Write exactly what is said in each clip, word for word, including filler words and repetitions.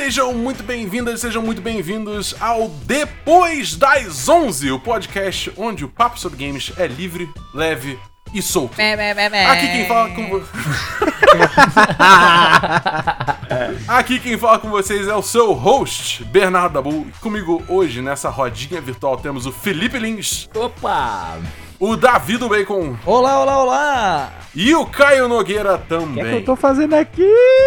Sejam muito bem-vindas, sejam muito bem-vindos ao Depois das onze, o podcast onde o papo sobre games é livre, leve e solto. Bé, bé, bé, bé. Aqui quem fala com vo... Aqui quem fala com vocês é o seu host, Bernardo Dabu. E comigo hoje, nessa rodinha virtual, temos o Felipe Lins. Opa! O Davi do Bacon. Olá, olá, olá! E o Caio Nogueira também. O que é que eu tô fazendo aqui?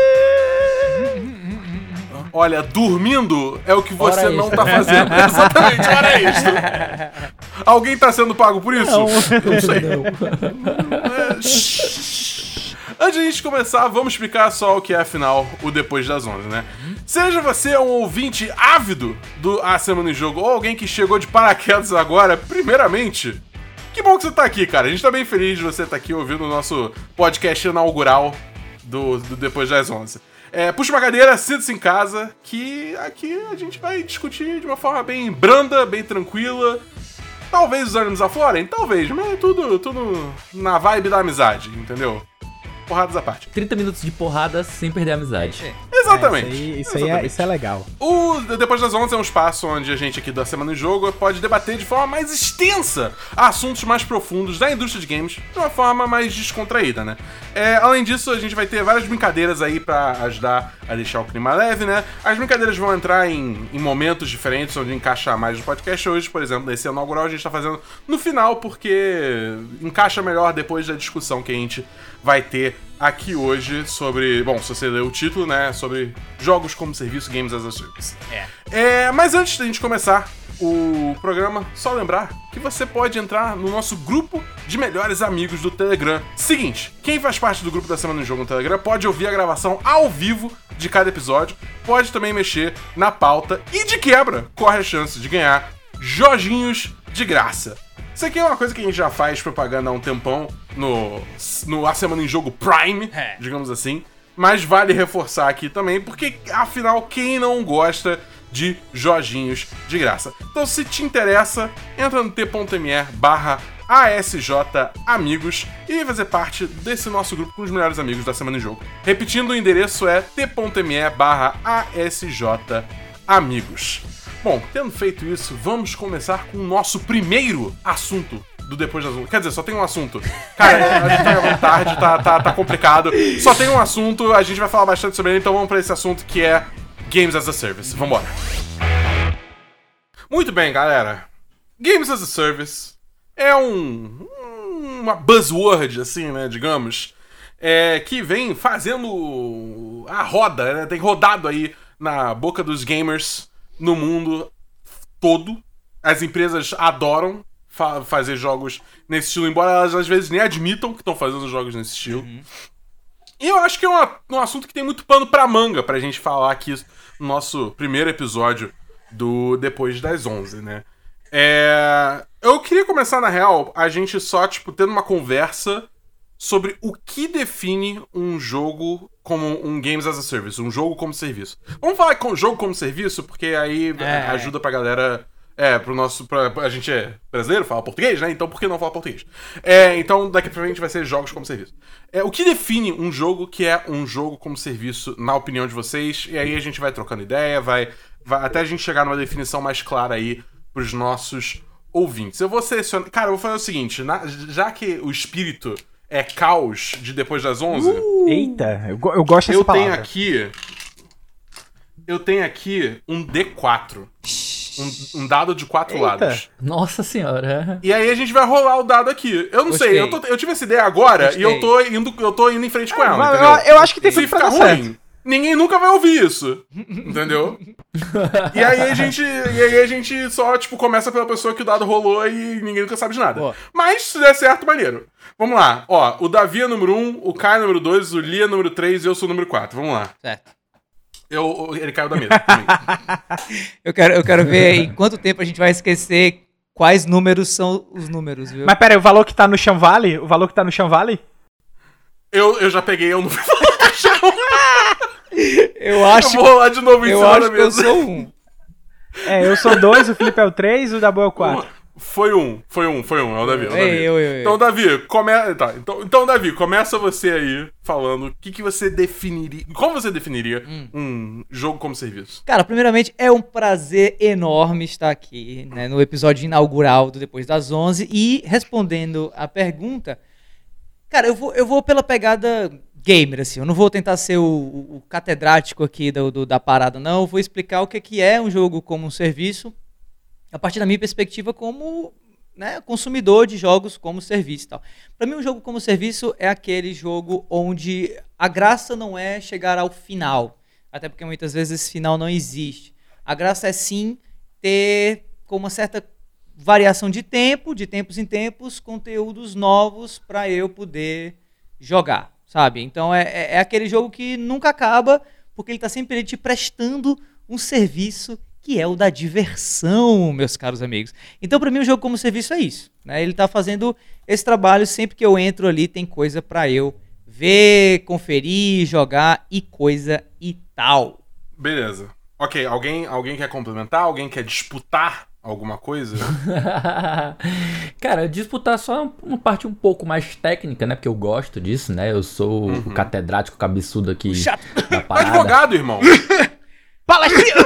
Olha, dormindo é o que você Hora não extra. tá fazendo. Exatamente, hora extra. Alguém tá sendo pago por isso? Não. Não sei. É, shh. Antes de a gente começar, vamos explicar só o que é, afinal, o Depois das onze, né? Seja você um ouvinte ávido do A Semana em Jogo ou alguém que chegou de paraquedas agora, primeiramente, que bom que você tá aqui, cara. A gente tá bem feliz de você estar aqui ouvindo o nosso podcast inaugural do, do Depois das onze. É, puxa uma cadeira, senta-se em casa, que aqui a gente vai discutir de uma forma bem branda, bem tranquila. Talvez os ânimos aflorem, talvez, mas é tudo, tudo na vibe da amizade, entendeu? Porradas à parte. trinta minutos de porrada sem perder a amizade. Exatamente. É, isso aí, isso, aí é, Exatamente. isso é legal. O Depois das onze é um espaço onde a gente aqui da Semana em Jogo pode debater de forma mais extensa assuntos mais profundos da indústria de games, de uma forma mais descontraída, né? É, além disso, a gente vai ter várias brincadeiras aí pra ajudar a deixar o clima leve, né? As brincadeiras vão entrar em, em momentos diferentes, onde encaixa mais no podcast. Hoje, por exemplo, nesse inaugural, a gente tá fazendo no final, porque encaixa melhor depois da discussão que a gente vai ter aqui hoje sobre... Bom, se você ler o título, né? Sobre jogos como serviço, Games as a Service. É. É, mas antes da gente começar o programa, só lembrar que você pode entrar no nosso grupo de melhores amigos do Telegram. Seguinte, quem faz parte do grupo da Semana em Jogo no Telegram pode ouvir a gravação ao vivo de cada episódio, pode também mexer na pauta e, de quebra, corre a chance de ganhar joginhos de graça. Isso aqui é uma coisa que a gente já faz propaganda há um tempão no, no A Semana em Jogo Prime, É. digamos assim. Mas vale reforçar aqui também, porque afinal, quem não gosta de joginhos de graça? Então, se te interessa, entra no t.me barra asjamigos e vem fazer parte desse nosso grupo com os melhores amigos da Semana em Jogo. Repetindo, o endereço é t.me barra asjamigos. Bom, tendo feito isso, vamos começar com o nosso primeiro assunto do Depois das onze. Quer dizer, só tem um assunto. Cara, a gente tá à vontade, tá, tá, tá complicado. Só tem um assunto, a gente vai falar bastante sobre ele, então vamos pra esse assunto que é Games as a Service. Vambora. Muito bem, galera. Games as a Service é um... uma buzzword, assim, né, digamos, é, que vem fazendo a roda, né, tem rodado aí na boca dos gamers no mundo todo. As empresas adoram fa- fazer jogos nesse estilo, embora elas às vezes nem admitam que estão fazendo jogos nesse estilo. Uhum. E eu acho que é uma, um assunto que tem muito pano pra manga pra gente falar aqui no nosso primeiro episódio do Depois das onze, né? É... Eu queria começar, na real, a gente só, tipo, tendo uma conversa sobre o que define um jogo como um Games as a Service, um jogo como serviço. Vamos falar com jogo como serviço, porque aí É. ajuda pra galera... É, pro nosso... Pra, a gente é brasileiro, fala português, né? Então por que não falar português? É, então daqui pra frente vai ser jogos como serviço. É, o que define um jogo que é um jogo como serviço, na opinião de vocês? E aí a gente vai trocando ideia, vai, vai até a gente chegar numa definição mais clara aí pros nossos ouvintes. Eu vou selecionar... Cara, eu vou fazer o seguinte, na, já que o espírito é caos de Depois das onze... Uh, Eita, eu, go- eu gosto dessa Eu tenho palavra. aqui... Eu tenho aqui um D quatro. Um, um dado de quatro Eita. lados. Nossa senhora. E aí a gente vai rolar o dado aqui. Eu não Gostei. sei, eu, tô- eu tive essa ideia agora Gostei. e eu tô, indo, eu tô indo em frente com ela, Mas entendeu? eu, eu acho que tem Se tudo pra ficar dar ruim, certo. ninguém nunca vai ouvir isso. Entendeu? E aí a gente, e aí a gente só, tipo, começa pela pessoa que o dado rolou e ninguém nunca sabe de nada. Boa. Mas se der certo, maneiro. Vamos lá. Ó, o Davi é número um, o Caio é número dois, o Lia é número três e eu sou o número quatro. Vamos lá. Certo. Eu, ele caiu da mesa. também. Eu quero, eu quero ver em quanto tempo a gente vai esquecer quais números são os números, viu? Mas pera aí, o valor que tá no Chão Valley? O valor que tá no Chão Valley? eu, eu já peguei, eu não eu Eu acho, vou rolar de novo em eu cima acho da que eu mesa. sou um. É, eu sou dois, o Felipe é o três, o Dabu é o quatro. Foi um, foi um, foi um, é o Davi. É o Davi. Ei, eu, eu, eu. Então, Davi, come... tá, então, então, Davi, começa você aí falando o que, que você definiria. Como você definiria Hum. um jogo como serviço? Cara, primeiramente, é um prazer enorme estar aqui, né, no episódio inaugural do Depois das onze e respondendo a pergunta. Cara, eu vou, eu vou pela pegada gamer, assim. Eu não vou tentar ser o, o- o catedrático aqui do, do- da parada, não. Eu vou explicar o que, que é um jogo como um serviço a partir da minha perspectiva como, né, consumidor de jogos como serviço e tal. Para mim, um jogo como serviço é aquele jogo onde a graça não é chegar ao final, até porque muitas vezes esse final não existe. A graça é sim ter, com uma certa variação de tempo, de tempos em tempos, conteúdos novos para eu poder jogar, sabe? Então é, é- é aquele jogo que nunca acaba, porque ele está sempre te prestando um serviço que é o da diversão, meus caros amigos. Então, para mim, o jogo como serviço é isso, né? Ele tá fazendo esse trabalho, sempre que eu entro ali, tem coisa para eu ver, conferir, jogar e coisa e tal. Beleza. Ok, alguém, alguém quer complementar? Alguém quer disputar alguma coisa? Cara, disputar só uma parte um pouco mais técnica, né? Porque eu gosto disso, né? Eu sou Uhum. o catedrático cabeçudo aqui Chato. da parada. Advogado, irmão! Palestrinha!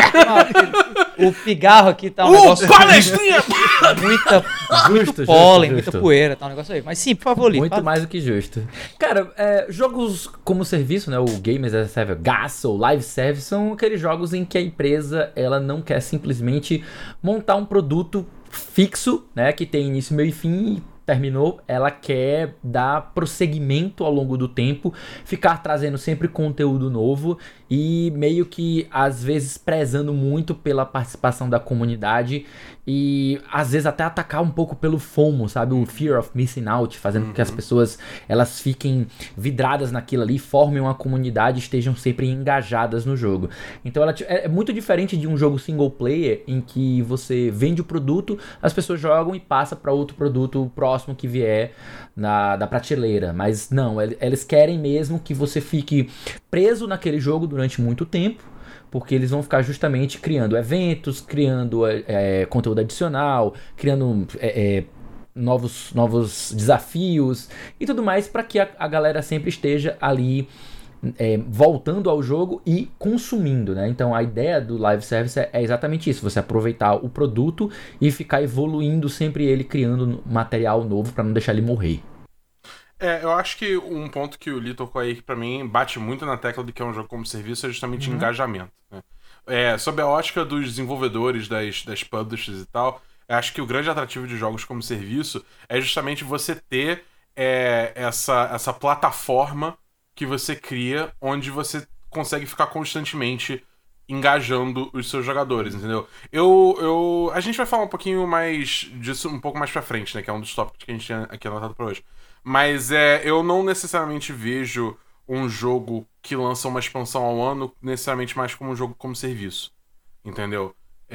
O pigarro aqui tá um Uh, negócio... palestrinha! Muita, muito Justo, pólen, justo, muita justo. poeira, tá um negócio aí. Mas sim, por favor, Lee, Muito fala. mais do que justo. Cara, é, jogos como serviço, né? O Gamers as a Service, G A S ou Live Service, são aqueles jogos em que a empresa ela não quer simplesmente montar um produto fixo, né? Que tem início, meio e fim e terminou. Ela quer dar prosseguimento ao longo do tempo, ficar trazendo sempre conteúdo novo e meio que, às vezes, prezando muito pela participação da comunidade e, às vezes, até atacar um pouco pelo FOMO, sabe? O Fear of Missing Out, fazendo com que as pessoas elas fiquem vidradas naquilo ali, formem uma comunidade e estejam sempre engajadas no jogo. Então, ela é muito diferente de um jogo single player em que você vende o produto, as pessoas jogam e passa para outro produto próximo que vier na, da prateleira. Mas não, el- eles querem mesmo que você fique preso naquele jogo durante muito tempo, porque eles vão ficar justamente criando eventos, criando é, é, conteúdo adicional, criando é, é, novos, novos desafios e tudo mais para que a, a galera sempre esteja ali é, voltando ao jogo e consumindo, né? Então a ideia do live service é, é exatamente isso, você aproveitar o produto e ficar evoluindo sempre ele, criando material novo para não deixar ele morrer. É, eu acho que um ponto que o Lee tocou aí que pra mim bate muito na tecla de que é um jogo como serviço é justamente engajamento, né? É, sob a ótica dos desenvolvedores, das, das publishers e tal, eu acho que o grande atrativo de jogos como serviço é justamente você ter é, essa, essa plataforma que você cria onde você consegue ficar constantemente engajando os seus jogadores, entendeu? Eu, eu, a gente vai falar um pouquinho mais disso um pouco mais pra frente, né? Que é um dos tópicos que a gente tinha aqui anotado pra hoje. Mas é, eu não necessariamente vejo um jogo que lança uma expansão ao ano necessariamente mais como um jogo como serviço, entendeu?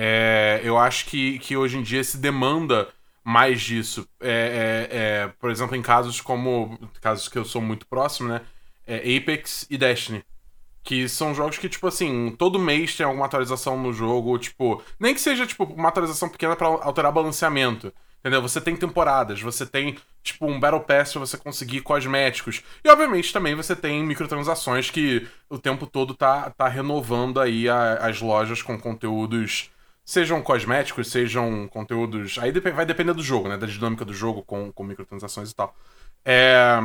É, eu acho que, que hoje em dia se demanda mais disso. É, é, é, por exemplo, em casos como... Casos que eu sou muito próximo, né? É Apex e Destiny. Que são jogos que, tipo assim, todo mês tem alguma atualização no jogo, tipo... Nem que seja, tipo, uma atualização pequena pra alterar balanceamento, entendeu? Você tem temporadas, você tem, tipo, um Battle Pass pra você conseguir cosméticos. E, obviamente, também você tem microtransações que o tempo todo tá, tá renovando aí a- as lojas com conteúdos... Sejam cosméticos, sejam conteúdos... Aí dep- vai depender do jogo, né? Da dinâmica do jogo com, com microtransações e tal. É...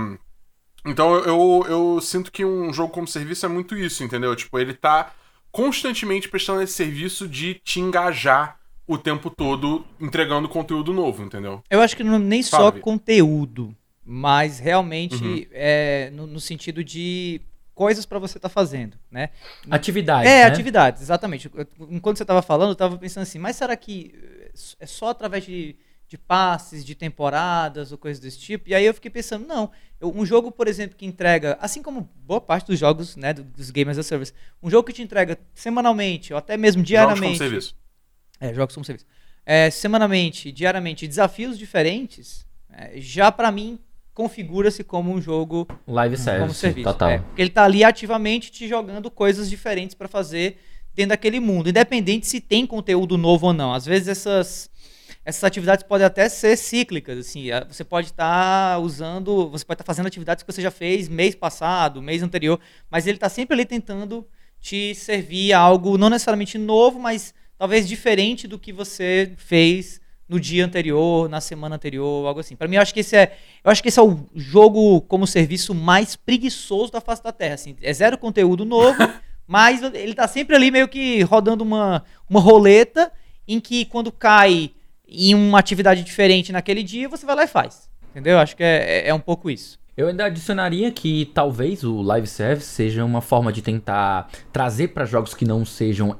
Então eu, eu, eu sinto que um jogo como serviço é muito isso, entendeu? Tipo, ele tá constantemente prestando esse serviço de te engajar o tempo todo entregando conteúdo novo, entendeu? Eu acho que não, nem só Fala, Vi. conteúdo, mas realmente Uhum. é, no, no sentido de coisas pra você estar fazendo, né? Atividade, É, né? atividades, exatamente. Eu- Enquanto você estava falando, eu estava pensando assim, mas será que é só através de, de passes, de temporadas ou coisas desse tipo? E aí eu fiquei pensando, não. Eu- um jogo, por exemplo, que entrega, assim como boa parte dos jogos, né, do- dos Gamers as a Service, um jogo que te entrega semanalmente ou até mesmo Jogos como diariamente. serviço. É, jogos como serviço. É, semanalmente, diariamente, desafios diferentes, é, já pra mim configura-se como um jogo Live service, como serviço. total. É, porque ele tá ali ativamente te jogando coisas diferentes pra fazer dentro daquele mundo, independente se tem conteúdo novo ou não. Às vezes essas essas atividades podem até ser cíclicas, assim, você pode estar usando, você pode estar fazendo atividades que você já fez mês passado, mês anterior, mas ele está sempre ali tentando te servir algo não necessariamente novo, mas talvez diferente do que você fez no dia anterior, na semana anterior, algo assim. Para mim, eu acho que esse é, eu acho que esse é o jogo como serviço mais preguiçoso da face da Terra, assim, é zero conteúdo novo, mas ele tá sempre ali meio que rodando uma, uma roleta em que quando cai em uma atividade diferente naquele dia, você vai lá e faz. Entendeu? Acho que é, é, é um pouco isso. Eu ainda adicionaria que talvez o Live Service seja uma forma de tentar trazer para jogos que não sejam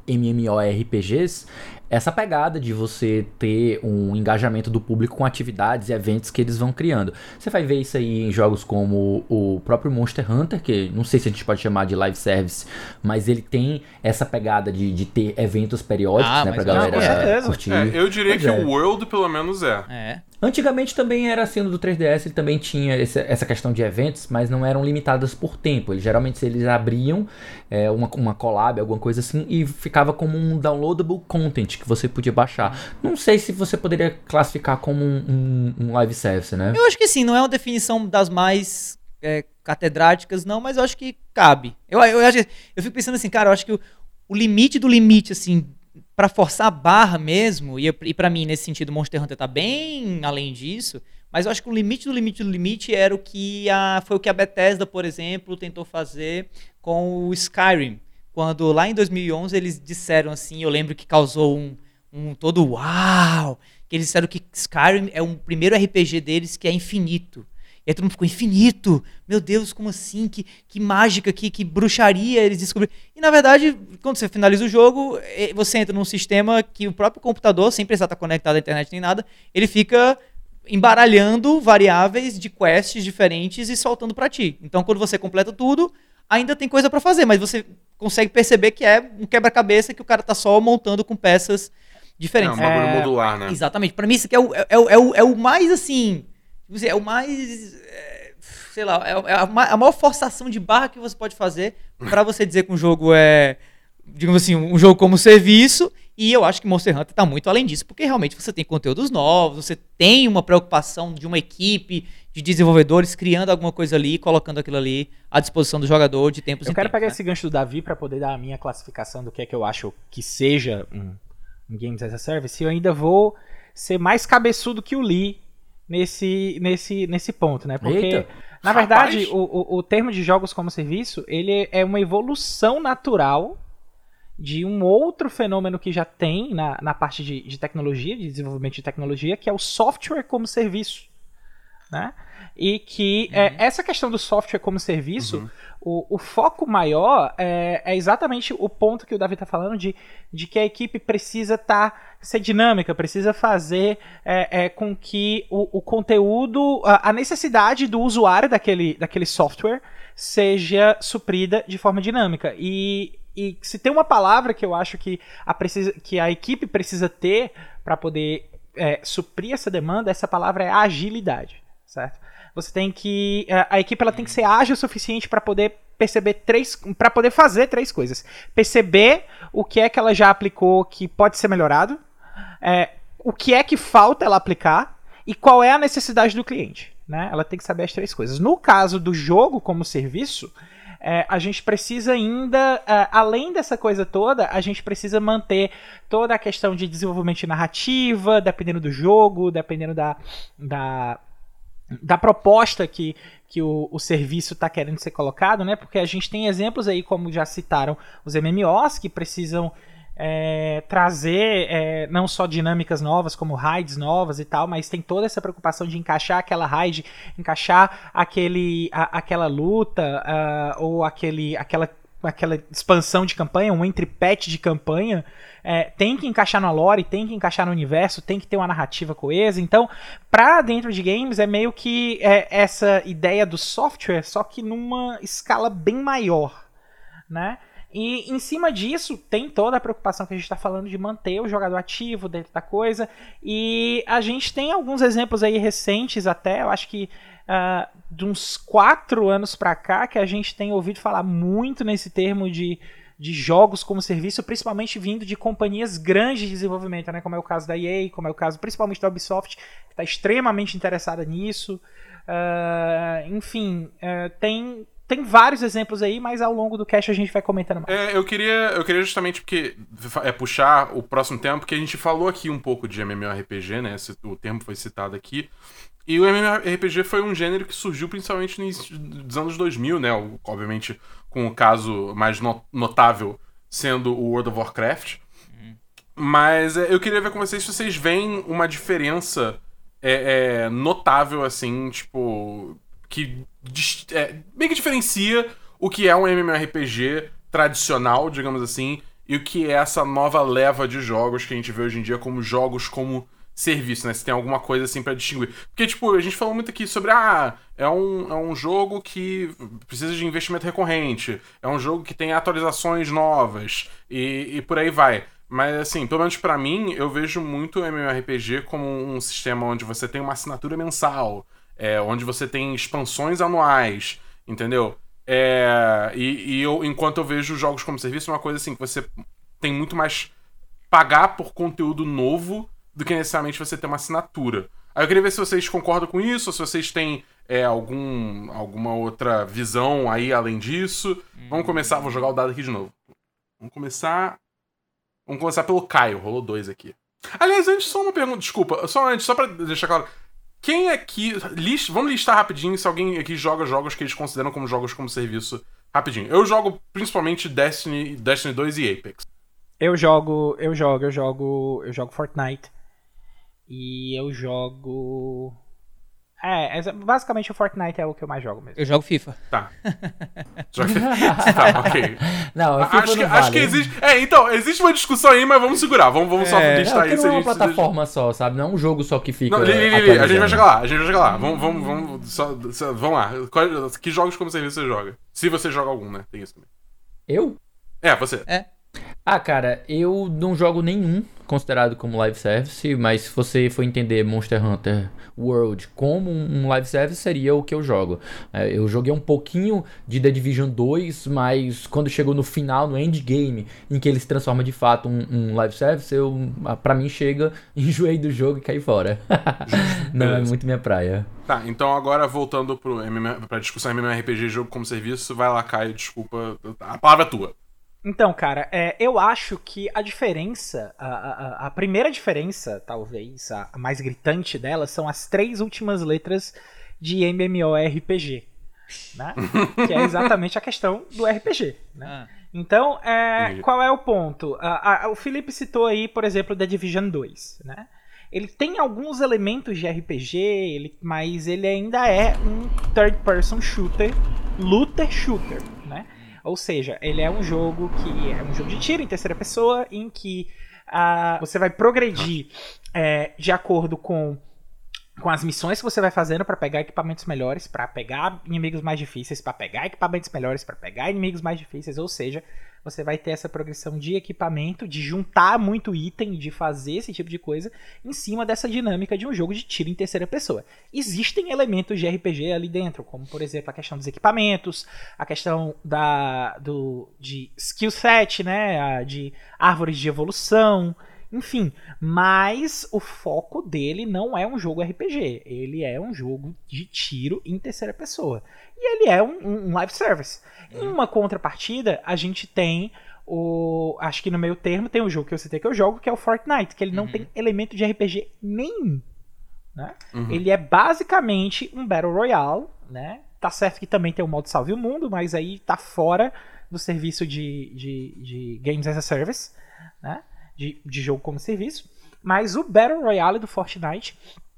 MMORPGs essa pegada de você ter um engajamento do público com atividades e eventos que eles vão criando. Você vai ver isso aí em jogos como o próprio Monster Hunter, que não sei se a gente pode chamar de Live Service, mas ele tem essa pegada de, de ter eventos periódicos, Ah, né, mas pra galera com certeza. curtir. É, eu diria Pois que é. o World, pelo menos, é. É. Antigamente também era assim, no do três D S ele também tinha esse, essa questão de eventos, mas não eram limitadas por tempo. Eles, geralmente eles abriam é, uma, uma collab, alguma coisa assim, e ficava como um downloadable content que você podia baixar. Não sei se você poderia classificar como um, um, um live service, né? Eu acho que sim, não é uma definição das mais é, catedráticas, não, mas eu acho que cabe. Eu, eu, eu, acho que- eu fico pensando assim, cara, eu acho que o, o limite do limite, assim, pra forçar a barra mesmo, e, e pra mim, nesse sentido, Monster Hunter tá bem além disso, mas eu acho que o limite do limite do limite era o que a, foi o que a Bethesda, por exemplo, tentou fazer com o Skyrim. Quando lá em dois mil e onze eles disseram assim, eu lembro que causou um, um todo uau, que eles disseram que Skyrim é o primeiro R P G deles que é infinito. E aí todo mundo ficou, infinito? Meu Deus, como assim? Que, que mágica, que, que bruxaria eles descobriram. E na verdade, quando você finaliza o jogo, eh, você entra num sistema que o próprio computador, sem precisar estar conectado à internet nem nada, ele fica embaralhando variáveis de quests diferentes e soltando pra ti. Então quando você completa tudo, ainda tem coisa pra fazer, mas você consegue perceber que é um quebra-cabeça que o cara tá só montando com peças É diferentes. um bagulho É, modular, né? Exatamente. Pra mim, isso aqui é o, é, o- é, o, é o mais, assim... É o mais... é, sei lá, é a, ma- a maior forçação de barra que você pode fazer pra você dizer que um jogo é... digamos assim, um jogo como serviço. E eu acho que Monster Hunter tá muito além disso, porque realmente você tem conteúdos novos, você tem uma preocupação de uma equipe de desenvolvedores criando alguma coisa ali, colocando aquilo ali à disposição do jogador de tempos Eu em quero tempos, pegar né? esse gancho do Davi pra poder dar a minha classificação do que é que eu acho que seja um, um Games as a Service. E eu ainda vou ser mais cabeçudo que o Lee nesse, nesse, nesse ponto, né? Porque, Eita. na Rapaz. verdade, o, o, o termo de jogos como serviço, ele é uma evolução natural de um outro fenômeno que já tem na, na parte de, de tecnologia, de desenvolvimento de tecnologia, que é o software como serviço, né? E que é, essa questão do software como serviço, o, o foco maior é, é exatamente o ponto que o Davi está falando de, de que a equipe precisa tá, ser dinâmica, precisa fazer é, é, com que o, o conteúdo, a, a necessidade do usuário daquele, daquele software seja suprida de forma dinâmica. E, e se tem uma palavra que eu acho que a, precisa, que a equipe precisa ter para poder é, suprir essa demanda, essa palavra é agilidade, certo? Você tem que a equipe ela tem que ser ágil o suficiente para poder perceber três, para poder fazer três coisas: perceber o que é que ela já aplicou que pode ser melhorado, é, o que é que falta ela aplicar e qual é a necessidade do cliente, né? Ela tem que saber as três coisas. No caso do jogo como serviço, é, a gente precisa ainda, é, além dessa coisa toda, a gente precisa manter toda a questão de desenvolvimento de narrativa, dependendo do jogo, dependendo da, da, da proposta que, que o, o serviço está querendo ser colocado, né? Porque a gente tem exemplos aí, como já citaram, os M M Os, que precisam é, trazer é, não só dinâmicas novas, como raids novas e tal, mas tem toda essa preocupação de encaixar aquela raid, encaixar aquele, a, aquela luta uh, ou aquele, aquela, aquela expansão de campanha, um entre-patch de campanha, é, tem que encaixar na lore, tem que encaixar no universo, tem que ter uma narrativa coesa. Então, pra dentro de games, é meio que é, essa ideia do software, só que numa escala bem maior, né? E em cima disso, tem toda a preocupação que a gente está falando de manter o jogador ativo dentro da coisa. E a gente tem alguns exemplos aí recentes até, eu acho que uh, de uns quatro anos para cá, que a gente tem ouvido falar muito nesse termo de, de jogos como serviço, principalmente vindo de companhias grandes de desenvolvimento, né? Como é o caso da E A, como é o caso principalmente da Ubisoft, que está extremamente interessada nisso. Uh, enfim, uh, tem, tem vários exemplos aí, mas ao longo do cast a gente vai comentando mais. É, eu queria, eu queria justamente porque, é, puxar o próximo tema, porque a gente falou aqui um pouco de MMORPG, né? O termo foi citado aqui. E o MMORPG foi um gênero que surgiu principalmente no início dos anos dois mil, né? Obviamente, com o caso mais notável sendo o World of Warcraft. Uhum. Mas é, eu queria ver com vocês se vocês veem uma diferença é, é, notável, assim, tipo... que é, meio que diferencia o que é um MMORPG tradicional, digamos assim, e o que é essa nova leva de jogos que a gente vê hoje em dia como jogos como serviço, né? Se tem alguma coisa assim pra distinguir. Porque, tipo, a gente falou muito aqui sobre, ah, é um, é um jogo que precisa de investimento recorrente, é um jogo que tem atualizações novas, e, e por aí vai. Mas, assim, pelo menos pra mim, eu vejo muito o MMORPG como um sistema onde você tem uma assinatura mensal, é, onde você tem expansões anuais, entendeu? É, e e eu, enquanto eu vejo jogos como serviço, uma coisa assim, que você tem muito mais pagar por conteúdo novo do que necessariamente você ter uma assinatura. Aí eu queria ver se vocês concordam com isso, ou se vocês têm é, algum, alguma outra visão aí além disso. Hum. Vamos começar, vou jogar o dado aqui de novo. Vamos começar... Vamos começar pelo Caio, rolou dois aqui. Aliás, antes, só uma pergunta, desculpa, só antes, só pra deixar claro. Quem aqui... List, vamos listar rapidinho se alguém aqui joga jogos que eles consideram como jogos como serviço. Rapidinho. Eu jogo principalmente Destiny, Destiny dois e Apex. Eu jogo, eu jogo, eu jogo, eu jogo Fortnite. E eu jogo... É, é, basicamente o Fortnite é o que eu mais jogo mesmo. Eu jogo FIFA. Tá. Tá, ok. Não, FIFA acho, não que, vale. acho que existe... É, então, existe uma discussão aí, mas vamos segurar. Vamos, vamos só É, listar não, isso. não é a uma gente plataforma só, sabe? Não é um jogo só que fica Não, li, li, li, a gente vai atualizando. chegar lá, a gente vai chegar lá. Vamos, vamos, vamos, só, só, vamos lá. Qual, que jogos como serviço você joga? Se você joga algum, né? Tem isso também. Eu? É, você. É. Ah, cara, eu não jogo nenhum considerado como live service, mas se você for entender Monster Hunter World como um live service, seria o que eu jogo. É, eu joguei um pouquinho de The Division dois, mas quando chegou no final, no endgame, em que ele se transforma de fato um, um live service, eu, pra mim chega, enjoei do jogo e caí fora. Não é muito minha praia. Tá, então agora voltando pro M M O, pra discussão MMORPG jogo como serviço, vai lá, Caio, desculpa, a palavra é tua. Então, cara, é, eu acho que a diferença, a, a, a primeira diferença, talvez, a, a mais gritante dela, são as três últimas letras de MMORPG, né? Que é exatamente a questão do R P G, né? Ah. Então, é, qual é o ponto? A, a, o Felipe citou aí, por exemplo, The Division dois, né? Ele tem alguns elementos de R P G, ele, mas ele ainda é um third-person shooter, looter shooter, né? Ou seja, ele é um jogo que é um jogo de tiro em terceira pessoa, em que uh, você vai progredir é, de acordo com, com as missões que você vai fazendo para pegar equipamentos melhores, para pegar inimigos mais difíceis, para pegar equipamentos melhores, para pegar inimigos mais difíceis. Ou seja, você vai ter essa progressão de equipamento, de juntar muito item, de fazer esse tipo de coisa em cima dessa dinâmica de um jogo de tiro em terceira pessoa. Existem elementos de R P G ali dentro, como por exemplo a questão dos equipamentos, a questão da, do, de skill set, né, de árvores de evolução, enfim. Mas o foco dele não é um jogo R P G, ele é um jogo de tiro em terceira pessoa. E ele é um, um live service. Em uma contrapartida, a gente tem o... Acho que no meio termo tem o jogo que eu citei que eu jogo, que é o Fortnite, que ele não uhum. tem elemento de R P G nenhum. Né? Uhum. Ele é basicamente um Battle Royale, né? Tá certo que também tem o modo Salve o Mundo, mas aí tá fora do serviço de, de, de Games as a Service, né? De, de jogo como serviço. Mas o Battle Royale do Fortnite,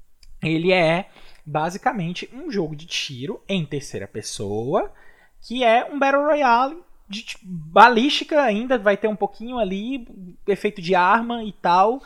ele é basicamente um jogo de tiro em terceira pessoa, que é um Battle Royale de balística, ainda vai ter um pouquinho ali, efeito de arma e tal,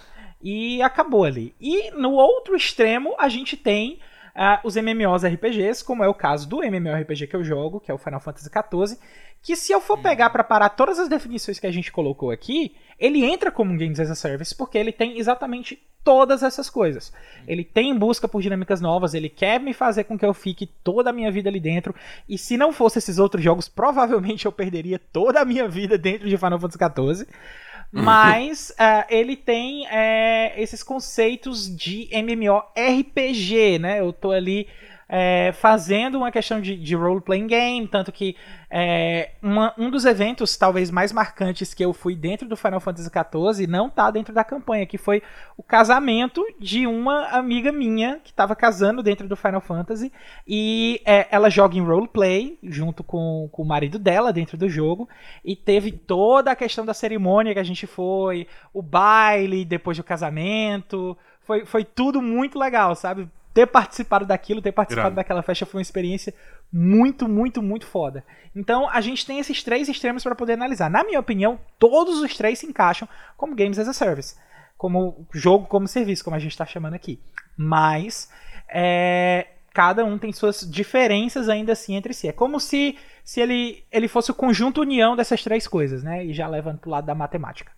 e acabou ali. E no outro extremo, a gente tem uh, os MMORPGs, como é o caso do MMORPG que eu jogo, que é o Final Fantasy quatorze, que se eu for pegar para parar todas as definições que a gente colocou aqui, ele entra como um Games as a Service, porque ele tem exatamente todas essas coisas. Ele tem busca por dinâmicas novas, ele quer me fazer com que eu fique toda a minha vida ali dentro, e se não fosse esses outros jogos, provavelmente eu perderia toda a minha vida dentro de Final Fantasy quatorze. Mas uh, ele tem uh, esses conceitos de MMORPG, né? Eu tô ali uh, fazendo uma questão de, de role-playing game, tanto que uh, uma, um dos eventos talvez mais marcantes que eu fui dentro do Final Fantasy quatorze não tá dentro da campanha, que foi o casamento de uma amiga minha que estava casando dentro do Final Fantasy, e uh, ela joga em roleplay junto com, com o marido dela dentro do jogo, e teve toda a questão da cerimônia que a gente foi, o baile depois do casamento, foi, foi tudo muito legal, sabe? Ter participado daquilo, ter participado Irado. daquela festa foi uma experiência muito, muito, muito foda. Então a gente tem esses três extremos para poder analisar. Na minha opinião, todos os três se encaixam como Games as a Service, como jogo como serviço, como a gente está chamando aqui. Mas é, cada um tem suas diferenças ainda assim entre si. É como se, se ele, ele fosse o conjunto união dessas três coisas, né? E já levando pro lado da matemática.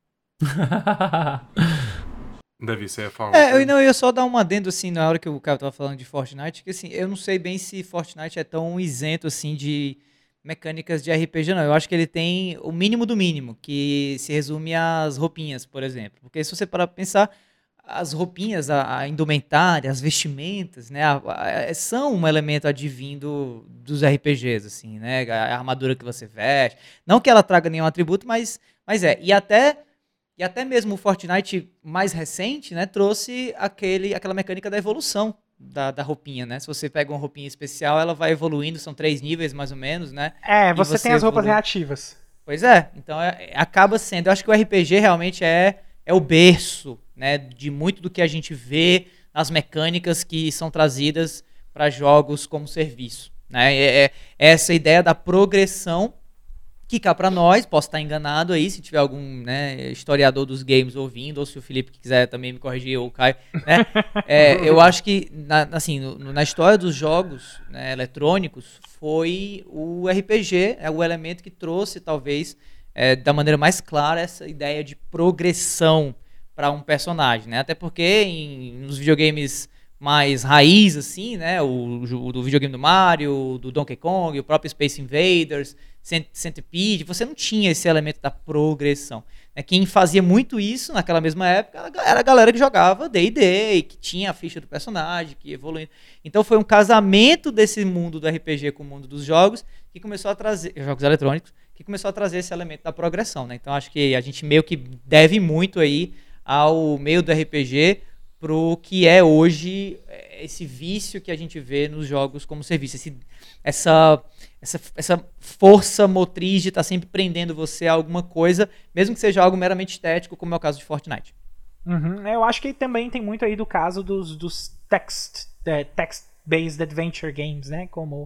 Davi, você ia falar. É, eu, não, eu ia só dar um adendo, assim, na hora que o cara tava falando de Fortnite, que, assim, eu não sei bem se Fortnite é tão isento, assim, de mecânicas de R P G, não. Eu acho que ele tem o mínimo do mínimo, que se resume às roupinhas, por exemplo. Porque se você parar pra pensar, as roupinhas, a, a indumentária, as vestimentas, né, a, a, são um elemento advindo dos R P Gs, assim, né, a, a armadura que você veste. Não que ela traga nenhum atributo, mas, mas é. E até... E até mesmo o Fortnite mais recente, né, trouxe aquele, aquela mecânica da evolução da, da roupinha, né? Se você pega uma roupinha especial, ela vai evoluindo, são três níveis mais ou menos, né? É, você, você tem as roupas evolui... reativas. Pois é, então é, acaba sendo... Eu acho que o R P G realmente é, é o berço, né, de muito do que a gente vê nas mecânicas que são trazidas para jogos como serviço, né? É, é essa ideia da progressão que cá pra nós, posso estar enganado aí, se tiver algum, né, historiador dos games ouvindo, ou se o Felipe quiser também me corrigir, ou o Caio, né, é, eu acho que, na, assim, no, na história dos jogos, né, eletrônicos, foi o R P G, é o elemento que trouxe, talvez, é, da maneira mais clara, essa ideia de progressão para um personagem, né, até porque em, nos videogames mais raiz, assim, né, o, o do videogame do Mario, do Donkey Kong, o próprio Space Invaders, Centipede, você não tinha esse elemento da progressão. Quem fazia muito isso naquela mesma época era a galera que jogava D e D, que tinha a ficha do personagem, que evoluindo. Então foi um casamento desse mundo do R P G com o mundo dos jogos, que começou a trazer, jogos eletrônicos, que começou a trazer esse elemento da progressão, né? Então acho que a gente meio que deve muito aí ao meio do R P G pro que é hoje esse vício que a gente vê nos jogos como serviço, esse, essa, essa, essa força motriz de estar tá sempre prendendo você a alguma coisa, mesmo que seja algo meramente estético, como é o caso de Fortnite. Uhum. Eu acho que também tem muito aí do caso dos, dos text, é, text-based adventure games, né? Como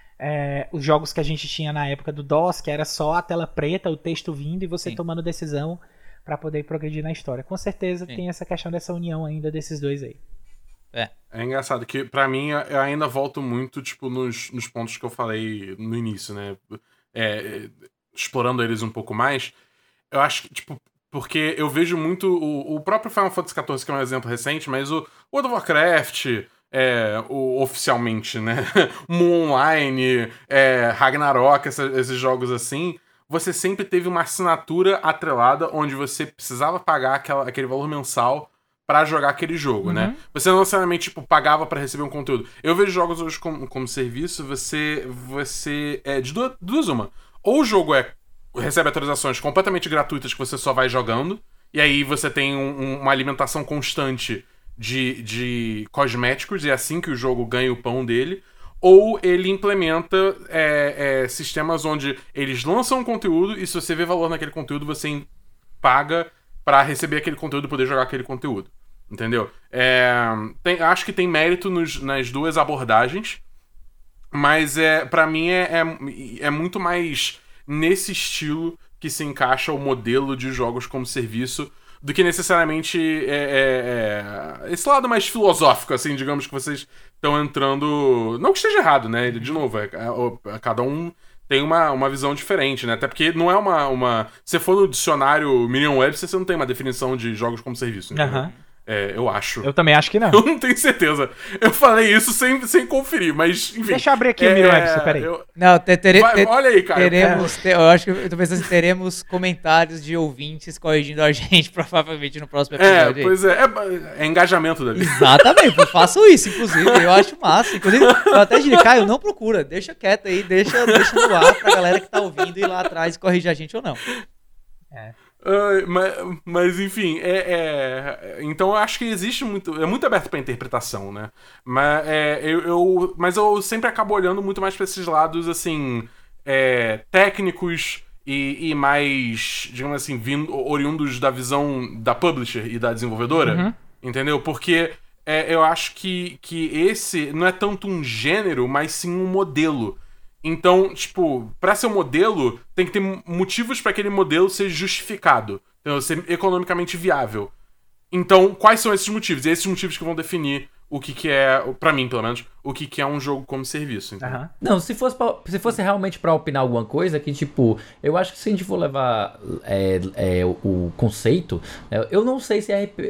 é, os jogos que a gente tinha na época do DOS, que era só a tela preta, o texto vindo e você Sim. tomando decisão para poder progredir na história. Com certeza Sim. tem essa questão dessa união ainda desses dois aí. É. É engraçado que, pra mim, eu ainda volto muito, tipo, nos, nos pontos que eu falei no início, né? É, explorando eles um pouco mais. Eu acho que, tipo, porque eu vejo muito o, o próprio Final Fantasy quatorze, que é um exemplo recente, mas o World of Warcraft, é, o, oficialmente, né? Moon Online, é, Ragnarok, essa, esses jogos assim, você sempre teve uma assinatura atrelada onde você precisava pagar aquela, aquele valor mensal pra jogar aquele jogo, uhum. né? Você não necessariamente, tipo, pagava pra receber um conteúdo. Eu vejo jogos hoje como, como serviço, você... você é de duas, duas uma. Ou o jogo é recebe atualizações completamente gratuitas que você só vai jogando, e aí você tem um, um, uma alimentação constante de, de cosméticos, e é assim que o jogo ganha o pão dele. Ou ele implementa é, é, sistemas onde eles lançam um conteúdo, e se você vê valor naquele conteúdo, você paga pra receber aquele conteúdo e poder jogar aquele conteúdo. Entendeu? É, tem, acho que tem mérito nos, nas duas abordagens, mas é, pra mim é, é, é muito mais nesse estilo que se encaixa o modelo de jogos como serviço do que necessariamente é, é, é, esse lado mais filosófico, assim, digamos, que vocês estão entrando... Não que esteja errado, né? De novo, é, é, cada um tem uma, uma visão diferente, né? Até porque não é uma... uma... Se for no dicionário Merriam-Webster, você não tem uma definição de jogos como serviço. Uhum. É, eu acho. Eu também acho que não. Eu não tenho certeza. Eu falei isso sem, sem conferir, mas enfim. Deixa eu abrir aqui é, o Mirwebs, peraí. eu- Não, te, tere, Vai, te- olha aí, cara. teremos. te- eu acho que eu tô pensando assim, teremos comentários de ouvintes corrigindo a gente, provavelmente, no próximo É, episódio. aí. pois é, é, é engajamento da vida. Exatamente, eu faço isso, inclusive. Eu acho massa. Inclusive, eu até diria, Caio, não procura, deixa quieto aí, deixa, deixa no ar pra galera que tá ouvindo ir lá atrás e corrigir a gente ou não. Ai, mas, mas, enfim, é, é- então eu acho que existe muito. É muito aberto pra interpretação, né? Mas, é, eu, eu, mas eu sempre acabo olhando muito mais pra esses lados, assim, é, técnicos e, e mais, digamos assim, vindo, oriundos da visão da publisher e da desenvolvedora. Uhum. Entendeu? Porque é, eu acho que, que esse não é tanto um gênero, mas sim um modelo. Então, tipo, pra ser um modelo, tem que ter motivos pra aquele modelo ser justificado, entendeu? Ser economicamente viável. Então, quais são esses motivos? E esses motivos que vão definir o que, que é, pra mim pelo menos, o que, que é um jogo como serviço, entendeu? Aham. Não, se fosse, pra- se fosse realmente pra opinar alguma coisa, que tipo, eu acho que se a gente for levar é, é, o, o conceito, é, eu não sei se R P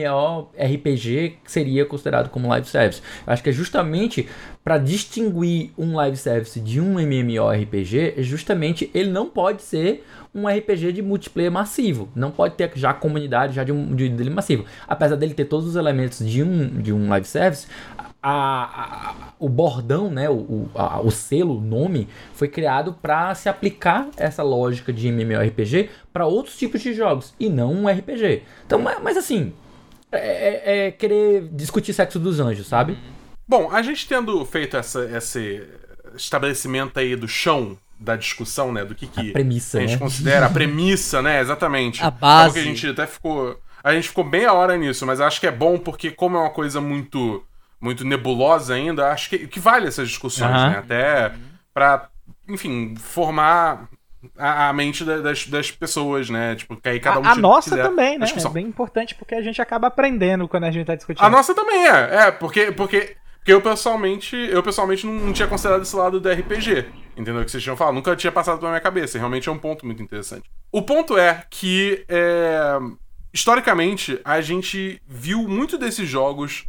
MMORPG seria considerado como live service. Eu acho que é justamente pra distinguir um live service de um MMORPG, é justamente ele não pode ser um R P G de multiplayer massivo. Não pode ter já a comunidade já de um de, dele massivo. Apesar dele ter todos os elementos de um, de um live service, a, a- o bordão, né, o, o, a- o selo, o nome, foi criado para se aplicar essa lógica de MMORPG para outros tipos de jogos e não um R P G. Então, mas, mas assim, é, é- é querer discutir sexo dos anjos, sabe? Bom, a gente tendo feito essa, esse estabelecimento aí do chão da discussão, né, do que que A premissa, a gente né? considera a premissa, né, exatamente. A base. Acabou que a gente até ficou, a gente ficou meia hora nisso, mas acho que é bom porque como é uma coisa muito muito nebulosa ainda, acho que, que vale essas discussões, Aham. né, até pra, enfim, formar a, a mente da- das, das pessoas, né, tipo, que aí cada um A, a tira o que nossa quiser também, da né? É discussão. bem importante porque a gente acaba aprendendo quando a gente tá discutindo. A nossa também é, é, porque, porque, porque eu pessoalmente, eu pessoalmente não, não tinha considerado esse lado do R P G, entendeu? Que vocês tinham falado, nunca tinha passado pela minha cabeça, realmente é um ponto muito interessante. O ponto é que, é, historicamente, a gente viu muito desses jogos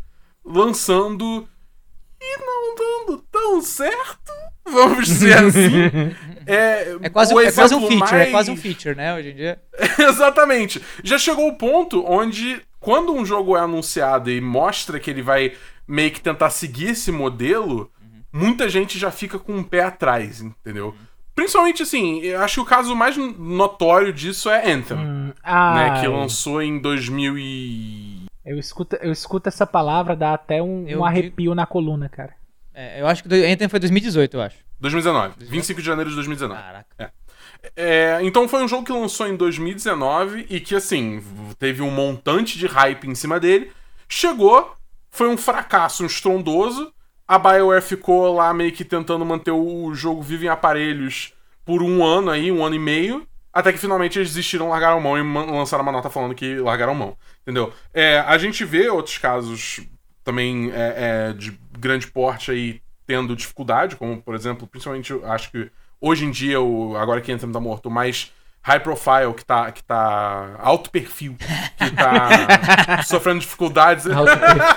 lançando e não dando tão certo, vamos dizer assim. É, É quase, o é quase um exemplo feature, mais- é quase um feature, né, hoje em dia. Exatamente. Já chegou o ponto onde, quando um jogo é anunciado e mostra que ele vai meio que tentar seguir esse modelo, muita gente já fica com um pé atrás, entendeu? Principalmente, assim, eu acho que o caso mais notório disso é Anthem, Hum, né? ai, Que lançou em dois mil e... eu, escuto, eu escuto essa palavra, dá até um, Eu um arrepio na coluna, cara. É, eu acho que do- Anthem foi dois mil e dezoito, eu acho. dois mil e dezenove. vinte e cinco de janeiro de dois mil e dezenove. Caraca. É, então foi um jogo que lançou em dois mil e dezenove e que, assim, teve um montante de hype em cima dele. Chegou, foi um fracasso estrondoso. A BioWare ficou lá meio que tentando manter o jogo vivo em aparelhos por um ano aí, um ano e meio. Até que finalmente eles desistiram, largaram mão e man- lançaram uma nota falando que largaram mão. Entendeu? É, a gente vê outros casos também é, é, de grande porte aí tendo dificuldade, como por exemplo, principalmente eu acho que hoje em dia, o, agora que Anthem tá morto, o mais high profile, que tá, que tá alto perfil, que tá sofrendo dificuldades. Alto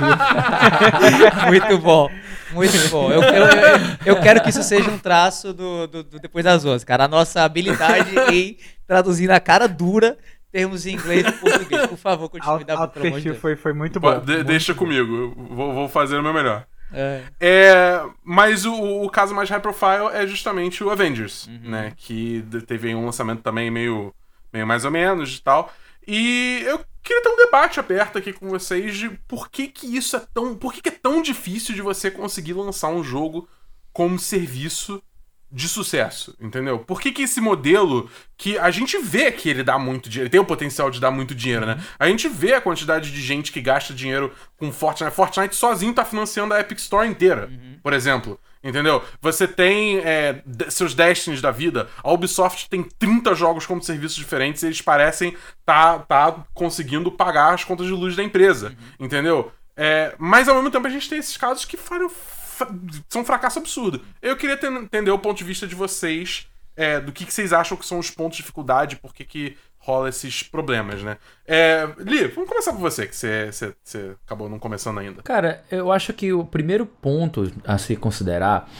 perfil. Muito bom. Muito bom. Eu, eu, eu, eu quero que isso seja um traço do, do, do Depois das onze, cara. A nossa habilidade em traduzir na cara dura termos em inglês e português. Por favor, continue. Alto, Dá, alto pelo amor de perfil Deus. foi, foi muito Pô, bom. de- muito deixa bom. comigo, eu vou, vou fazer o meu melhor. É. É, mas o, o caso mais high profile é justamente o Avengers, né? Que de- teve aí um lançamento também meio, meio mais ou menos e tal. E eu queria ter um debate aberto aqui com vocês de por que que isso é tão... Por que que é tão difícil de você conseguir lançar um jogo como serviço de sucesso, entendeu? Por que que esse modelo, que a gente vê que ele dá muito dinheiro, tem o potencial de dar muito dinheiro, né? A gente vê a quantidade de gente que gasta dinheiro com Fortnite. Fortnite sozinho tá financiando a Epic Store inteira, por exemplo. Entendeu? Você tem é, de- seus Destinies da vida. A Ubisoft tem trinta jogos como serviços diferentes e eles parecem tá, tá conseguindo pagar as contas de luz da empresa. Entendeu? É, mas ao mesmo tempo a gente tem esses casos que foram, fa- são um fracasso absurdo. Eu queria ter- entender o ponto de vista de vocês, é, do que, que vocês acham que são os pontos de dificuldade, por que, que rola esses problemas, né? É, Li, vamos começar por você, que você, você, você acabou não começando ainda. Cara, eu acho que o primeiro ponto a se considerar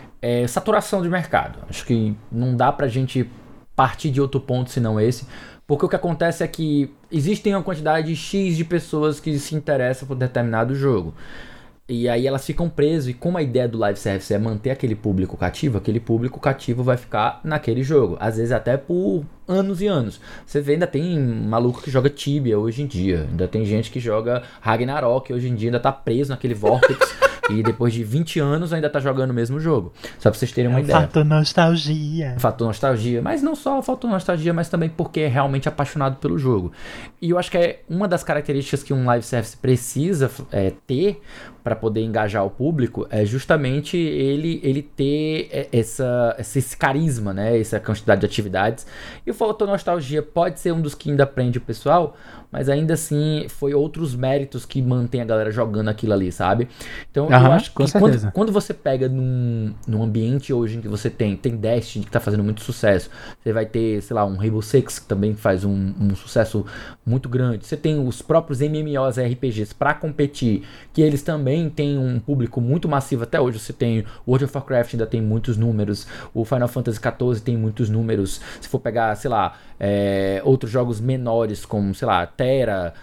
é saturação de mercado. Acho que não dá pra gente partir de outro ponto senão esse, porque o que acontece é que existem uma quantidade X de pessoas que se interessam por determinado jogo. E aí elas ficam presas, e como a ideia do live service é manter aquele público cativo, aquele público cativo vai ficar naquele jogo, às vezes até por anos e anos. Você vê, ainda tem maluco que joga Tibia hoje em dia, ainda tem gente que joga Ragnarok hoje em dia, ainda tá preso naquele Vortex e depois de vinte anos ainda tá jogando o mesmo jogo. Só pra vocês terem uma é um ideia. Fator nostalgia. Fator nostalgia, mas não só fator nostalgia, mas também porque é realmente apaixonado pelo jogo. E eu acho que é uma das características que um live service precisa é, ter para poder engajar o público é justamente ele, ele ter essa, esse carisma, né? Essa quantidade de atividades. E o fator nostalgia pode ser um dos que ainda prende o pessoal, mas ainda assim foi outros méritos que mantém a galera jogando aquilo ali, sabe? Então Aham, eu acho com que certeza. quando, quando você pega num, num ambiente hoje em que você tem, tem Destiny que tá fazendo muito sucesso, você vai ter, sei lá, um Rainbow Six que também faz um, um sucesso muito grande, você tem os próprios M M Os R P Gs pra competir, que eles também têm um público muito massivo até hoje. Você tem o World of Warcraft, ainda tem muitos números, o Final Fantasy quatorze tem muitos números, se for pegar, sei lá, é, outros jogos menores como, sei lá, Terra,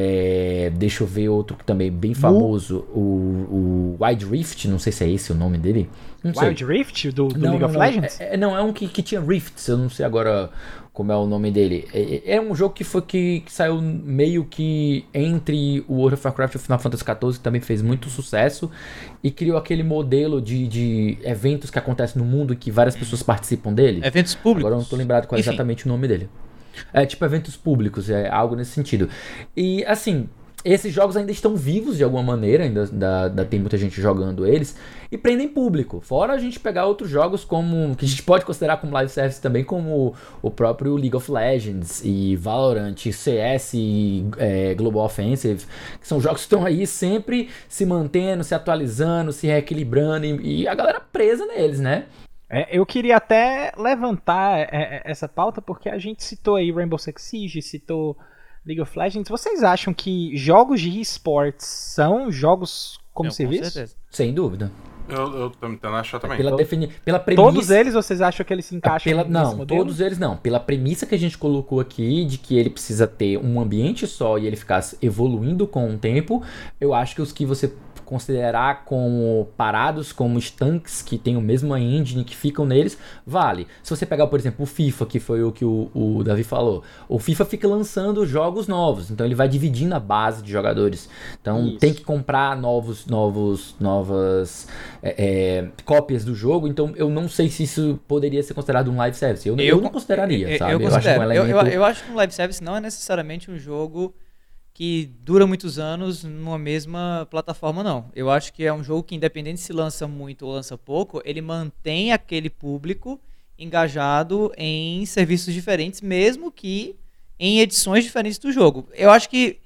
é, deixa eu ver outro que também é bem famoso, o, o Wild Rift, não sei se é esse o nome dele. Não sei. Wild Rift do, do Não, League não, of não. Legends? É, é, não, é um que, que tinha Rifts, eu não sei agora como é o nome dele. É, é um jogo que foi que, que saiu meio que entre o World of Warcraft e o Final Fantasy quatorze, que também fez muito sucesso, e criou aquele modelo de, de eventos que acontecem no mundo e que várias pessoas participam dele. Eventos públicos. Agora eu não tô lembrado qual é Enfim. exatamente o nome dele. É tipo eventos públicos, é algo nesse sentido. E assim, esses jogos ainda estão vivos de alguma maneira, ainda, ainda, ainda tem muita gente jogando eles, e prendem público. Fora a gente pegar outros jogos como, que a gente pode considerar como live service também, como o próprio League of Legends e Valorant, C S e é, Global Offensive, que são jogos que estão aí sempre se mantendo, se atualizando, se reequilibrando, e, e a galera presa neles, né? É, eu queria até levantar é, é, essa pauta porque a gente citou aí Rainbow Six Siege, citou League of Legends. Vocês acham que jogos de esportes são jogos como Não, serviço? Com certeza. Sem dúvida. Eu, eu tô tentando achar também. Pela, defini- pela premissa... Todos eles vocês acham que eles se encaixam Pela, nesse não, modelo? todos eles não. Pela premissa que a gente colocou aqui, de que ele precisa ter um ambiente só e ele ficasse evoluindo com o tempo, eu acho que os que você considerar como parados, como estanques que tem o mesmo engine que ficam neles, vale. Se você pegar, por exemplo, o FIFA, que foi o que o, o Davi falou, o FIFA fica lançando jogos novos, então ele vai dividindo a base de jogadores. Então Isso. tem que comprar novos, novos, novas é, é, cópias do jogo, então eu não sei se isso poderia ser considerado um live service. Eu, eu, eu não consideraria, eu, sabe? Eu, eu, acho que considero. um eu, elemento... eu, eu acho que um live service não é necessariamente um jogo que dura muitos anos numa mesma plataforma, não. Eu acho que é um jogo que, independente se lança muito ou lança pouco, ele mantém aquele público engajado em serviços diferentes, mesmo que em edições diferentes do jogo. Eu acho que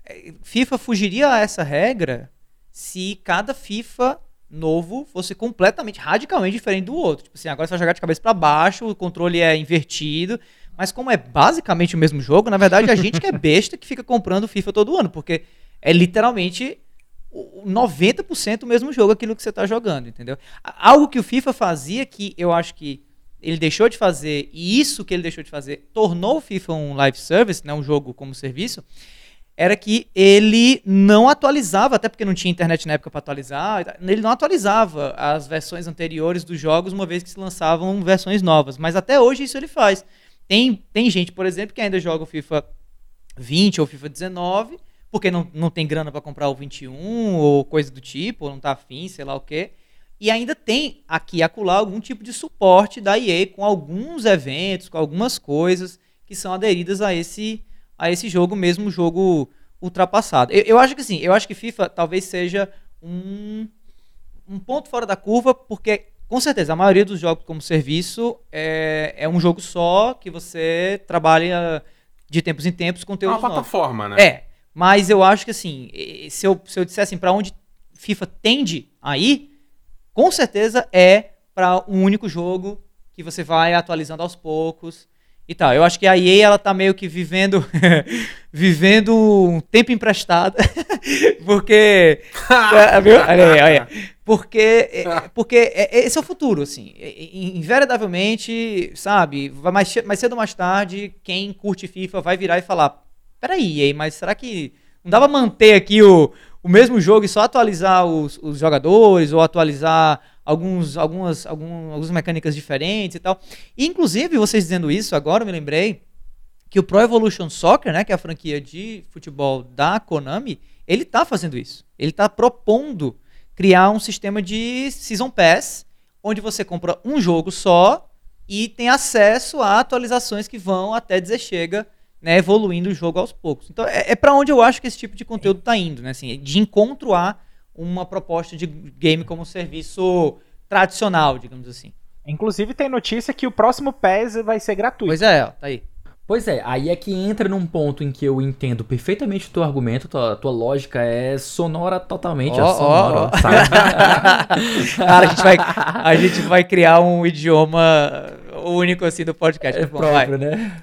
FIFA fugiria a essa regra se cada FIFA novo fosse completamente, radicalmente diferente do outro. Tipo assim, agora você vai jogar de cabeça para baixo, o controle é invertido. Mas como é basicamente o mesmo jogo, na verdade a gente que é besta que fica comprando FIFA todo ano, porque é literalmente noventa por cento o mesmo jogo aquilo que você está jogando, entendeu? Algo que o FIFA fazia que eu acho que ele deixou de fazer, e isso que ele deixou de fazer tornou o FIFA um live service, né, um jogo como serviço, era que ele não atualizava, até porque não tinha internet na época para atualizar, ele não atualizava as versões anteriores dos jogos uma vez que se lançavam versões novas, mas até hoje isso ele faz. Tem, tem gente, por exemplo, que ainda joga o FIFA vinte ou FIFA dezenove, porque não, não tem grana para comprar o vinte e um ou coisa do tipo, ou não tá afim, sei lá o quê. E ainda tem aqui e acolá algum tipo de suporte da E A com alguns eventos, com algumas coisas que são aderidas a esse, a esse jogo, mesmo jogo ultrapassado. Eu, eu acho que sim, eu acho que FIFA talvez seja um, um ponto fora da curva, porque com certeza, a maioria dos jogos como serviço é, é um jogo só que você trabalha de tempos em tempos É conteúdos uma novos. plataforma, né? É, mas eu acho que assim, se eu, se eu disser assim, pra onde FIFA tende a ir, com certeza é para um único jogo que você vai atualizando aos poucos e tal. Eu acho que a E A, ela tá meio que vivendo vivendo um tempo emprestado, porque é, viu? Olha aí, olha aí. Porque, é, porque é, esse é o futuro, assim, inveridavelmente, sabe, vai mais, mais cedo ou mais tarde, quem curte FIFA vai virar e falar, peraí, E A, mas será que não dá pra manter aqui o, o mesmo jogo e só atualizar os, os jogadores, ou atualizar alguns, algumas, algum, algumas mecânicas diferentes e tal. E, inclusive, vocês dizendo isso, agora eu me lembrei que o Pro Evolution Soccer, né, que é a franquia de futebol da Konami, ele tá fazendo isso. Ele tá propondo criar um sistema de Season Pass, onde você compra um jogo só e tem acesso a atualizações que vão até dizer chega, né, evoluindo o jogo aos poucos. Então é, é para onde eu acho que esse tipo de conteúdo tá indo, né, assim, de encontro a uma proposta de game como serviço tradicional, digamos assim. Inclusive tem notícia que o próximo P E S vai ser gratuito. Pois é, ó, tá aí. Pois é, aí é que entra num ponto em que eu entendo perfeitamente o teu argumento, tua, tua lógica é sonora totalmente, oh, é sonora, oh, oh. sabe? Cara, a gente, vai, a gente vai criar um idioma único assim do podcast. É Bom, próprio, vai. né?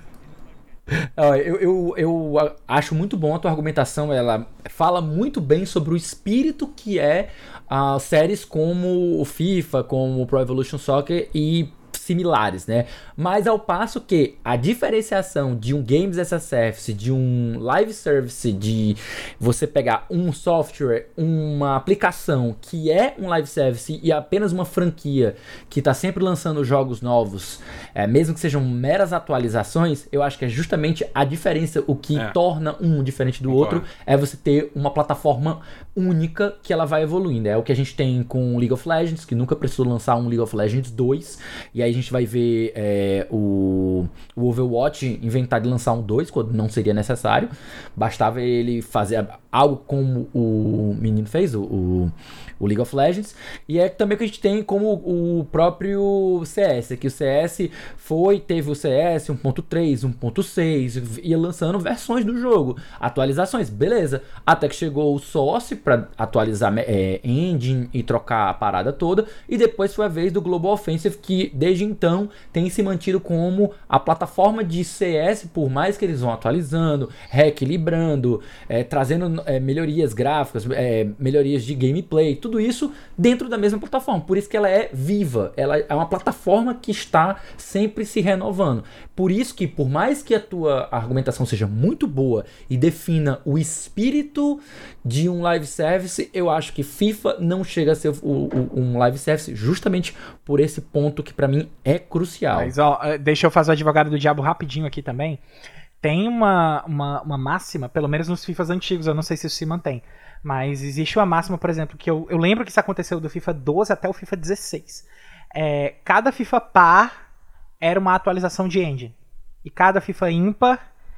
Eu, eu, eu acho muito bom a tua argumentação, ela fala muito bem sobre o espírito que é uh, séries como o FIFA, como o Pro Evolution Soccer e similares, né? Mas ao passo que a diferenciação de um Games as a Service, de um live service, de você pegar um software, uma aplicação que é um live service e apenas uma franquia que está sempre lançando jogos novos, é, mesmo que sejam meras atualizações, eu acho que é justamente a diferença, o que é. torna um diferente do Concordo. outro, é você ter uma plataforma única que ela vai evoluindo. É o que a gente tem com League of Legends, que nunca precisou lançar um League of Legends dois, e aí a gente vai ver é, o, o Overwatch inventar de lançar um dois, quando não seria necessário. Bastava ele fazer algo como o menino fez, o, o, o League of Legends. E é também que a gente tem como o próprio C S, que o C S foi, teve o C S um ponto três, um ponto seis, ia lançando versões do jogo, atualizações, beleza. Até que chegou o Source para atualizar é, engine e trocar a parada toda, e depois foi a vez do Global Offensive, que desde então tem se mantido como a plataforma de C S, por mais que eles vão atualizando, reequilibrando, é, trazendo é, melhorias gráficas, é, melhorias de gameplay, tudo isso dentro da mesma plataforma. Por isso que ela é viva, ela é uma plataforma que está sempre se renovando. Por isso que, por mais que a tua argumentação seja muito boa e defina o espírito de um live service, eu acho que FIFA não chega a ser o, o, um live service justamente por esse ponto que pra mim é crucial. Mas ó, deixa eu fazer o advogado do diabo rapidinho aqui também. Tem uma, uma, uma máxima, pelo menos nos FIFAs antigos, eu não sei se isso se mantém, mas existe uma máxima, por exemplo, que eu, eu lembro que isso aconteceu do FIFA doze até o FIFA dezesseis. É, cada FIFA par era uma atualização de engine, e cada FIFA ímpar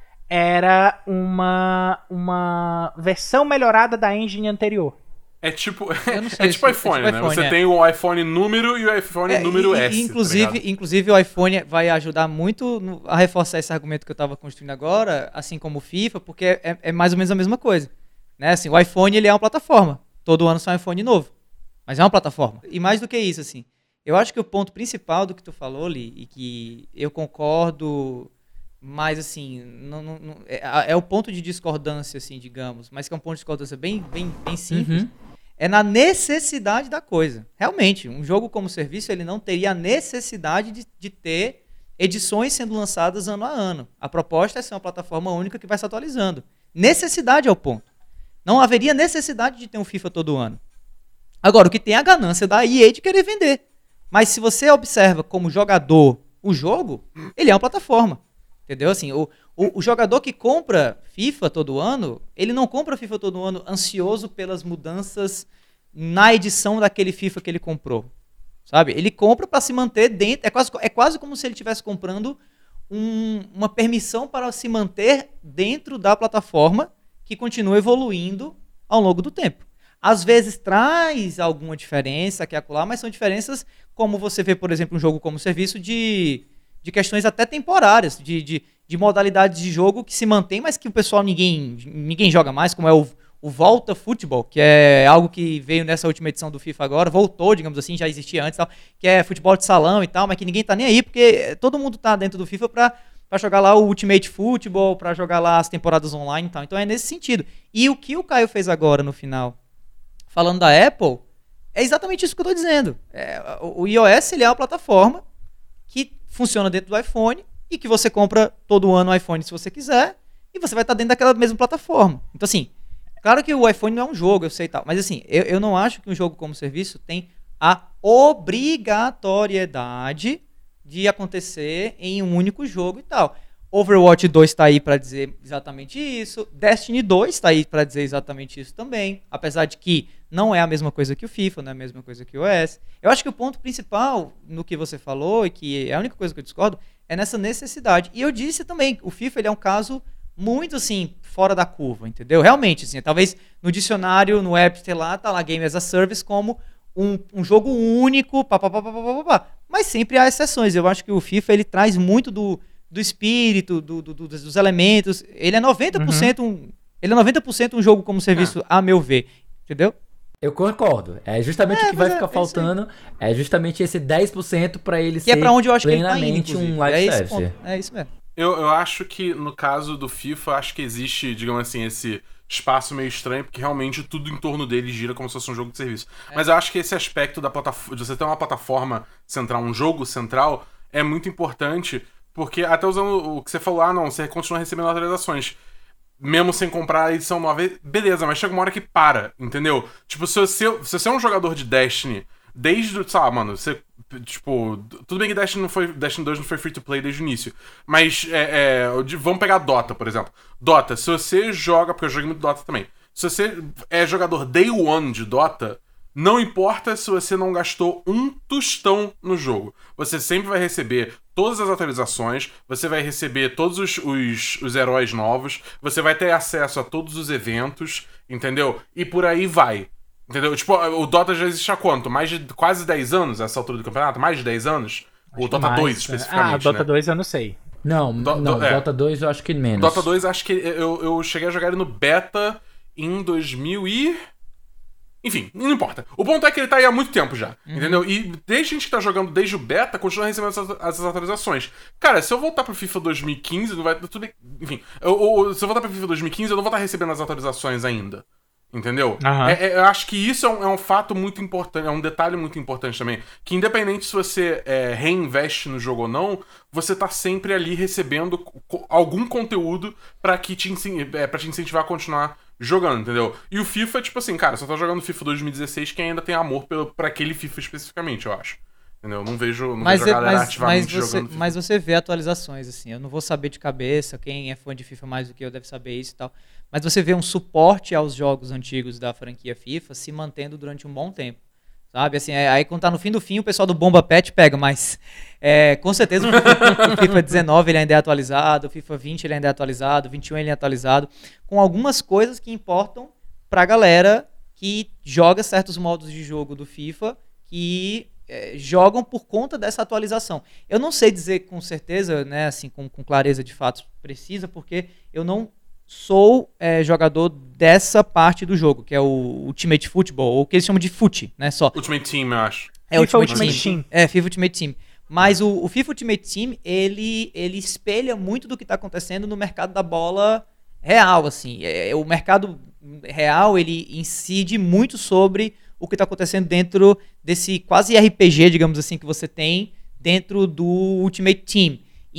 era uma, uma versão melhorada da engine anterior. É tipo, sei, é tipo iPhone, é tipo né? iPhone, Você é. tem o iPhone número e o iPhone É, número e, S. Inclusive, tá inclusive o iPhone vai ajudar muito no, a reforçar esse argumento que eu estava construindo agora, assim como o FIFA, porque é, é mais ou menos a mesma coisa. Né? Assim, o iPhone ele é uma plataforma. Todo ano sai um iPhone novo. Mas é uma plataforma. E mais do que isso, assim, eu acho que o ponto principal do que tu falou, Li, e que eu concordo, mas assim, não, não, não, é, é o ponto de discordância, assim, digamos, mas que é um ponto de discordância bem, bem, bem simples. Uhum. É na necessidade da coisa. Realmente, um jogo como serviço, ele não teria a necessidade de, de ter edições sendo lançadas ano a ano. A proposta é ser uma plataforma única que vai se atualizando. Necessidade é o ponto. Não haveria necessidade de ter um FIFA todo ano. Agora, o que tem é a ganância da E A de querer vender. Mas se você observa como jogador o jogo, ele é uma plataforma. Entendeu? Assim, o, o, o jogador que compra FIFA todo ano, ele não compra FIFA todo ano ansioso pelas mudanças na edição daquele FIFA que ele comprou. Sabe? Ele compra para se manter dentro. É quase, é quase como se ele estivesse comprando um, uma permissão para se manter dentro da plataforma que continua evoluindo ao longo do tempo. Às vezes traz alguma diferença aqui e acolá, mas são diferenças como você vê, por exemplo, um jogo como serviço de... de questões até temporárias, de, de, de modalidades de jogo que se mantém, mas que o pessoal ninguém, ninguém joga mais, como é o, o Volta Futebol, que é algo que veio nessa última edição do FIFA agora, voltou, digamos assim, já existia antes, tal, que é futebol de salão e tal, mas que ninguém tá nem aí, porque todo mundo tá dentro do FIFA para pra jogar lá o Ultimate Football, pra jogar lá as temporadas online e tal. Então é nesse sentido. E o que o Caio fez agora no final, falando da Apple, é exatamente isso que eu tô dizendo. É, o, o iOS, ele é uma plataforma que funciona dentro do iPhone e que você compra todo ano o iPhone se você quiser e você vai estar dentro daquela mesma plataforma. Então assim, claro que o iPhone não é um jogo, eu sei e tal, mas assim, eu, eu não acho que um jogo como serviço tem a obrigatoriedade de acontecer em um único jogo e tal. Overwatch dois está aí para dizer exatamente isso. Destiny dois está aí para dizer exatamente isso também. Apesar de que não é a mesma coisa que o FIFA, não é a mesma coisa que o O S. Eu acho que o ponto principal no que você falou, e que é a única coisa que eu discordo, é nessa necessidade. E eu disse também, o FIFA ele é um caso muito, assim, fora da curva, entendeu? Realmente, assim, talvez no dicionário, no Webster lá, tá lá Game as a Service como um, um jogo único, pá, pá, pá, pá, pá, pá. Mas sempre há exceções. Eu acho que o FIFA, ele traz muito do... do espírito, do, do, do, dos elementos. Ele é noventa por cento, uhum. um, ele é noventa por cento um jogo como serviço, ah. a meu ver. Entendeu? Eu concordo. É justamente é, o que vai é, ficar é faltando. É justamente esse dez por cento para ele que ser é pra onde eu acho plenamente que ele tá indo, um live é service. É isso mesmo. Eu, eu acho que, no caso do FIFA, acho que existe, digamos assim, esse espaço meio estranho, porque realmente tudo em torno dele gira como se fosse um jogo de serviço. É. Mas eu acho que esse aspecto da plataforma, de você ter uma plataforma central, um jogo central, é muito importante. Porque até usando o que você falou, ah não, você continua recebendo atualizações. Mesmo sem comprar a edição nova, beleza, mas chega uma hora que para, entendeu? Tipo, se você, se você é um jogador de Destiny, desde, sei lá, mano, você, tipo, tudo bem que Destiny, não foi, Destiny dois não foi free to play desde o início, mas, é, é, vamos pegar Dota, por exemplo. Dota, se você joga, porque eu joguei muito Dota também, se você é jogador day one de Dota, não importa se você não gastou um tostão no jogo. Você sempre vai receber todas as atualizações, você vai receber todos os, os, os heróis novos, você vai ter acesso a todos os eventos, entendeu? E por aí vai. Entendeu? Tipo, o Dota já existe há quanto? Mais de quase dez anos, essa altura do campeonato? Mais de dez anos? Acho o Dota mais, dois, especificamente, Ah, Dota né? dois eu não sei. Não, do, não do, é. Dota dois eu acho que menos. Dota dois, acho que eu, eu cheguei a jogar ele no beta em dois mil e... Enfim, não importa. O ponto é que ele tá aí há muito tempo já, uhum. entendeu? E desde a gente que tá jogando desde o beta, continua recebendo essas, essas atualizações. Cara, se eu voltar pro FIFA dois mil e quinze, não vai... Tudo, enfim, eu, eu, se eu voltar pro FIFA dois mil e quinze, eu não vou estar recebendo as atualizações ainda. Entendeu? Uhum. É, é, eu acho que isso é um, é um fato muito importante, é um detalhe muito importante também. Que independente se você é, reinveste no jogo ou não, você tá sempre ali recebendo co- algum conteúdo pra, que te, é, pra te incentivar a continuar jogando, entendeu? E o FIFA, tipo assim, cara, só tá jogando FIFA dois mil e dezesseis que ainda tem amor pelo, pra aquele FIFA especificamente, eu acho. Entendeu? Não vejo, não mas vejo a galera mas, ativamente mas você, jogando FIFA. Mas você vê atualizações, assim. Eu não vou saber de cabeça, quem é fã de FIFA mais do que eu deve saber isso e tal. Mas você vê um suporte aos jogos antigos da franquia FIFA se mantendo durante um bom tempo. Sabe? Assim, é, aí quando tá no fim do fim, o pessoal do Bomba Pet pega, mas é, com certeza o FIFA dezenove ele ainda é atualizado, o FIFA vinte ele ainda é atualizado, o vinte e um ele é atualizado, com algumas coisas que importam pra galera que joga certos modos de jogo do FIFA que é, jogam por conta dessa atualização. Eu não sei dizer com certeza, né, assim, com, com clareza de fatos precisa, porque eu não sou é, jogador dessa parte do jogo, que é o Ultimate Football, ou o que eles chamam de fute, né, só. Ultimate Team, eu acho. É, FIFA Ultimate, Ultimate Team. Team. É, FIFA Ultimate Team. Mas o, o FIFA Ultimate Team, ele, ele espelha muito do que está acontecendo no mercado da bola real, assim. É, o mercado real, ele incide muito sobre o que está acontecendo dentro desse quase R P G, digamos assim, que você tem dentro do Ultimate Team.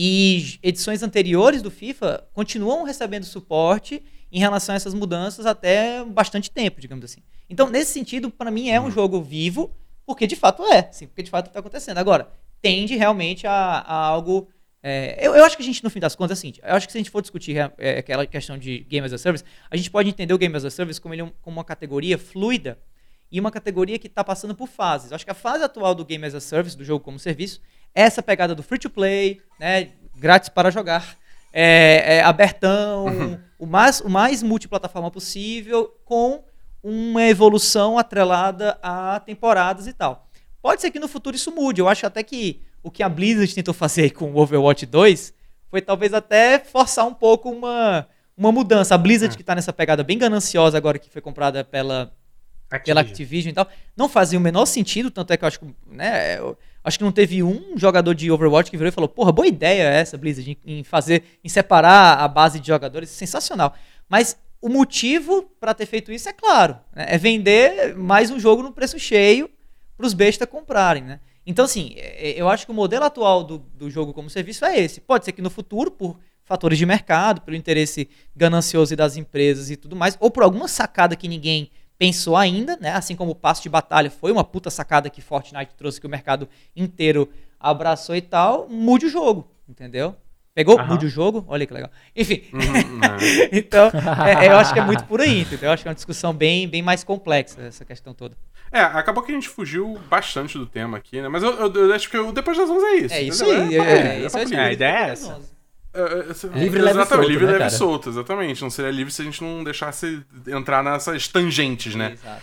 E edições anteriores do FIFA continuam recebendo suporte em relação a essas mudanças até bastante tempo, digamos assim. Então, nesse sentido, para mim é um jogo vivo, porque de fato é, sim, porque de fato está acontecendo. Agora, tende realmente a, a algo... É, eu, eu acho que a gente, no fim das contas, é o seguinte, eu acho que se a gente for discutir é, aquela questão de Game as a Service, a gente pode entender o Game as a Service como, ele, como uma categoria fluida e uma categoria que está passando por fases. Eu acho que a fase atual do Game as a Service, do jogo como serviço, é essa pegada do free-to-play, né, grátis para jogar, é, é, abertão, uhum. o, mais, o mais multiplataforma possível, com uma evolução atrelada a temporadas e tal. Pode ser que no futuro isso mude. Eu acho até que o que a Blizzard tentou fazer com o Overwatch dois foi talvez até forçar um pouco uma, uma mudança. A Blizzard, é. que está nessa pegada bem gananciosa agora, que foi comprada pela... Activision. Pela Activision e tal, não fazia o menor sentido, tanto é que eu acho que, né, Acho que não teve um jogador de Overwatch que virou e falou, porra, boa ideia essa, Blizzard, em, em fazer, em separar a base de jogadores, sensacional. Mas o motivo pra ter feito isso é claro, né? É vender mais um jogo no preço cheio pros bestas comprarem, né? Então, assim, eu acho que o modelo atual do, do jogo como serviço é esse. Pode ser que no futuro, por fatores de mercado, pelo interesse ganancioso das empresas e tudo mais, ou por alguma sacada que ninguém pensou ainda, né? Assim como o passo de batalha foi uma puta sacada que Fortnite trouxe, que o mercado inteiro abraçou e tal, mude o jogo, entendeu? Pegou? Aham. Mude o jogo? Olha que legal. Enfim, Uhum, é. então, é, eu acho que é muito por aí, entendeu? Eu acho que é uma discussão bem, bem mais complexa, essa questão toda. É, acabou que a gente fugiu bastante do tema aqui, né? Mas eu, eu, eu acho que o Depois das onze é isso. É isso entendeu? aí. É, É, é, é, é isso aí. papo É, a livre. ideia é essa. É, é, Livre, leve e exatamente, solto, livre, né, leve e cara? solto, exatamente. Não seria livre se a gente não deixasse entrar nessas tangentes, né? Exato.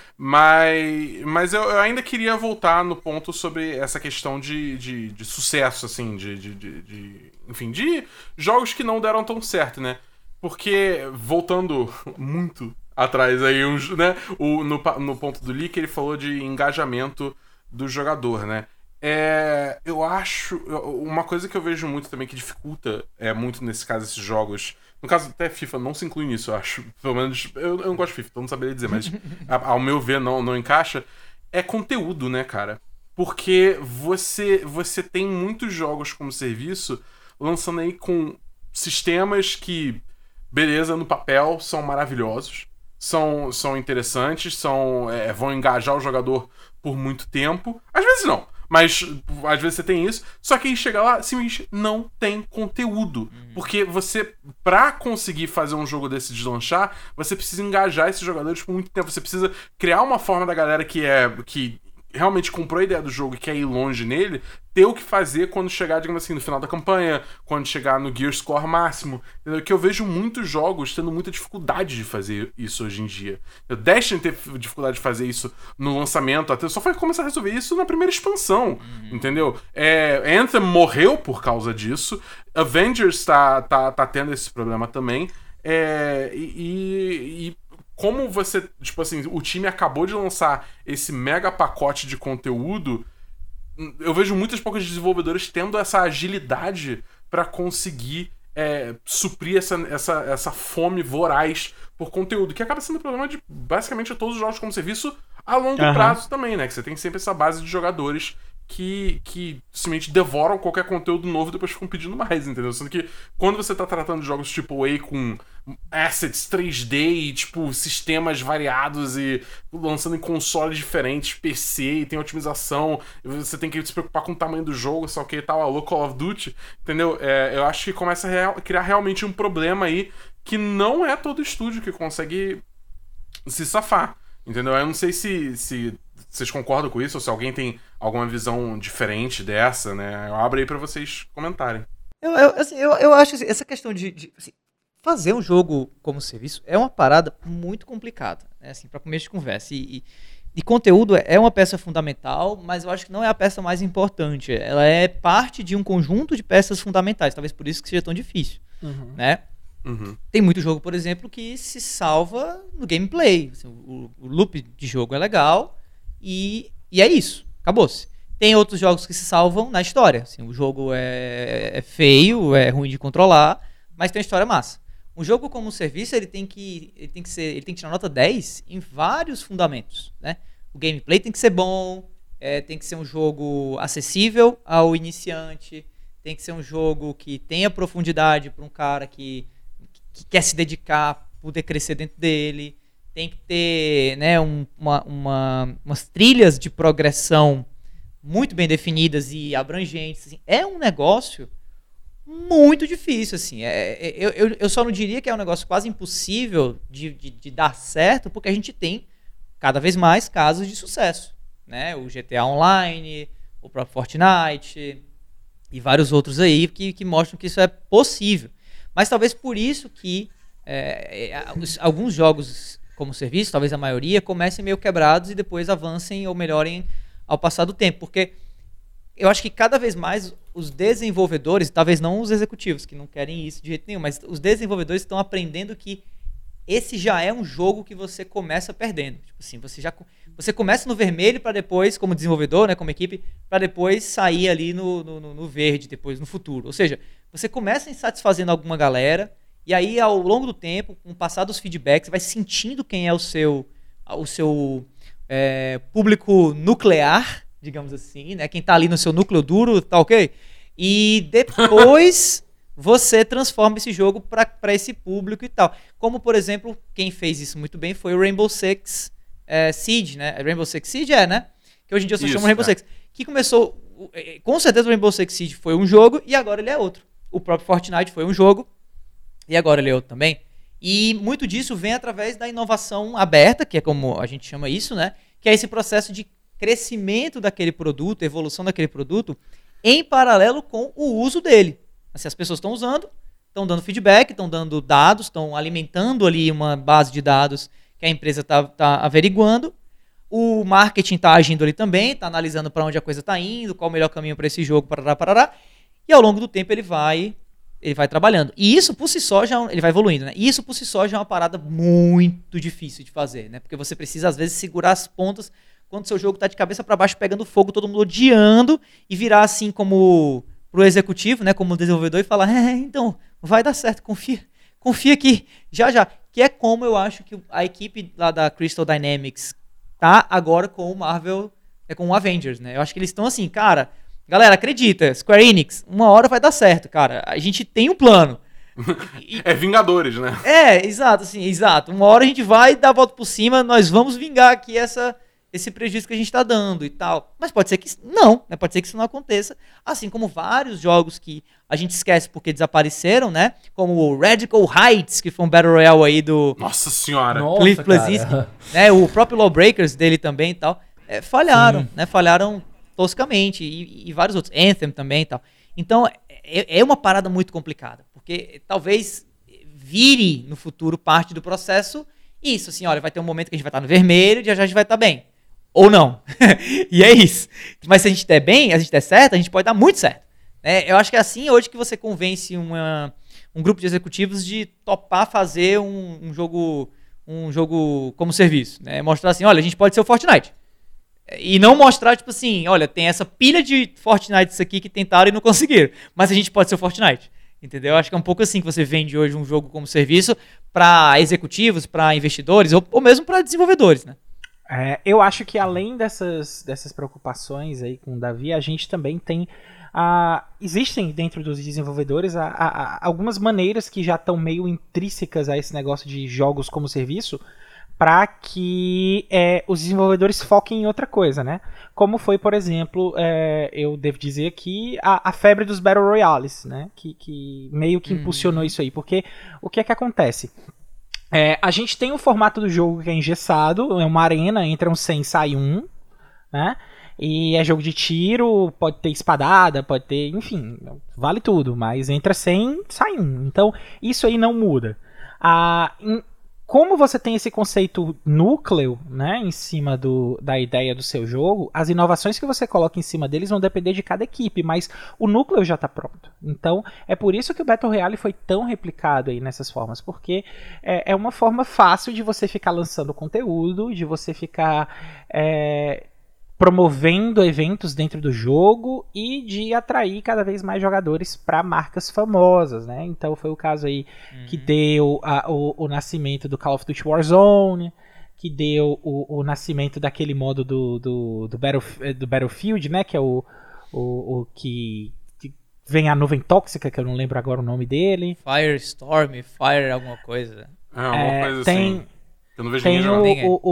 Mas, mas eu, eu ainda queria voltar no ponto sobre essa questão de, de, de sucesso, assim, de, de, de, de- enfim, de jogos que não deram tão certo, né? Porque, voltando muito atrás aí, uns, né? O, no, pa- no ponto do Leak, ele falou de engajamento do jogador, né? É, eu acho. eu- Uma coisa que eu vejo muito também que dificulta é muito nesse caso esses jogos. No caso, até FIFA não se inclui nisso, eu acho. Pelo menos. Eu, eu não gosto de FIFA, então não saberia dizer, mas a- ao meu ver não, não encaixa. É conteúdo, né, cara? Porque você, você tem muitos jogos como serviço lançando aí com sistemas que, beleza, no papel são maravilhosos, são, são interessantes, são, é, vão engajar o jogador por muito tempo. Às vezes não, mas às vezes você tem isso. Só que aí chega lá, simplesmente não tem conteúdo. Porque você, pra conseguir fazer um jogo desse deslanchar, você precisa engajar esses jogadores por muito tempo. Você precisa criar uma forma da galera que é. que realmente comprou a ideia do jogo e quer ir longe nele, ter o que fazer quando chegar, digamos assim, no final da campanha, quando chegar no Gear Score máximo. Entendeu? Que eu vejo muitos jogos tendo muita dificuldade de fazer isso hoje em dia. O Destiny teve dificuldade de fazer isso no lançamento, até só foi começar a resolver isso na primeira expansão, entendeu? É, Anthem morreu por causa disso, Avengers tá, tá, tá tendo esse problema também, é, e, e como você, tipo assim, o time acabou de lançar esse mega pacote de conteúdo, eu vejo muitas poucas desenvolvedoras tendo essa agilidade pra conseguir é, suprir essa, essa, essa fome voraz por conteúdo, que acaba sendo o problema de basicamente todos os jogos como serviço a longo Aham. prazo também, né? Que você tem sempre essa base de jogadores que, que simplesmente devoram qualquer conteúdo novo e depois ficam pedindo mais, entendeu? Sendo que quando você tá tratando de jogos tipo A com assets três D e, tipo, sistemas variados e lançando em consoles diferentes, P C, e tem otimização, e você tem que se preocupar com o tamanho do jogo, só que tal, alô, Call of Duty, entendeu? É, eu acho que começa a real- criar realmente um problema aí que não é todo estúdio que consegue se safar, entendeu? Eu não sei se, se vocês concordam com isso ou se alguém tem alguma visão diferente dessa, né? Eu abro aí pra vocês comentarem. Eu, eu, assim, eu, eu acho assim, essa questão de, de, assim, fazer um jogo como serviço é uma parada muito complicada, né? Assim, para começo de conversa. E, e, e conteúdo é uma peça fundamental, mas eu acho que não é a peça mais importante. Ela é parte de um conjunto de peças fundamentais, talvez por isso que seja tão difícil, Uhum. né? Uhum. Tem muito jogo, por exemplo, que se salva no gameplay. Assim, o, o loop de jogo é legal e, e é isso. Acabou-se. Tem outros jogos que se salvam na história. Assim, o jogo é, é feio, é ruim de controlar, mas tem uma história massa. Um jogo como um serviço, ele tem que, ele tem que ser, ele tem que tirar nota dez em vários fundamentos, né? O gameplay tem que ser bom, é, tem que ser um jogo acessível ao iniciante, tem que ser um jogo que tenha profundidade para um cara que, que quer se dedicar, poder crescer dentro dele. Tem que ter, né, um, uma, uma, umas trilhas de progressão muito bem definidas e abrangentes. Assim. É um negócio muito difícil. Assim. É, é, eu, eu, eu só não diria que é um negócio quase impossível de, de, de dar certo, porque a gente tem cada vez mais casos de sucesso. Né? O G T A Online, o próprio Fortnite e vários outros aí que, que mostram que isso é possível. Mas talvez por isso que é, é, alguns jogos como serviço, talvez a maioria, comecem meio quebrados e depois avancem ou melhorem ao passar do tempo. Porque eu acho que cada vez mais os desenvolvedores, talvez não os executivos, que não querem isso de jeito nenhum, mas os desenvolvedores estão aprendendo que esse já é um jogo que você começa perdendo. Tipo assim, você já você começa no vermelho para depois, como desenvolvedor, né, como equipe, para depois sair ali no, no, no verde, depois no futuro. Ou seja, você começa insatisfazendo alguma galera, e aí ao longo do tempo, com o passar dos feedbacks, você vai sentindo quem é o seu, o seu é, público nuclear, digamos assim, né, quem tá ali no seu núcleo duro, tá ok? E depois você transforma esse jogo para esse público e tal. Como, por exemplo, quem fez isso muito bem foi o Rainbow Six é, Siege, né? Rainbow Six Siege é, né? Que hoje em dia só chama Rainbow é. Six. Que começou... Com certeza o Rainbow Six Siege foi um jogo e agora ele é outro. O próprio Fortnite foi um jogo e agora ele é outro também. E muito disso vem através da inovação aberta, que é como a gente chama isso, né? Que é esse processo de crescimento daquele produto, evolução daquele produto, em paralelo com o uso dele. Assim, as pessoas estão usando, estão dando feedback, estão dando dados, estão alimentando ali uma base de dados que a empresa está tá averiguando. O marketing está agindo ali também, está analisando para onde a coisa está indo, qual o melhor caminho para esse jogo, parará, parará. E ao longo do tempo ele vai, ele vai trabalhando. E isso por si só já, ele vai evoluindo, né? E isso por si só já é uma parada muito difícil de fazer, né? Porque você precisa às vezes segurar as pontas quando o seu jogo está de cabeça para baixo pegando fogo, todo mundo odiando, e virar assim como pro executivo, né, como desenvolvedor, e falar, é, então, vai dar certo, confia, confia aqui, já já. Que é como eu acho que a equipe lá da Crystal Dynamics tá agora com o Marvel, é com o Avengers, né? Eu acho que eles estão assim, cara, galera, acredita, Square Enix, uma hora vai dar certo, cara, a gente tem um plano. E, é Vingadores, né? É, exato, assim, exato. Uma hora a gente vai dar a volta por cima, nós vamos vingar aqui essa... esse prejuízo que a gente está dando e tal. Mas pode ser que não, né? Pode ser que isso não aconteça. Assim como vários jogos que a gente esquece porque desapareceram, né? Como o Radical Heights, que foi um Battle Royale aí do... Nossa senhora! Cliff Bleszinski, né? O próprio Lawbreakers dele também e tal. É, falharam, Sim. né? Falharam toscamente. E, e vários outros. Anthem também e tal. Então, é, é uma parada muito complicada. Porque talvez vire no futuro parte do processo isso, assim, olha, vai ter um momento que a gente vai estar no vermelho e já já a gente vai estar bem. Ou não. E é isso. Mas se a gente der bem, a gente der certo, a gente pode dar muito certo. É, eu acho que é assim hoje que você convence uma, um grupo de executivos de topar fazer um, um jogo um jogo como serviço. Né? Mostrar assim, olha, a gente pode ser o Fortnite. E não mostrar, tipo assim, olha, tem essa pilha de Fortnites aqui que tentaram e não conseguiram. Mas a gente pode ser o Fortnite. Entendeu? Acho que é um pouco assim que você vende hoje um jogo como serviço para executivos, para investidores ou, ou mesmo para desenvolvedores, né? É, eu acho que além dessas, dessas preocupações aí com o Davi, a gente também tem... Ah, existem dentro dos desenvolvedores ah, ah, algumas maneiras que já estão meio intrínsecas a esse negócio de jogos como serviço para que é, os desenvolvedores foquem em outra coisa, né? Como foi, por exemplo, é, eu devo dizer aqui, a, a febre dos Battle Royales, né? Que, que meio que impulsionou hum. isso aí. Porque o que é que acontece? É, a gente tem um formato do jogo que é engessado, é uma arena, entram cem e sai um, né? E é jogo de tiro, pode ter espadada, pode ter, enfim, vale tudo, mas entra cem, sai um. Então, isso aí não muda. Ah, em, como você tem esse conceito núcleo, né, em cima do, da ideia do seu jogo, as inovações que você coloca em cima deles vão depender de cada equipe, mas o núcleo já está pronto. Então, é por isso que o Battle Royale foi tão replicado aí nessas formas, porque é, é uma forma fácil de você ficar lançando conteúdo, de você ficar... É, promovendo eventos dentro do jogo e de atrair cada vez mais jogadores para marcas famosas, né? Então foi o caso aí uhum. que deu a, o, o nascimento do Call of Duty Warzone, que deu o, o nascimento daquele modo do, do, do, Battle, do Battlefield, né? Que é o, o, o que, que vem a nuvem tóxica, que eu não lembro agora o nome dele. Firestorm, Fire alguma coisa. É, alguma é, coisa tem, assim. Eu não vejo tem ninguém o, o,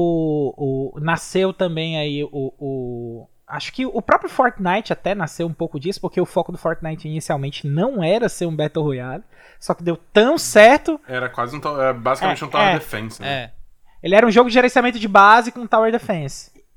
o, o nasceu também aí o, o acho que o próprio Fortnite até nasceu um pouco disso, porque o foco do Fortnite inicialmente não era ser um Battle Royale, só que deu tão certo. Era quase um basicamente é, um Tower é, Defense, né? É. Ele era um jogo de gerenciamento de base com Tower Defense.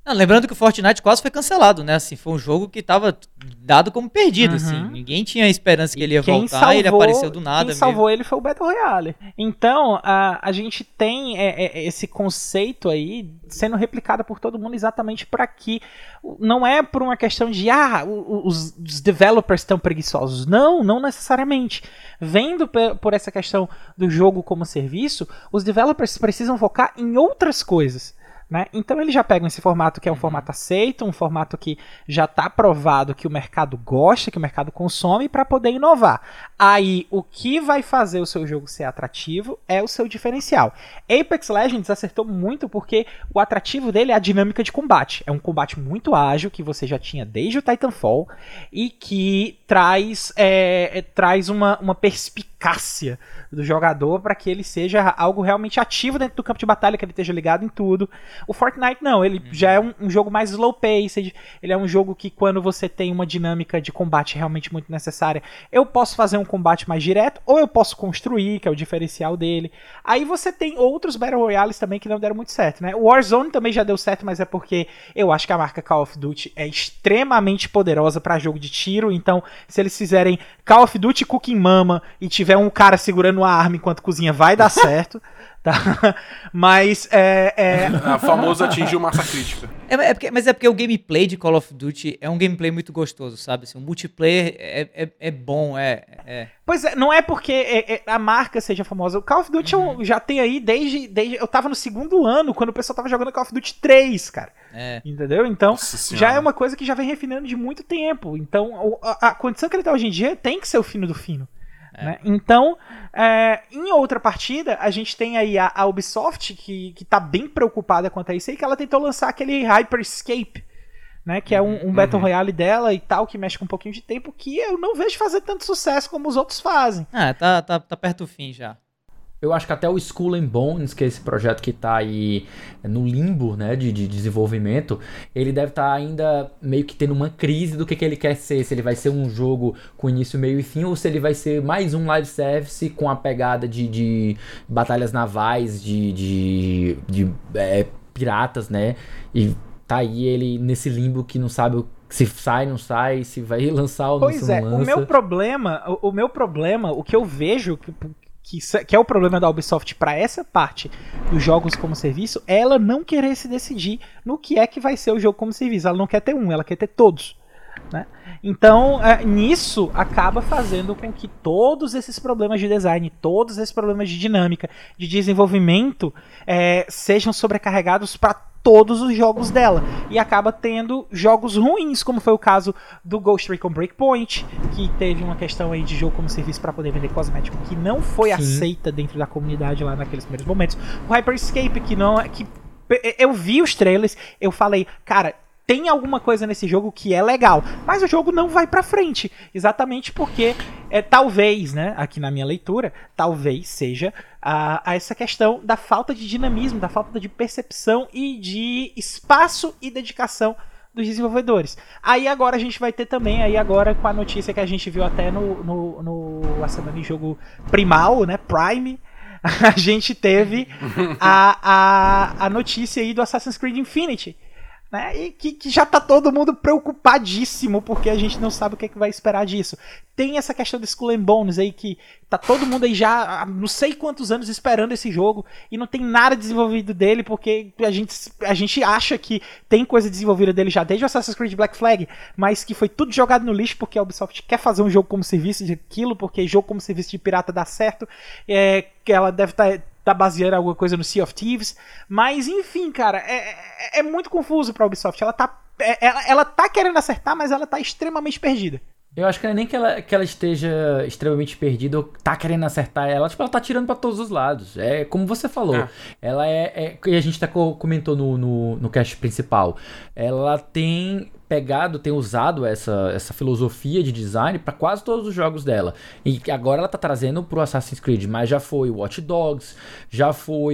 Não, lembrando que o Fortnite quase foi cancelado, né? Assim, foi um jogo que tava dado como perdido, Uhum. assim. Ninguém tinha esperança que ele ia Quem voltar, salvou, ele apareceu do nada Quem mesmo. salvou ele foi o Battle Royale. Então, a, a gente tem é, é, esse conceito aí sendo replicado por todo mundo exatamente para que não é por uma questão de ah, os, os developers estão preguiçosos. Não, não necessariamente. Vendo por essa questão do jogo como serviço, os developers precisam focar em outras coisas. Né? Então eles já pegam esse formato que é um formato aceito, um formato que já está provado que o mercado gosta, que o mercado consome, para poder inovar. Aí o que vai fazer o seu jogo ser atrativo é o seu diferencial. Apex Legends acertou muito porque o atrativo dele é a dinâmica de combate. É um combate muito ágil que você já tinha desde o Titanfall e que traz, é, é, traz uma, uma perspicácia do jogador para que ele seja algo realmente ativo dentro do campo de batalha, que ele esteja ligado em tudo. O Fortnite não, ele uhum. já é um, um jogo mais slow paced, ele é um jogo que quando você tem uma dinâmica de combate realmente muito necessária, eu posso fazer um combate mais direto, ou eu posso construir, que é o diferencial dele. Aí você tem outros Battle Royales também que não deram muito certo, né? O Warzone também já deu certo, mas é porque eu acho que a marca Call of Duty é extremamente poderosa para jogo de tiro, então se eles fizerem Call of Duty Cooking Mama e tiver um cara segurando uma arma enquanto cozinha, vai dar certo. Tá? Mas é. é... A famosa atingiu massa crítica. É, é porque, mas é porque o gameplay de Call of Duty é um gameplay muito gostoso, sabe? Assim, o multiplayer é, é, é bom, é, é. Pois é, não é porque é, é, a marca seja famosa. O Call of Duty uhum. eu já tem aí desde, desde. Eu tava no segundo ano quando o pessoal tava jogando Call of Duty três, cara. É. Entendeu? Então, já é uma coisa que já vem refinando de muito tempo. Então, a, a condição que ele tá hoje em dia tem que ser o fino do fino. É. Né? Então, é, em outra partida, a gente tem aí a, a Ubisoft, que, que tá bem preocupada quanto a isso aí, que ela tentou lançar aquele Hyperscape, né? Que é um, um Battle uhum. Royale dela e tal, que mexe com um pouquinho de tempo, que eu não vejo fazer tanto sucesso como os outros fazem. Ah, tá, tá, tá perto do fim já. Eu acho que até o Skull and Bones, que é esse projeto que tá aí no limbo, né, de, de desenvolvimento, ele deve estar tá ainda meio que tendo uma crise do que, que ele quer ser. Se ele vai ser um jogo com início, meio e fim, ou se ele vai ser mais um live service com a pegada de, de batalhas navais, de, de, de é, piratas, né? E tá aí ele nesse limbo que não sabe se sai, não sai, se vai lançar ou não se não lança. Pois é, o meu problema, o, o meu problema, o que eu vejo... Que, Que, que é o problema da Ubisoft para essa parte dos jogos como serviço, é ela não querer se decidir no que é que vai ser o jogo como serviço. Ela não quer ter um, ela quer ter todos. Né? Então, é, nisso acaba fazendo com que todos esses problemas de design, todos esses problemas de dinâmica, de desenvolvimento, é, sejam sobrecarregados para todos os jogos dela. E acaba tendo jogos ruins, como foi o caso do Ghost Recon Breakpoint, que teve uma questão aí de jogo como serviço para poder vender cosmético que não foi Sim. aceita dentro da comunidade lá naqueles primeiros momentos. O Hyperscape, que não... que eu vi os trailers, eu falei, cara... Tem alguma coisa nesse jogo que é legal, mas o jogo não vai pra frente, exatamente porque é, talvez, né, aqui na minha leitura, talvez seja a, a essa questão da falta de dinamismo, da falta de percepção e de espaço e dedicação dos desenvolvedores. Aí agora a gente vai ter também, aí agora com a notícia que a gente viu até no, no, no a semana em jogo primal, né, Prime, a gente teve a, a, a notícia aí do Assassin's Creed Infinity. Né? E que, que já tá todo mundo preocupadíssimo porque a gente não sabe o que, é que vai esperar disso. Tem essa questão do Skull and Bones aí que tá todo mundo aí já há não sei quantos anos esperando esse jogo e não tem nada desenvolvido dele porque a gente, a gente acha que tem coisa desenvolvida dele já desde o Assassin's Creed Black Flag, mas que foi tudo jogado no lixo porque a Ubisoft quer fazer um jogo como serviço de aquilo, porque jogo como serviço de pirata dá certo, é, que ela deve estar... Tá, tá baseando alguma coisa no Sea of Thieves, mas enfim, cara, é, é, é muito confuso pra Ubisoft, ela tá, é, ela, ela tá querendo acertar, mas ela tá extremamente perdida. Eu acho que não é nem que ela, que ela esteja extremamente perdida ou tá querendo acertar ela, tipo, ela tá tirando pra todos os lados, é como você falou, é. ela é, é, e a gente até comentou no, no, no cast principal, ela tem... pegado, tem usado essa, essa filosofia de design para quase todos os jogos dela. E agora ela tá trazendo pro Assassin's Creed, mas já foi o Watch Dogs, já foi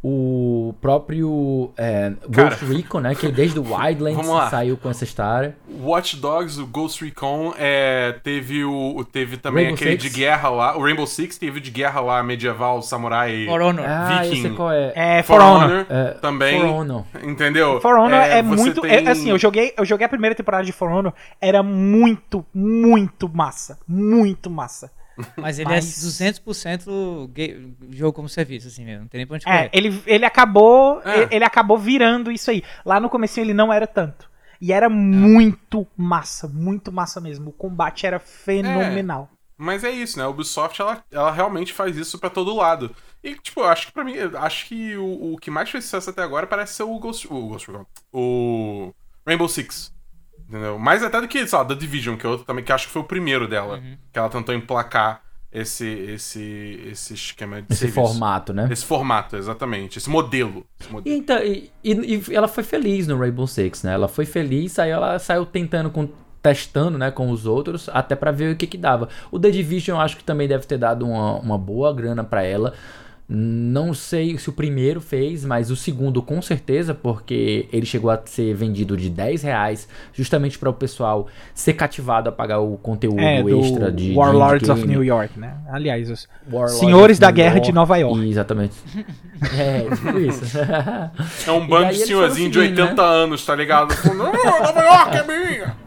O próprio é, Cara, Ghost Recon, né? Que desde o Wildlands vamos lá. saiu com essa história. Watch Dogs, o Ghost Recon, é, teve, o, teve também Rainbow aquele Six. de guerra lá. O Rainbow Six teve de guerra lá, medieval, samurai, For Honor. Ah, eu Viking. sei qual é. É, For For Honor. Honor É, também. For Honor. Entendeu? For Honor é, você muito. tem- é, assim, eu joguei, eu joguei a primeira temporada de For Honor, era muito, muito massa. Muito massa. Mas ele Mas- é duzentos por cento ga- jogo como serviço, assim mesmo. Não tem nem pra onde É, correr. ele, ele acabou. É. Ele acabou virando isso aí. Lá no comecinho ele não era tanto. E era muito massa, muito massa mesmo. O combate era fenomenal. Mas é isso, né? A Ubisoft, ela, ela realmente faz isso pra todo lado. E, tipo, eu acho que pra mim, eu acho que o, o que mais fez sucesso até agora parece ser o Ghost, o Ghost Recon, o Rainbow Six. Entendeu? Mais até do que, sei lá, The Division, que é outro também, que acho que foi o primeiro dela. Uhum. Que ela tentou emplacar esse, esse, esse esquema de Esse serviço. formato, né? Esse formato, exatamente. Esse modelo. Esse E, modelo. então, e, e- e ela foi feliz no Rainbow Six, né? Ela foi feliz, aí ela saiu tentando, com, testando, né, com os outros, até pra ver o que que dava. O The Division eu acho que também deve ter dado uma, uma boa grana pra ela. Não sei se o primeiro fez, mas o segundo com certeza, porque ele chegou a ser vendido de dez reais, justamente para o pessoal ser cativado a pagar o conteúdo É, do extra de de Warlords of endgame. New York, né? Aliás, os Warlords Senhores of da New Guerra York. de Nova York. Exatamente. É, tipo isso. É um E bando aí de eles senhorzinho de foram seguindo, oitenta anos, tá ligado? Falando, "Ah, Nova York é minha!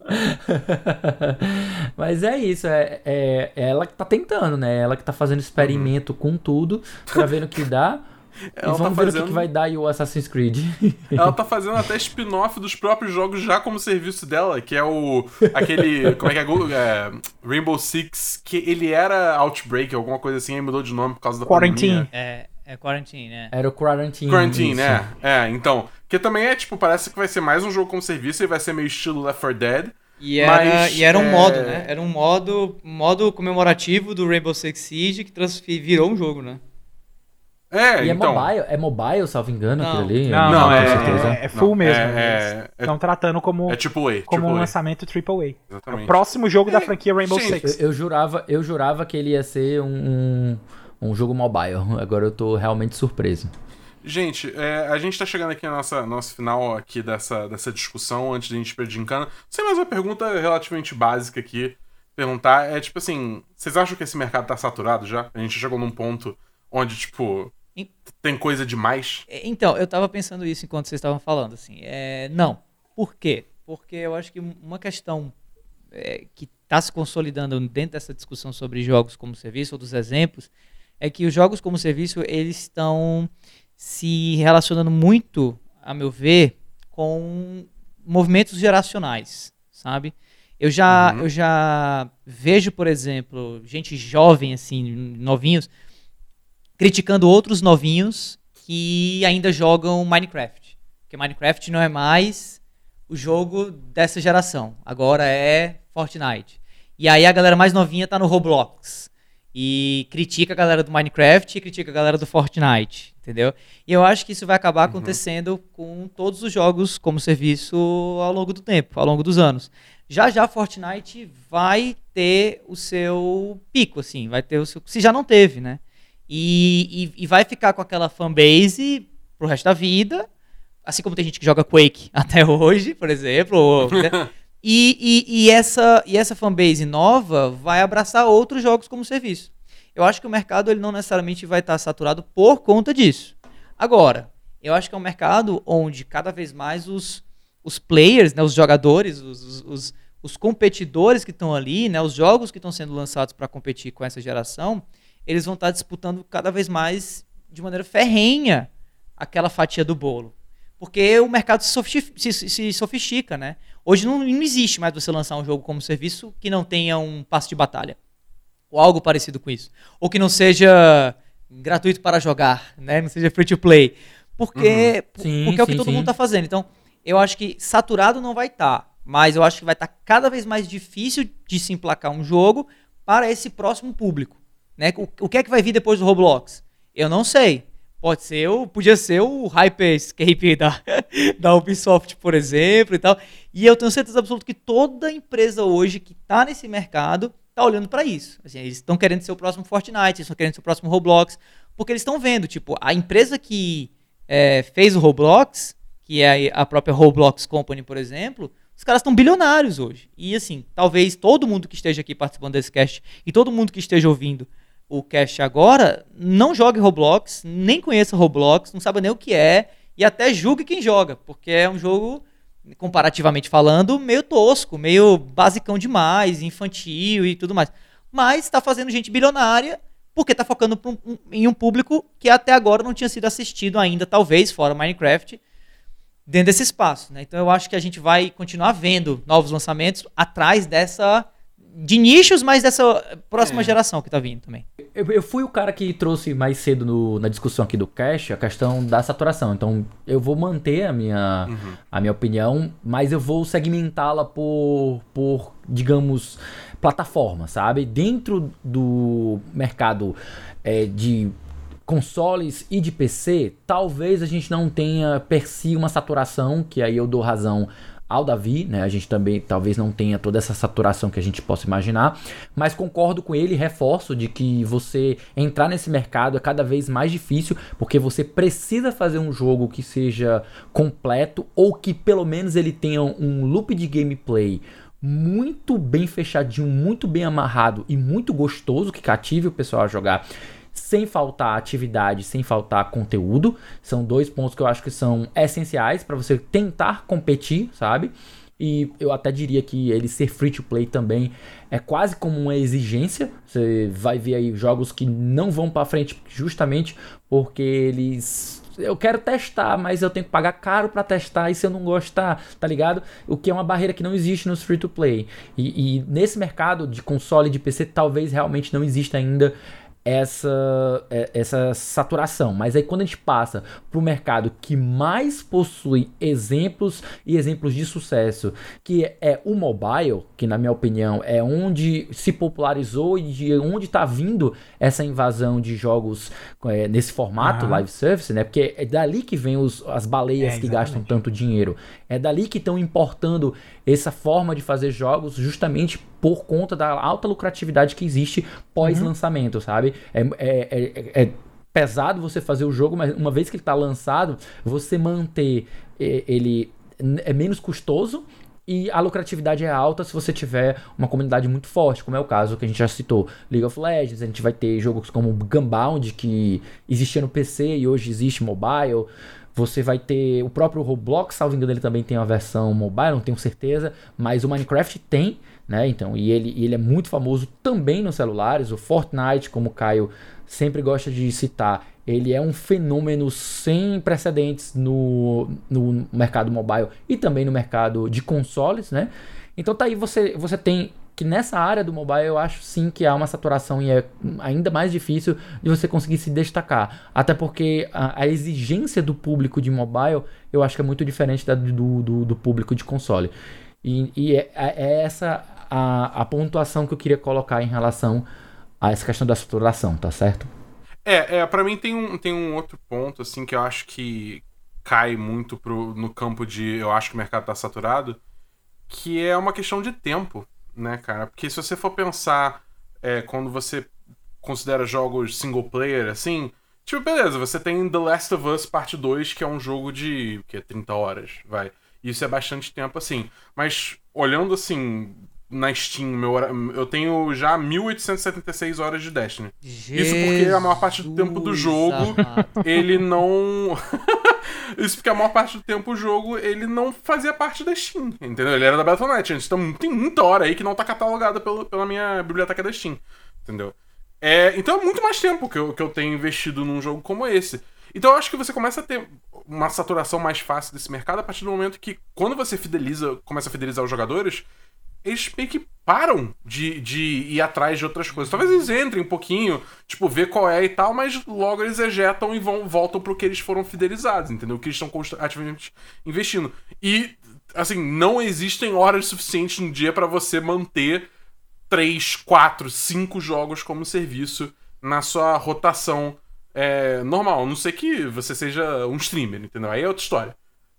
Mas é isso, é, é, é ela que tá tentando, né? Ela que tá fazendo experimento com tudo, pra ver no que dá. Ela e vamos tá ver o que fazendo- que vai dar aí o Assassin's Creed. Ela tá fazendo até spin-off dos próprios jogos já como serviço dela, que é o. aquele. como é que é? Go- é, Rainbow Six, que ele era Outbreak, alguma coisa assim, aí mudou de nome por causa da Quarantine. pandemia. É, é Quarantine, né? Era o Quarantine. Quarantine, isso. né? É, então. Que também é, tipo, parece que vai ser mais um jogo como serviço e vai ser meio estilo Left four Dead. E era, Mas, e era um é, modo, né? Era um modo, um modo comemorativo do Rainbow Six Siege que transfi- virou um jogo, né? É, E é então. mobile, é mobile, salvo engano, Não. aquilo ali? Não, Não, não, é- é, certeza. é, é full Não, mesmo. é- Eles é- é- estão tratando como, É tipo A. como um triple A. lançamento triple A. É Exatamente. o próximo jogo da É, franquia Rainbow gente, Six. Eu, eu jurava, eu jurava que ele ia ser um, um, um jogo mobile. Agora eu tô realmente surpreso. Gente, é, a gente tá chegando aqui no nossa, nosso final aqui dessa, dessa discussão, antes de a gente ir pra gincana. Sem mais uma pergunta relativamente básica aqui. Perguntar é, tipo assim, vocês acham que esse mercado tá saturado já? A gente chegou num ponto onde, tipo, Em- tem coisa demais? É, Então, eu tava pensando isso enquanto vocês estavam falando, assim. É, não. Por quê? Porque eu acho que uma questão é, que está se consolidando dentro dessa discussão sobre jogos como serviço, ou dos exemplos, é que os jogos como serviço, eles estão se relacionando muito, a meu ver, com movimentos geracionais, sabe? Eu já, Uhum. eu já vejo, por exemplo, gente jovem, assim, novinhos, criticando outros novinhos que ainda jogam Minecraft. Porque Minecraft não é mais o jogo dessa geração. Agora é Fortnite. E aí a galera mais novinha tá no Roblox. E critica a galera do Minecraft e critica a galera do Fortnite. Entendeu? E eu acho que isso vai acabar acontecendo com todos os jogos como serviço ao longo do tempo, ao longo dos anos. Já já Fortnite vai ter o seu pico, assim. Vai ter o seu... Se já não teve, né? E, e, e vai ficar com aquela fanbase pro resto da vida, assim como tem gente que joga Quake até hoje, por exemplo. Ou, né? e, e, e, essa, e essa fanbase nova vai abraçar outros jogos como serviço. Eu acho que o mercado ele não necessariamente vai estar saturado por conta disso. Agora, eu acho que é um mercado onde cada vez mais os, os players, né, os jogadores, os, os, os, os competidores que estão ali, né, os jogos que estão sendo lançados para competir com essa geração, eles vão estar disputando cada vez mais de maneira ferrenha aquela fatia do bolo. Porque o mercado se sofistica, se, se sofistica, né? Hoje não, não existe mais você lançar um jogo como serviço que não tenha um passe de batalha. Ou algo parecido com isso. Ou que não seja gratuito para jogar, né? Não seja free to play. Porque, Uhum. Sim, porque é o que sim, todo sim. mundo está fazendo. Então, eu acho que saturado não vai estar. Mas eu acho que vai estar cada vez mais difícil de se emplacar um jogo para esse próximo público. Né? O, o que é que vai vir depois do Roblox? Eu não sei. Pode ser, o, podia ser o Hyperscape da, da Ubisoft, por exemplo, e tal. E eu tenho certeza absoluta que toda empresa hoje que está nesse mercado está olhando para isso. Assim, eles estão querendo ser o próximo Fortnite, eles estão querendo ser o próximo Roblox, porque eles estão vendo, tipo, a empresa que é, fez o Roblox, que é a própria Roblox Company, por exemplo, os caras estão bilionários hoje. E assim, talvez todo mundo que esteja aqui participando desse cast e todo mundo que esteja ouvindo o cast agora não jogue Roblox, nem conheça Roblox, não sabe nem o que é e até julgue quem joga, porque é um jogo, comparativamente falando, meio tosco, meio basicão demais, infantil e tudo mais. Mas está fazendo gente bilionária porque está focando em um público que até agora não tinha sido assistido ainda, talvez, fora Minecraft, dentro desse espaço, né? Então eu acho que a gente vai continuar vendo novos lançamentos atrás dessa... de nichos, mas dessa próxima é. geração que tá vindo também. Eu, eu fui o cara que trouxe mais cedo no, na discussão aqui do Cash a questão da saturação. Então eu vou manter a minha, uhum. a minha opinião, mas eu vou segmentá-la por, por, digamos, plataforma, sabe? Dentro do mercado é, de consoles e de P C, talvez a gente não tenha per si uma saturação, que aí eu dou razão ao Davi, né? A gente também talvez não tenha toda essa saturação que a gente possa imaginar, mas concordo com ele e reforço de que você entrar nesse mercado é cada vez mais difícil, porque você precisa fazer um jogo que seja completo ou que pelo menos ele tenha um loop de gameplay muito bem fechadinho, muito bem amarrado e muito gostoso, que cative o pessoal a jogar sem faltar atividade, sem faltar conteúdo. São dois pontos que eu acho que são essenciais para você tentar competir, sabe? E eu até diria que ele ser free to play também é quase como uma exigência. Você vai ver aí jogos que não vão para frente justamente porque eles... eu quero testar, mas eu tenho que pagar caro para testar, e se eu não gostar, tá ligado? O que é uma barreira que não existe nos free to play. E, e nesse mercado de console e de P C, talvez realmente não exista ainda essa, essa saturação. Mas aí quando a gente passa para o mercado que mais possui exemplos e exemplos de sucesso, que é o mobile, que na minha opinião é onde se popularizou e de onde está vindo essa invasão de jogos é, nesse formato, ah. live service, né? Porque é dali que vem os, as baleias é, que gastam tanto dinheiro. É dali que estão importando essa forma de fazer jogos justamente por conta da alta lucratividade que existe pós-lançamento, uhum. sabe? É, é, é, é pesado você fazer o jogo, mas uma vez que ele está lançado, você manter ele é menos custoso e a lucratividade é alta se você tiver uma comunidade muito forte, como é o caso que a gente já citou, League of Legends. A gente vai ter jogos como Gunbound, que existia no P C e hoje existe mobile. Você vai ter o próprio Roblox, salvo engano, ele também tem uma versão mobile, não tenho certeza, mas o Minecraft tem, né? Então, e ele, ele é muito famoso também nos celulares. O Fortnite, como o Caio sempre gosta de citar, ele é um fenômeno sem precedentes no, no mercado mobile e também no mercado de consoles, né? Então tá aí, você, você tem que nessa área do mobile eu acho sim que há uma saturação e é ainda mais difícil de você conseguir se destacar. Até porque a, a exigência do público de mobile eu acho que é muito diferente da do, do, do público de console. E, e é, é essa a, a pontuação que eu queria colocar em relação a essa questão da saturação, tá certo? É, é pra mim tem um, tem um outro ponto assim que eu acho que cai muito pro, no campo de eu acho que o mercado tá saturado, que é uma questão de tempo, né, cara? Porque se você for pensar é, quando você considera jogos single player, assim, tipo, beleza, você tem The Last of Us Parte dois, que é um jogo de, que é trinta horas, vai. Isso é bastante tempo, assim. Mas, olhando, assim, na Steam, meu, eu tenho já mil oitocentas e setenta e seis horas de Destiny. Jesus, isso porque a maior parte do tempo do jogo, amado. ele não... Isso porque a maior parte do tempo o jogo, ele não fazia parte da Steam, entendeu? Ele era da Battle ponto net. Então tem muita hora aí que não tá catalogada pelo, pela minha biblioteca da Steam, entendeu? É, então é muito mais tempo que eu, que eu tenho investido num jogo como esse. Então eu acho que você começa a ter uma saturação mais fácil desse mercado a partir do momento que, quando você fideliza, começa a fidelizar os jogadores, eles meio que param de, de ir atrás de outras coisas. Talvez eles entrem um pouquinho, tipo, ver qual é e tal, mas logo eles ejetam e vão, voltam pro que eles foram fidelizados, entendeu? Que eles estão ativamente investindo. E, assim, não existem horas suficientes no dia pra você manter três, quatro, cinco jogos como serviço na sua rotação é, normal. A não ser que você seja um streamer, entendeu? Aí é outra história.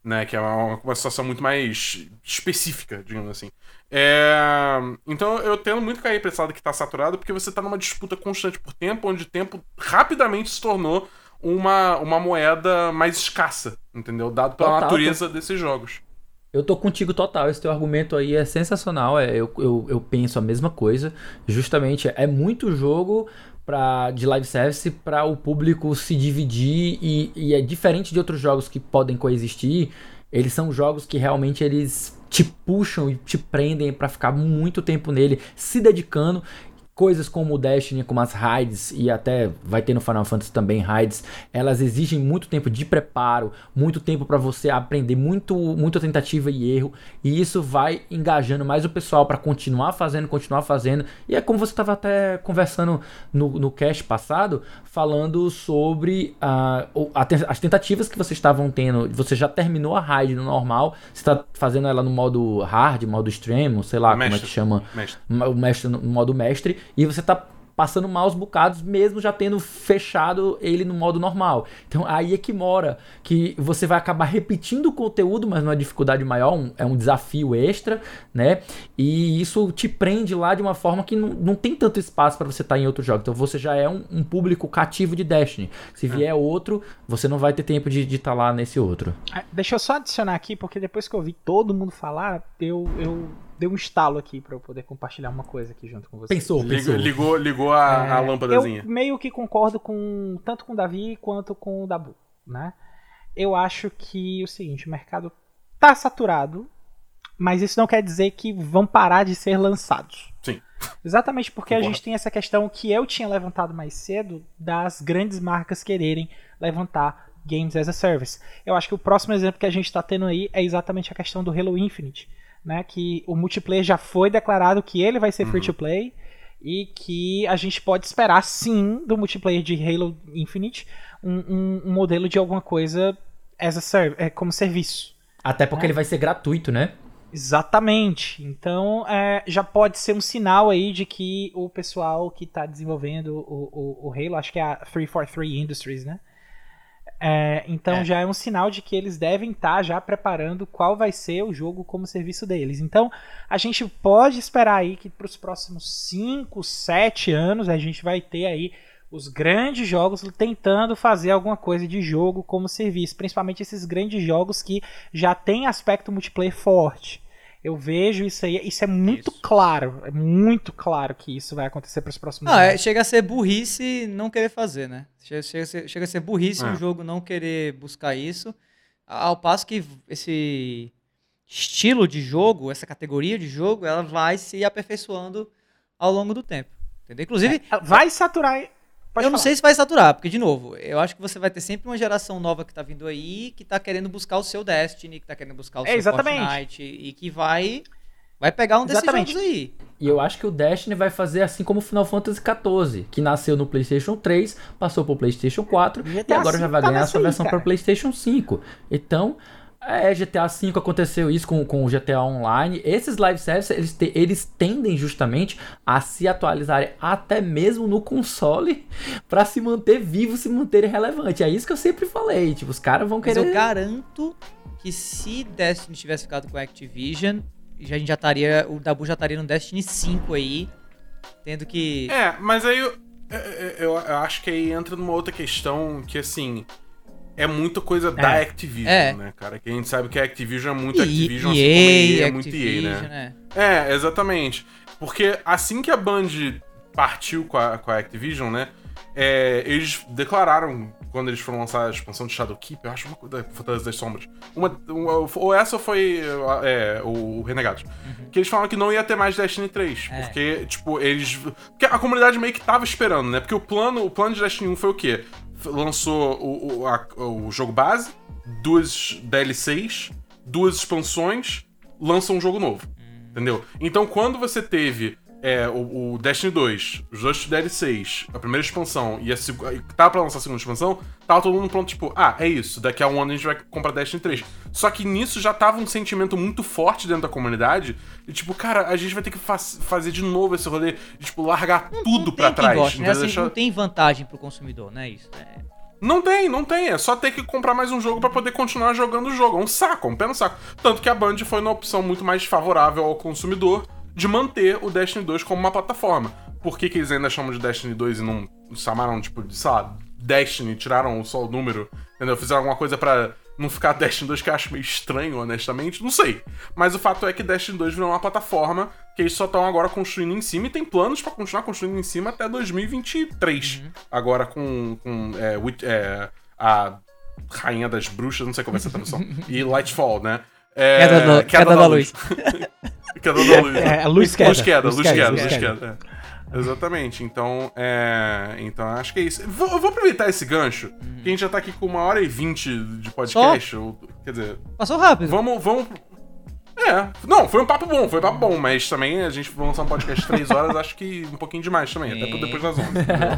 né? Que é uma, uma situação muito mais específica, digamos assim. É... Então eu tendo muito cair pra esse lado que tá saturado, porque você tá numa disputa constante por tempo, onde o tempo rapidamente se tornou uma, uma moeda mais escassa, entendeu? Dado pela Total, natureza desses jogos. Eu tô contigo total, esse teu argumento aí é sensacional, é, eu, eu, eu penso a mesma coisa, justamente é muito jogo pra, de live service para o público se dividir e, e é diferente de outros jogos que podem coexistir, eles são jogos que realmente eles te puxam e te prendem pra ficar muito tempo nele, se dedicando. Coisas como o Destiny, como as raids, e até vai ter no Final Fantasy também raids, elas exigem muito tempo de preparo, muito tempo para você aprender, muito, muita tentativa e erro, e isso vai engajando mais o pessoal para continuar fazendo, continuar fazendo, e é como você estava até conversando no, no cast passado, falando sobre uh, a, as tentativas que vocês estavam tendo, você já terminou a raid no normal, você está fazendo ela no modo hard, modo extremo, sei lá mestre, como é que chama, mestre. o mestre no modo mestre, e você tá passando maus bocados, mesmo já tendo fechado ele no modo normal. Então aí é que mora, que você vai acabar repetindo o conteúdo, mas numa dificuldade maior, um, é um desafio extra, né? E isso te prende lá de uma forma que não, não tem tanto espaço para você estar em outro jogo. Então você já é um, um público cativo de Destiny. Se vier outro, você não vai ter tempo de estar lá nesse outro. Deixa eu só adicionar aqui, porque depois que eu ouvi todo mundo falar, eu... eu... deu um estalo aqui pra eu poder compartilhar uma coisa aqui junto com você. Pensou, pensou. Ligou, ligou a, é, a lâmpadazinha. Eu meio que concordo com tanto com o Davi quanto com o Dabu, né? Eu acho que o seguinte, o mercado tá saturado, mas isso não quer dizer que vão parar de ser lançados. Sim. Exatamente porque Concordo. A gente tem essa questão que eu tinha levantado mais cedo das grandes marcas quererem levantar Games as a Service. Eu acho que o próximo exemplo que a gente tá tendo aí é exatamente a questão do Halo Infinite. Né, que o multiplayer já foi declarado que ele vai ser free to play e que a gente pode esperar sim do multiplayer de Halo Infinite um, um, um modelo de alguma coisa as a serv- é, como serviço. Até porque né? Ele vai ser gratuito, né? Exatamente. Então é, já pode ser um sinal aí de que o pessoal que está desenvolvendo o, o, o Halo, acho que é a trezentos e quarenta e três Industries, né? É, então é. já é um sinal de que eles devem estar tá já preparando qual vai ser o jogo como serviço deles. Então a gente pode esperar aí que para os próximos cinco, sete anos a gente vai ter aí os grandes jogos tentando fazer alguma coisa de jogo como serviço, principalmente esses grandes jogos que já tem aspecto multiplayer forte. Eu vejo isso aí, isso é muito isso. claro, é muito claro que isso vai acontecer para os próximos não, anos. É, chega a ser burrice não querer fazer, né? Chega, chega, a, ser, chega a ser burrice é. um jogo não querer buscar isso, ao passo que esse estilo de jogo, essa categoria de jogo, ela vai se aperfeiçoando ao longo do tempo, entendeu? Inclusive... É, vai saturar... Pode eu falar. não sei se vai saturar, porque, de novo, eu acho que você vai ter sempre uma geração nova que tá vindo aí, que tá querendo buscar o seu Destiny, que tá querendo buscar o é, seu exatamente. Fortnite, e que vai, vai pegar um exatamente. desses jogos aí. E eu acho que o Destiny vai fazer assim como o Final Fantasy quatorze, que nasceu no PlayStation três, passou pro PlayStation quatro, e agora já vai ganhar a sua versão para PlayStation cinco. Então... É, G T A cinco aconteceu isso com, com o G T A Online. Esses live services, eles, te, eles tendem justamente a se atualizarem até mesmo no console pra se manter vivo, se manterem relevante. É isso que eu sempre falei, tipo, os caras vão querer... Mas eu garanto que se Destiny tivesse ficado com a Activision, já, a gente já estaria, o Dabu já estaria no Destiny cinco aí, tendo que... É, mas aí eu, eu, eu acho que aí entra numa outra questão que, assim... É muita coisa da é. Activision, é. né, cara? Que a gente sabe que a Activision é muito e, Activision, E A, assim como a E A é muito E A, né? né? É, exatamente. Porque assim que a Band partiu com a, com a Activision, né? É, eles declararam, quando eles foram lançar a expansão de Shadowkeep, eu acho uma coisa da Fortaleza das Sombras. Uma, uma, ou essa foi é, o Renegados. Uhum. Que eles falaram que não ia ter mais Destiny três. É. Porque, tipo, eles... Porque a comunidade meio que tava esperando, né? Porque o plano, o plano de Destiny um foi o quê? Lançou o, o, a, o jogo base, duas D L Cs, duas expansões, lança um jogo novo. Hum. Entendeu? Então, quando você teve é, o, o Destiny dois, os dois D L Cs, a primeira expansão e a segunda. Tava pra lançar a segunda expansão, tava todo mundo pronto, tipo, ah, é isso, daqui a um ano a gente vai comprar Destiny três. Só que nisso já tava um sentimento muito forte dentro da comunidade. E tipo, cara, a gente vai ter que fa- fazer de novo esse rolê, de, tipo, largar não, tudo não pra trás. Gosta, né? Assim, deixar... Não tem vantagem pro consumidor, né? Isso. É... Não tem, não tem. É só ter que comprar mais um jogo pra poder continuar jogando o jogo. É um saco, é um pé no saco. Tanto que a Band foi uma opção muito mais favorável ao consumidor de manter o Destiny dois como uma plataforma. Por que, que eles ainda chamam de Destiny dois e não chamaram, tipo, de, sei lá, Destiny, tiraram só o número, entendeu? Fizeram alguma coisa pra não ficar Destiny dois, que eu acho meio estranho, honestamente. Não sei. Mas o fato é que Destiny dois virou uma plataforma que eles só estão agora construindo em cima e tem planos pra continuar construindo em cima até dois mil e vinte e três. Uhum. Agora com, com é, with, é, a Rainha das Bruxas, não sei como é essa tradução, e Lightfall, né? É, queda, do, queda, queda da, da luz. luz. Queda da luz. É, é, luz queda. Luz queda, luz queda, luz luz queda. queda. É. Exatamente. Então, é... Então, acho que é isso. Vou, eu vou aproveitar esse gancho, uhum. que a gente já tá aqui com uma hora e vinte de podcast. Ou, quer dizer... Passou rápido. Vamos... vamos... É. Não, foi um papo bom, foi um papo bom, mas também a gente vai lançar um podcast de três horas, acho que um pouquinho demais também, até por depois das onze.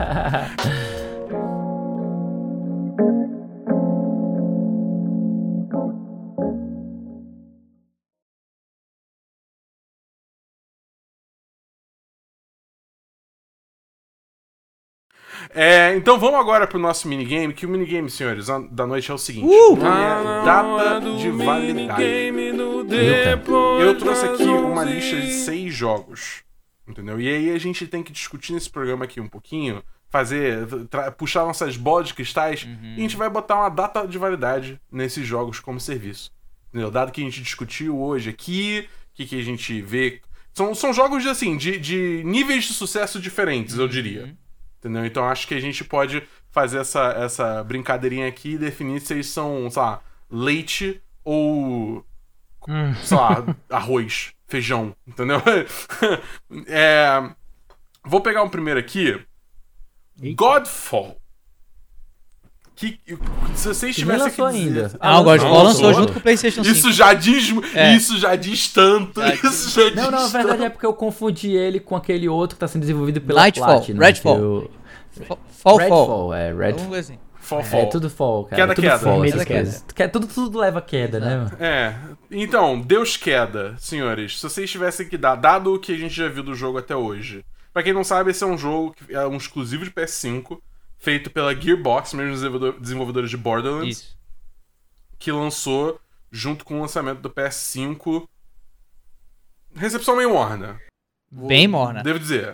É, então vamos agora pro nosso minigame, que o minigame, senhores, da noite é o seguinte. Uh! É data de validade. Eu trouxe aqui uma lista de seis jogos, entendeu? E aí a gente tem que discutir nesse programa aqui um pouquinho, fazer, puxar nossas bolas de cristais, uhum. e a gente vai botar uma data de validade nesses jogos como serviço. Entendeu? Dado que a gente discutiu hoje aqui, o que, que a gente vê... São, são jogos, de, assim, de, de níveis de sucesso diferentes, eu diria. Uhum. Entendeu? Então acho que a gente pode fazer essa, essa brincadeirinha aqui e definir se eles são, sei lá, leite ou, hum. sei lá, arroz, feijão, entendeu? É, vou pegar um primeiro aqui. Eita. Godfall. Que, se vocês tivessem que ainda. dizer... Ah, o Godfall lançou junto com o PlayStation cinco. Isso já diz, é. isso já diz tanto. Já isso já diz Não, não, na verdade tanto. é porque eu confundi ele com aquele outro que tá sendo desenvolvido pela Nightfall, Platinum. Redfall. Eu... Fall, Redfall, fall. é, Redfall. Assim. Fall, fall. É tudo fall, cara. Queda, é tudo queda. Fall, Queda, essas queda. coisas. Que- Tudo, tudo leva a queda, né? Mano? É, então, Deus queda, senhores. Se vocês tivessem que dar, dado o que a gente já viu do jogo até hoje. Pra quem não sabe, esse é um jogo, que é um exclusivo de P S cinco, feito pela Gearbox, mesmo desenvolvedor, desenvolvedores de Borderlands. Isso. Que lançou junto com o lançamento do P S cinco. Recepção meio morna. Bem morna. Devo dizer.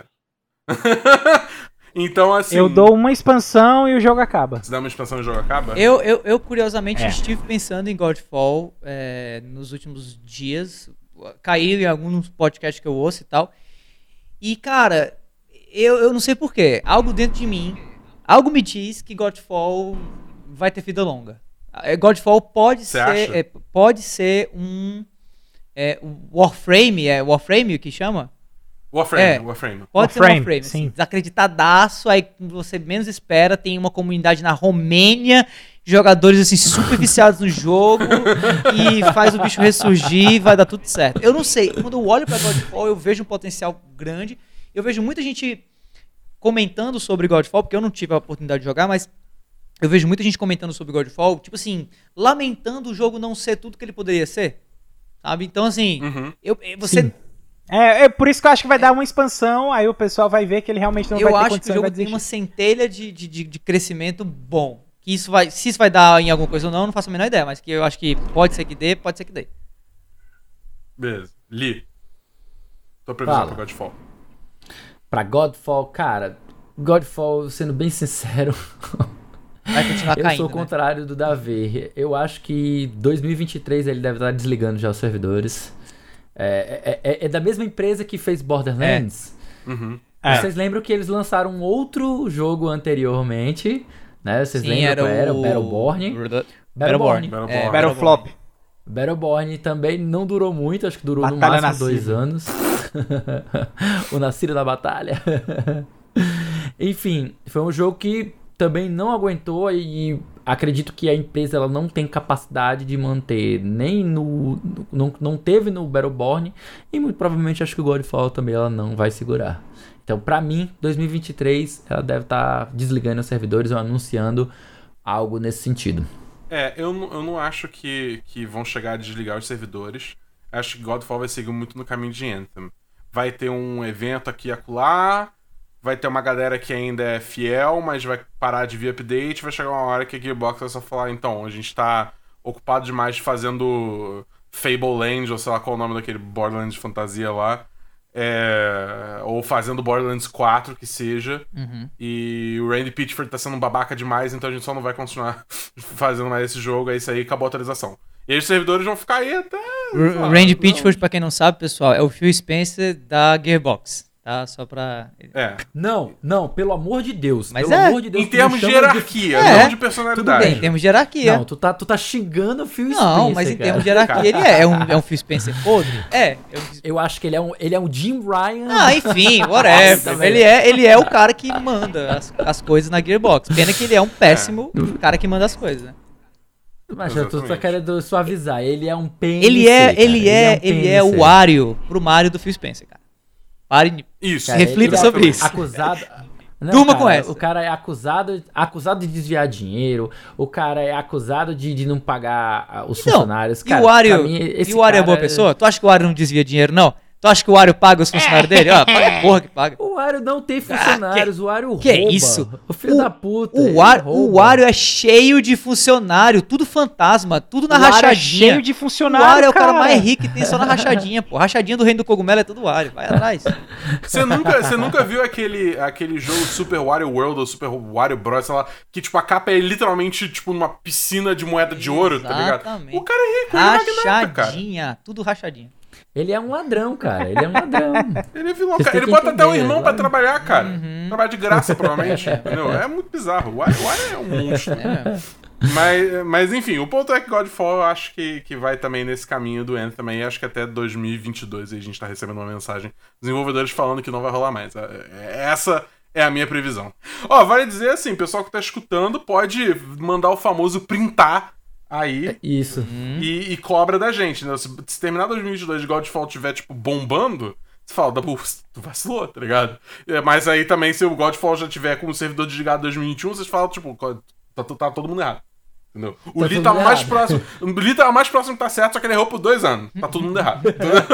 Então, assim... Eu dou uma expansão e o jogo acaba. Se dá uma expansão e o jogo acaba? Eu, eu, eu curiosamente, É. estive pensando em Godfall é, nos últimos dias. Caí em alguns podcasts que eu ouço e tal. E, cara, eu, eu não sei porquê. Algo dentro de mim, algo me diz que Godfall vai ter vida longa. É, Godfall pode Você ser, acha? é, pode ser um é, Warframe, é Warframe o que chama? Warframe, É. Warframe. Pode ser um Warframe, Warframe, assim, sim. desacreditadaço, aí quando você menos espera, tem uma comunidade na Romênia, jogadores assim super viciados no jogo, e faz o bicho ressurgir e vai dar tudo certo. Eu não sei, quando eu olho pra Godfall, eu vejo um potencial grande, eu vejo muita gente comentando sobre Godfall, porque eu não tive a oportunidade de jogar, mas eu vejo muita gente comentando sobre Godfall, tipo assim, lamentando o jogo não ser tudo que ele poderia ser, sabe? Então assim, Uhum. eu, você... Sim. É, é por isso que eu acho que vai dar uma expansão, aí o pessoal vai ver que ele realmente não eu vai ter acho que condição o e vai jogo tem desistir. uma centelha de, de, de, de crescimento bom. Que isso vai, se isso vai dar em alguma coisa ou não, eu não faço a menor ideia, mas que eu acho que pode ser que dê, pode ser que dê. Beleza. Li. Tua previsão Fala. pra Godfall. Pra Godfall, cara, Godfall, sendo bem sincero, Vai continuar eu caindo, sou o né? contrário do Davi. Eu acho que dois mil e vinte e três ele deve estar desligando já os servidores. É, é, é- é da mesma empresa que fez Borderlands. Uhum. É. Vocês lembram que eles lançaram um outro jogo anteriormente, né? Vocês Sim, lembram era qual era? o... O Battleborn. Battleborn. Battleborn. Battleborn. É, Battleflop. Battleborn também não durou muito, acho que durou no Batalha máximo dois Nascido. anos. O Nascido da Batalha. Enfim, foi um jogo que também não aguentou e acredito que a empresa ela não tem capacidade de manter nem no... Não, não teve no Battleborn e muito provavelmente acho que o Godfall também ela não vai segurar. Então, pra mim, dois mil e vinte e três ela deve estar desligando os servidores ou anunciando algo nesse sentido. É, eu, não- eu não acho que, que vão chegar a desligar os servidores. Acho que Godfall vai seguir muito no caminho de Anthem. Vai ter um evento aqui e acolá, vai ter uma galera que ainda é fiel, mas vai parar de vir update, vai chegar uma hora que a Gearbox vai só falar, então, a gente tá ocupado demais fazendo Fable Land, ou sei lá qual é o nome daquele Borderlands de fantasia lá, é... ou fazendo Borderlands quatro, que seja, Uhum. e o Randy Pitchford tá sendo um babaca demais, então a gente só não vai continuar fazendo mais esse jogo, é isso aí, acabou a atualização. E aí os servidores vão ficar aí até... O Randy Pitchford, pra quem não sabe, pessoal, é o Phil Spencer da Gearbox, tá? Só pra... É. Não, não, pelo amor de Deus. Mas pelo é, amor de Deus, Em tu termos não de chama hierarquia, É. não de personalidade. Tudo bem. Em termos de hierarquia. Não, tu tá, tu tá xingando o Phil Não, Spencer, mas em cara. termos de hierarquia ele é. É um, é um Phil Spencer podre? É. Eu... Eu acho que ele é um, ele é um Jim Ryan. Ah, enfim, whatever. Nossa, ele, é, ele é o cara que manda as, as coisas na Gearbox. Pena que ele é um péssimo cara que manda as coisas, né? Mas já tu tá Exatamente. querendo suavizar. Ele é um P N C, Ele é, cara. ele é, um ele é P N C. o Wario pro Mario do Phil Spencer, cara. Pare, Isso. Cara, reflita ele é sobre isso. Acusado. Não, Durma cara, com essa. O cara é acusado, acusado de desviar dinheiro. O cara é acusado de, de não pagar ah, os Então, funcionários. E Cara, o Wario, pra mim, esse e o Wario é cara boa pessoa? Tu acha que o Wario não desvia dinheiro, não? Tu acha que o Wario paga os funcionários dele? Ó, paga porra que paga. O Wario não tem funcionários, o Wario que rouba. isso? O filho O- da puta. O ele Wario, o rouba. Wario é cheio de funcionário, tudo fantasma, tudo na O Wario é rachadinha. cheio de O funcionário, Wario é o cara cara. mais rico que tem só na rachadinha, pô. Rachadinha do Reino do Cogumelo é tudo Wario, vai atrás. Você nunca, você nunca viu aquele, aquele jogo Super Wario World ou Super Wario Bros, sei lá, que tipo a capa é literalmente tipo numa piscina de moeda de ouro, tá ligado? Exatamente. O cara é rico, ele é magnata, cara. Rachadinha, tudo rachadinha. Ele é um ladrão, cara. Ele é um ladrão. Ele é vilão, Vocês cara. têm Ele que bota até o entender, irmão né? pra trabalhar, cara. Uhum. Trabalhar de graça, provavelmente. Entendeu? É muito bizarro. O Wario, o Wario é um monstro. É. Mas, mas enfim, o ponto é que Godfall eu acho que, que vai também nesse caminho do Anthem também. Acho que até dois mil e vinte e dois aí a gente tá recebendo uma mensagem dos desenvolvedores falando que não vai rolar mais. É- é- Essa é a minha previsão. Ó, vale dizer assim, pessoal que tá escutando pode mandar o famoso printar aí Isso. e, e cobra da gente, né? Se, se terminar dois mil e vinte e dois de Godfall tiver, tipo, bombando, você fala, Dabu, tu vacilou, tá ligado? É, mas aí também, se o Godfall já tiver com o servidor desligado em dois mil e vinte e um, vocês falam, tipo, tá, tá todo mundo errado. Entendeu? O Tá Lee todo tá mundo mais errado. próximo. O Lee tá mais próximo que tá certo, só que ele errou por dois anos. Tá todo mundo errado.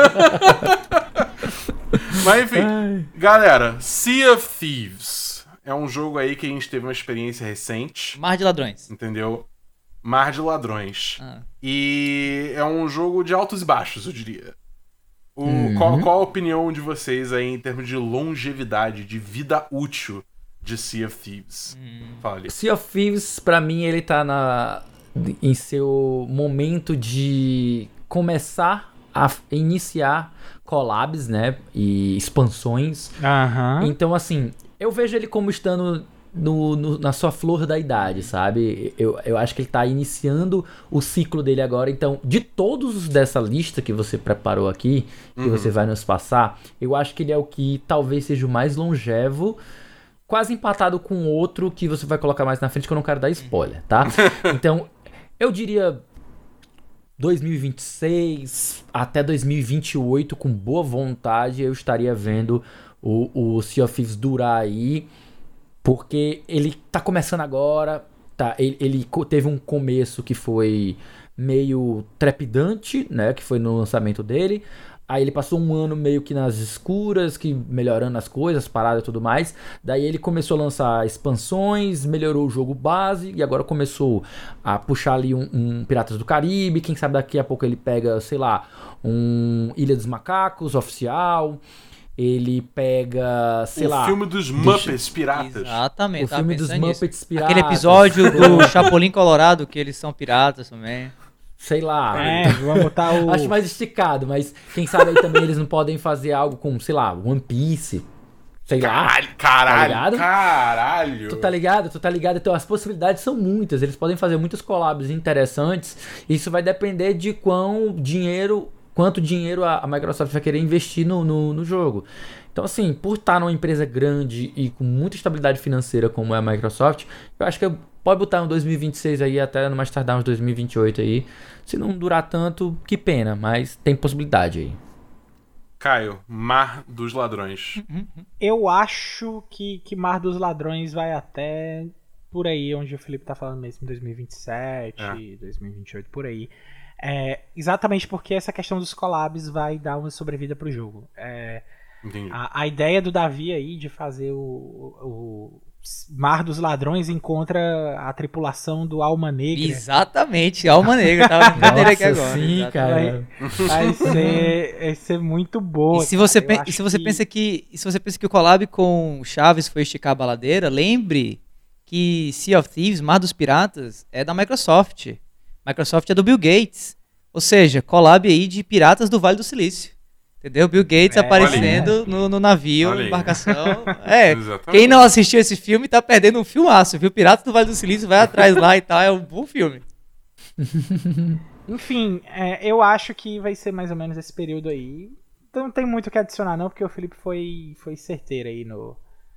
Mas enfim, Ai. galera, Sea of Thieves é um jogo aí que a gente teve uma experiência recente, Mar de ladrões. entendeu? Mar de Ladrões. Ah. E é um jogo de altos e baixos, eu diria. O, Uhum. qual, qual a opinião de vocês aí em termos de longevidade, de vida útil de Sea of Thieves? Fala ali. Sea of Thieves, pra mim, ele tá na, em seu momento de começar a f- iniciar collabs, né? E expansões. Aham. Então, assim, eu vejo ele como estando no, no- na sua flor da idade, sabe? Eu, eu acho que ele tá iniciando o ciclo dele agora. Então, de todos os dessa lista que você preparou aqui, que Uhum. você vai nos passar, eu acho que ele é o que talvez seja o mais longevo, quase empatado com outro que você vai colocar mais na frente, que eu não quero dar spoiler, tá? Então, eu diria dois mil e vinte e seis até dois mil e vinte e oito, com boa vontade, eu estaria vendo o, o Sea of Thieves durar aí, porque ele tá começando agora, tá? Ele, ele co- teve um começo que foi meio trepidante, né? Que foi no lançamento dele. Aí ele passou um ano meio que nas escuras, que melhorando as coisas, paradas e tudo mais. Daí ele começou a lançar expansões, melhorou o jogo base e agora começou a puxar ali um, um Piratas do Caribe. Quem sabe daqui a pouco ele pega, sei lá, um Ilha dos Macacos oficial. Ele pega, sei o lá, filme dos Muppets Piratas. Exatamente. o tava filme dos pensando nisso. Muppets Piratas. Aquele episódio do Chapolin Colorado, que eles são piratas também. Sei lá. É, vamos botar o. Acho mais esticado, mas quem sabe aí também eles não podem fazer algo com, sei lá, One Piece. Sei lá. Caralho, caralho, ligado? caralho. Tu tá ligado? Tu tá ligado? Então as possibilidades são muitas. Eles podem fazer muitas collabs interessantes. Isso vai depender de quão dinheiro, quanto dinheiro a, a Microsoft vai querer investir no, no, no jogo. Então, assim, por estar numa empresa grande e com muita estabilidade financeira como é a Microsoft, eu acho que pode botar um dois mil e vinte e seis aí, até no mais tardar uns dois mil e vinte e oito aí. Se não durar tanto, que pena, mas tem possibilidade aí. Caio, Mar dos Ladrões. Eu acho que, que Mar dos Ladrões vai até por aí, onde o Felipe tá falando mesmo, dois mil e vinte e sete, É. dois mil e vinte e oito, por aí. É, exatamente porque essa questão dos collabs vai dar uma sobrevida pro jogo. É, Entendi. A, a ideia do Davi aí de fazer o, o Mar dos Ladrões encontra a tripulação do Alma Negra. Exatamente, Alma Negra. Tava lembrando dele aqui agora. Sim, Exatamente. cara. Vai, vai, ser, vai ser muito boa. E se você, cara. Eu pe- e acho se você que- pensa que e se você pensa que o collab com o Chaves foi esticar a baladeira, lembre que Sea of Thieves, Mar dos Piratas, é da Microsoft. Microsoft é do Bill Gates. Ou seja, collab aí de piratas do Vale do Silício. Entendeu? Bill Gates É, aparecendo no, no navio, Olha aí. embarcação. É, Exatamente. quem não assistiu esse filme tá perdendo um filmaço, viu? Piratas do Vale do Silício, vai atrás lá e tal, é um bom filme. Enfim, é, eu acho que vai ser mais ou menos esse período aí. Então não tem muito o que adicionar não, porque o Felipe foi, foi certeiro aí no,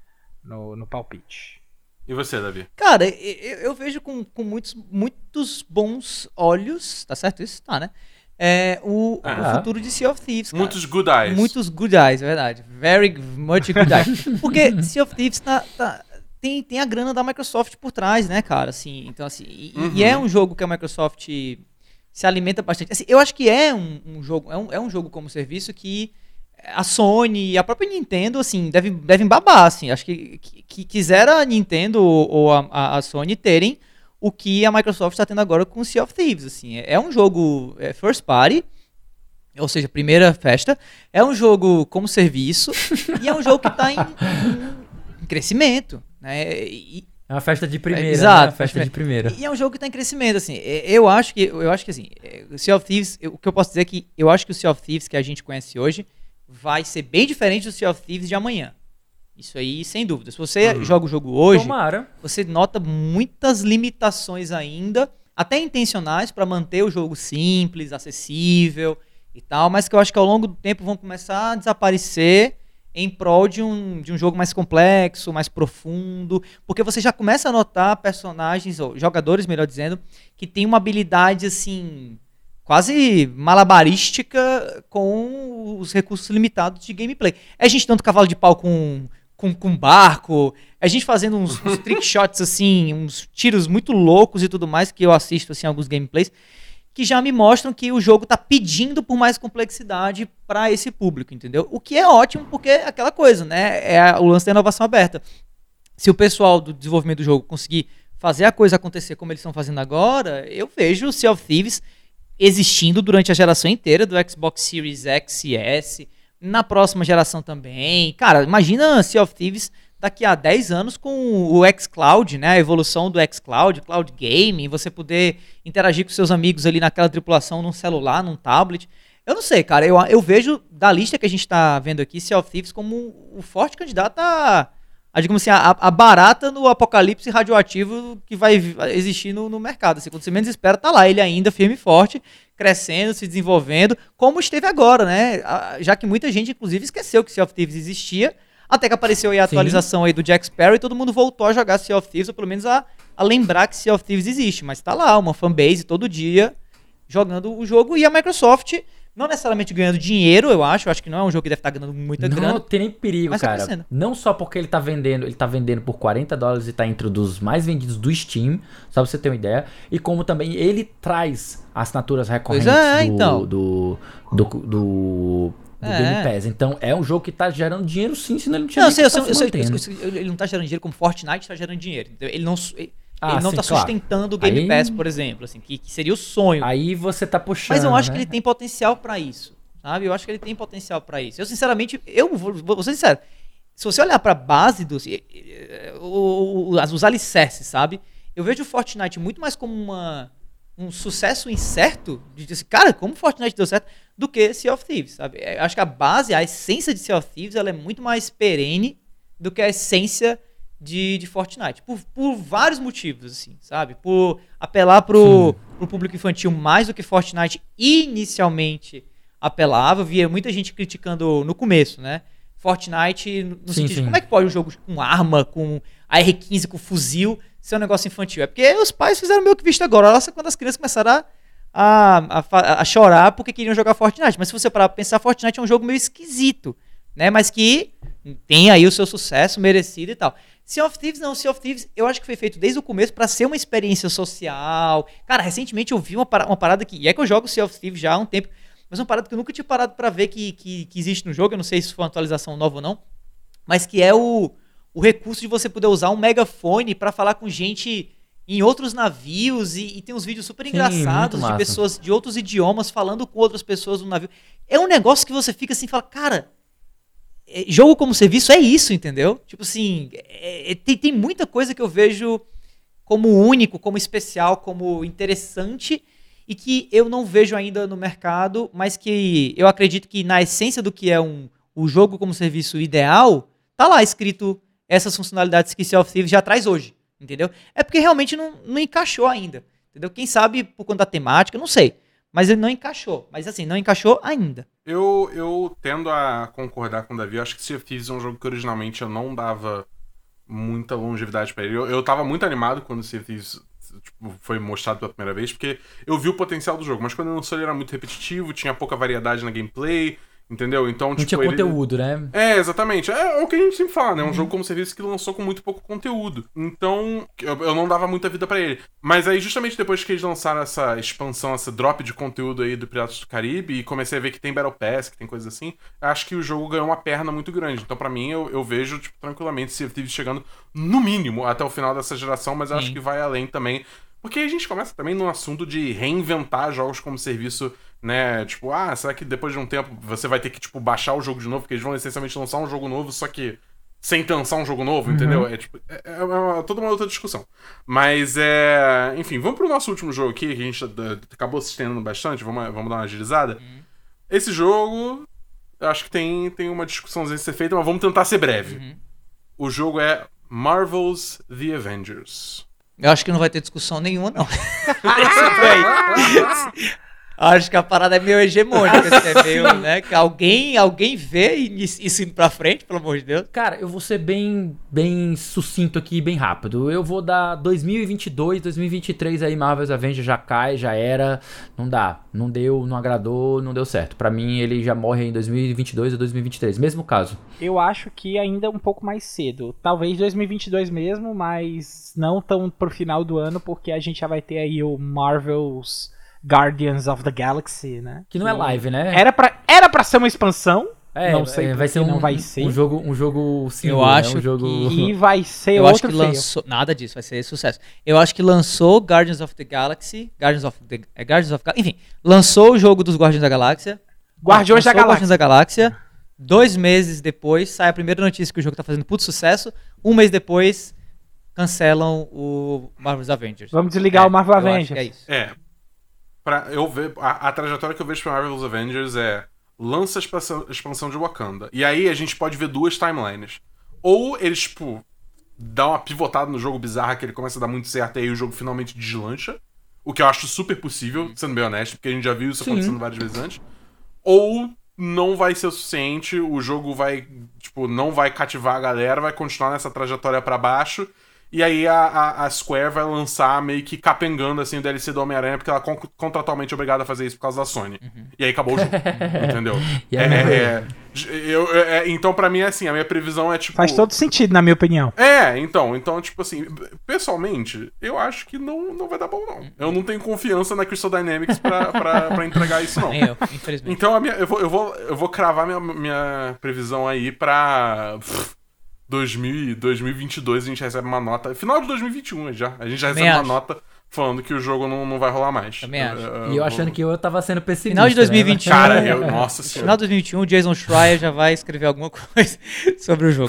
no, no palpite. E você, Davi? Cara, eu, eu vejo com, com muitos, muitos bons olhos, tá certo isso? Tá, né? É, o, Ah. o futuro de Sea of Thieves, cara. Muitos good eyes. Muitos good eyes, é verdade. Very much good eyes. Porque Sea of Thieves tá, tá- tem, tem a grana da Microsoft por trás, né, cara? Assim, então, assim, e, Uhum. e é um jogo que a Microsoft se alimenta bastante. Assim, eu acho que é um, um jogo, é um, é um jogo como serviço que a Sony e a própria Nintendo, assim, devem, devem babar, assim. Acho que, que, que quisera a Nintendo ou, ou a, a- a Sony terem o que a Microsoft está tendo agora com Sea of Thieves, assim. É, é um jogo é, first party, ou seja, primeira festa. É um jogo como serviço e é um jogo que está em, em- em crescimento, né? E, É uma festa de primeira, Exato, né? Uma festa de primeira. e é um jogo que está em crescimento, assim. É, Eu acho que, eu acho que assim, é, o Sea of Thieves, eu- o que eu posso dizer é que eu acho que o Sea of Thieves que a gente conhece hoje vai ser bem diferente do Sea of Thieves de amanhã. Isso aí, sem dúvida. Se você Uhum. joga o jogo hoje, Tomara. você nota muitas limitações ainda, até intencionais, para manter o jogo simples, acessível e tal, mas que eu acho que ao longo do tempo vão começar a desaparecer em prol de um, de um jogo mais complexo, mais profundo, porque você já começa a notar personagens, ou jogadores, melhor dizendo, que tem uma habilidade, assim, quase malabarística com os recursos limitados de gameplay. É gente dando cavalo de pau com, com, com barco, é gente fazendo uns, uns trick shots, assim, uns tiros muito loucos e tudo mais, que eu assisto, assim, alguns gameplays, que já me mostram que o jogo tá pedindo por mais complexidade para esse público, entendeu? O que é ótimo, porque é aquela coisa, né? É a- o lance da inovação aberta. Se o pessoal do desenvolvimento do jogo conseguir fazer a coisa acontecer como eles estão fazendo agora, eu vejo o Sea of Thieves existindo durante a geração inteira do Xbox Series X e S, na próxima geração também. Cara, imagina Sea of Thieves daqui a dez anos com o xCloud, né? A evolução do xCloud, Cloud Gaming, você poder interagir com seus amigos ali naquela tripulação num celular, num tablet. Eu não sei, cara, eu, eu vejo da lista que a gente tá vendo aqui, Sea of Thieves como o forte candidato a, a digamos assim, a, a barata no apocalipse radioativo que vai vi- existir no, no mercado. Assim, quando você menos espera, tá lá ele ainda firme e forte, crescendo, se desenvolvendo, como esteve agora, né? A- Já que muita gente, inclusive, esqueceu que Sea of Thieves existia, até que apareceu aí a Sim. atualização aí do Jack Sparrow e todo mundo voltou a jogar Sea of Thieves, ou pelo menos a, a lembrar que Sea of Thieves existe. Mas tá lá, uma fanbase todo dia jogando o jogo, e a Microsoft não necessariamente ganhando dinheiro, eu acho. Eu acho que não é um jogo que deve estar ganhando muita Não grana. tem nem perigo, mas tá cara. crescendo. Não só porque ele tá vendendo, ele tá vendendo por quarenta dólares e tá entre dos mais vendidos do Steam, só pra você ter uma ideia. E como também ele traz assinaturas recorrentes é, do, então. do, do, do, do É. Game Pass. Então é um jogo que tá gerando dinheiro sim, senão ele não tinha Não, eu nem sei, eu como sei, tá eu se sei, eu mantendo. sei, eu sei, ele não tá gerando dinheiro como Fortnite tá gerando dinheiro. Entendeu? Ele não, su- ele Ah, não sim, tá claro. sustentando o Game Aí- Pass, por exemplo, assim, que, que seria o sonho. Aí você tá puxando. Mas eu acho né? que ele tem potencial pra isso, sabe? Eu acho que ele tem potencial pra isso. Eu, sinceramente, eu vou, vou ser sincero. Se você olhar pra base dos eh, eh, o- o- as- os alicerces, sabe? Eu vejo o Fortnite muito mais como uma, um sucesso incerto, de dizer, assim, cara, como o Fortnite deu certo, do que Sea of Thieves, sabe? Eu acho que a base, a essência de Sea of Thieves, ela é muito mais perene do que a essência de, de Fortnite. Por, por vários motivos, assim, sabe? Por apelar pro, pro público infantil mais do que Fortnite inicialmente apelava. Eu via muita gente criticando no começo, né? Fortnite, no Sim, sentido de sim. como é que pode um jogo com arma, com A R quinze, com fuzil, ser um negócio infantil? É porque os pais fizeram meio que visto agora. Olha só quando as crianças começaram a, a, a fa- a chorar porque queriam jogar Fortnite. Mas se você parar pra pensar, Fortnite é um jogo meio esquisito, né? Mas que tem aí o seu sucesso merecido e tal. Sea of Thieves não, Sea of Thieves eu acho que foi feito desde o começo pra ser uma experiência social. Cara, recentemente eu vi uma, para- uma parada que, e é que eu jogo Sea of Thieves já há um tempo, mas uma parada que eu nunca tinha parado pra ver que, que, que existe no jogo, eu não sei se foi uma atualização nova ou não, mas que é o, o recurso de você poder usar um megafone pra falar com gente em outros navios, e, e tem uns vídeos super Sim, engraçados muito de massa. pessoas de outros idiomas falando com outras pessoas no navio. É um negócio que você fica assim e fala, cara, é, jogo como serviço é isso, entendeu? Tipo assim, é, é, tem, tem muita coisa que eu vejo como único, como especial, como interessante, e que eu não vejo ainda no mercado, mas que eu acredito que na essência do que é um, o jogo como serviço ideal, tá lá escrito essas funcionalidades que Sea of Thieves já traz hoje. Entendeu? É porque realmente não, não encaixou ainda. Entendeu? Quem sabe por conta da temática, não sei. Mas ele não encaixou. Mas assim, não encaixou ainda. Eu, eu tendo a concordar com o Davi. Eu acho que Sea of Thieves é um jogo que originalmente eu não dava muita longevidade pra ele. Eu, eu tava muito animado quando Sea of Thieves tipo, foi mostrado pela primeira vez, porque eu vi o potencial do jogo. Mas quando ele lançou, ele era muito repetitivo, tinha pouca variedade na gameplay. Entendeu? Então, Não tipo, tinha ele... conteúdo, né? É, exatamente. É, é o que a gente sempre fala, né? É um jogo como serviço que lançou com muito pouco conteúdo. Então, eu, eu não dava muita vida pra ele. Mas aí, justamente depois que eles lançaram essa expansão, essa drop de conteúdo aí do Piratas do Caribe, e comecei a ver que tem Battle Pass, que tem coisas assim, acho que o jogo ganhou uma perna muito grande. Então, pra mim, eu, eu vejo, tipo, tranquilamente Sea of Thieves chegando, no mínimo, até o final dessa geração, mas eu Sim. acho que vai além também. Porque a gente começa também no assunto de reinventar jogos como serviço, né? Tipo, ah, será que depois de um tempo você vai ter que, tipo, baixar o jogo de novo? Porque eles vão essencialmente lançar um jogo novo, só que sem lançar um jogo novo, Uhum. entendeu? É, tipo, é, é uma, toda uma outra discussão. Mas, é... Enfim, vamos pro nosso último jogo aqui, que a gente uh, acabou se estendendo bastante, vamos, vamos dar uma agilizada. Uhum. Esse jogo, eu acho que tem, tem uma discussãozinha a ser feita, mas vamos tentar ser breve. Uhum. O jogo é Marvel's The Avengers. Eu acho que não vai ter discussão nenhuma, não. Esse daí. Acho que a parada é meio hegemônica. Assim, é meio, né? Que alguém, alguém vê isso indo pra frente, pelo amor de Deus. Cara, eu vou ser bem, bem sucinto aqui, bem rápido. Eu vou dar dois mil e vinte e dois, dois mil e vinte e três aí, Marvel's Avengers já cai, já era. Não dá, não deu, não agradou, não deu certo. Pra mim, ele já morre em dois mil e vinte e dois ou dois mil e vinte e três, mesmo caso. Eu acho que ainda um pouco mais cedo. Talvez dois mil e vinte e dois mesmo, mas não tão pro final do ano, porque a gente já vai ter aí o Marvel's Guardians of the Galaxy, né? Que não é live, né? Era pra, era pra ser uma expansão. É, não sei é, por vai que ser um, não vai ser. um jogo, um jogo single, Eu acho né? Um jogo... E vai ser Eu outro acho que feio. lançou. Nada disso, vai ser sucesso. Eu acho que lançou Guardians of the Galaxy. Guardians of the. É Guardians of Enfim, lançou o jogo dos Guardiões da Galáxia. Guardiões da Lançou Galáxia. Guardiões da Galáxia. Dois meses depois sai a primeira notícia que o jogo tá fazendo puto sucesso. Um mês depois cancelam o Marvel's Avengers. Vamos desligar É, o Marvel eu acho Avengers. que é isso. É. Pra eu ver, a, a trajetória que eu vejo pra Marvel's Avengers é lança a expansão, expansão de Wakanda. E aí a gente pode ver duas timelines. Ou eles, tipo, dão uma pivotada no jogo bizarra que ele começa a dar muito certo e aí o jogo finalmente deslancha. O que eu acho super possível, sendo bem honesto, porque a gente já viu isso Sim. acontecendo várias vezes antes. Ou não vai ser o suficiente, o jogo vai, tipo, não vai cativar a galera, vai continuar nessa trajetória pra baixo. E aí a, a, a Square vai lançar meio que capengando assim o D L C do Homem-Aranha, porque ela é con- contratualmente obrigada a fazer isso por causa da Sony. Uhum. E aí acabou o jogo, entendeu? E É, aí, é, é, eu- é, então pra mim é assim, a minha previsão é tipo... Faz todo sentido, na minha opinião. É, então, então tipo assim, pessoalmente, eu acho que não, não vai dar bom não. Eu não tenho confiança na Crystal Dynamics pra, pra, pra entregar isso não. Nem eu, infelizmente. Então a minha, eu, vou, eu, vou, eu vou cravar minha, minha previsão aí pra... pff, dois mil, dois mil e vinte e dois a gente recebe uma nota. Final de dois mil e vinte e um já. A gente já Também recebe uma acho. nota falando que o jogo não, não vai rolar mais. Também acho. E eu achando que eu tava sendo pessimista. Final de dois mil e vinte e um. né? Cara, eu. Nossa No senhora. final de dois mil e vinte e um, o Jason Schreier já vai escrever alguma coisa sobre o jogo.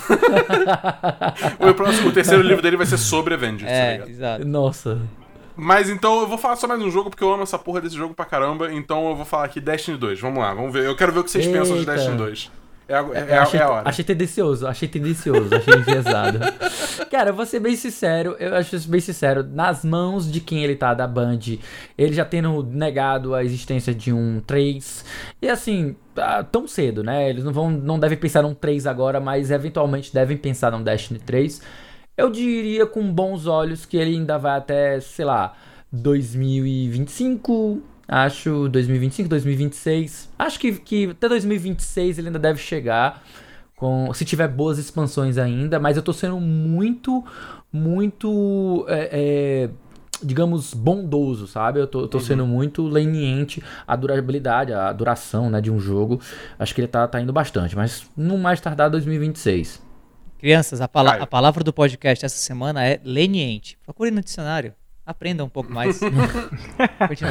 O, próximo, o terceiro livro dele vai ser sobre Avengers, tá É, ligado? exato. Nossa. Mas então eu vou falar só mais um jogo, porque eu amo essa porra desse jogo pra caramba. Então eu vou falar aqui Destiny dois. Vamos lá, vamos ver. Eu quero ver o que vocês pensam de Eita. Destiny dois. É a, é, Eu é, achei, é a hora. achei tendencioso, achei tendencioso, achei enviesado. Cara, eu vou ser bem sincero, eu acho bem sincero, nas mãos de quem ele tá, da Band, ele já tendo negado a existência de um três, e assim, ah, tão cedo, né? Eles não vão, não devem pensar num três agora, mas eventualmente devem pensar num Destiny três. Eu diria com bons olhos que ele ainda vai até, sei lá, dois mil e vinte e cinco... Acho dois mil e vinte e cinco, dois mil e vinte e seis. Acho que, que até dois mil e vinte e seis ele ainda deve chegar. Com, se tiver boas expansões ainda. Mas eu tô sendo muito, muito é, é, digamos, bondoso, sabe? Eu tô, eu tô Uhum. sendo muito leniente à durabilidade, à duração, né, de um jogo. Acho que ele tá, tá indo bastante, mas no mais tardar dois mil e vinte e seis. Crianças, a, pala- Caio. a palavra do podcast essa semana é leniente. Procure no dicionário. Aprenda um pouco mais. Continue.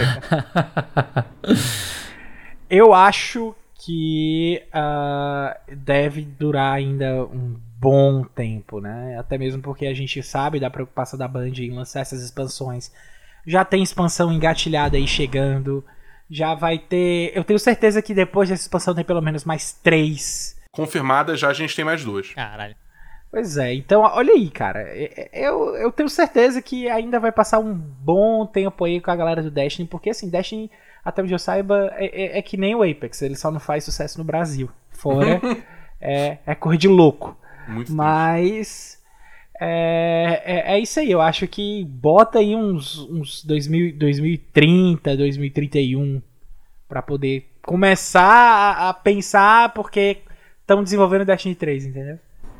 Eu acho que ah, deve durar ainda um bom tempo, né? Até mesmo porque a gente sabe da preocupação da Band em lançar essas expansões. Já tem expansão engatilhada aí chegando. Já vai ter... Eu tenho certeza que depois dessa expansão tem pelo menos mais três. Confirmada, já a gente tem mais duas. Caralho. Pois é, então olha aí, cara. Eu, eu tenho certeza que ainda vai passar um bom tempo aí com a galera do Destiny, porque assim, Destiny, até onde eu saiba, é, é, é que nem o Apex, ele só não faz sucesso no Brasil. Fora é, é cor de louco. Muito Mas é, é, é isso aí, eu acho que bota aí uns, uns dois mil, dois mil e trinta, dois mil e trinta e um pra poder começar a, a pensar, porque estão desenvolvendo Destiny três, entendeu?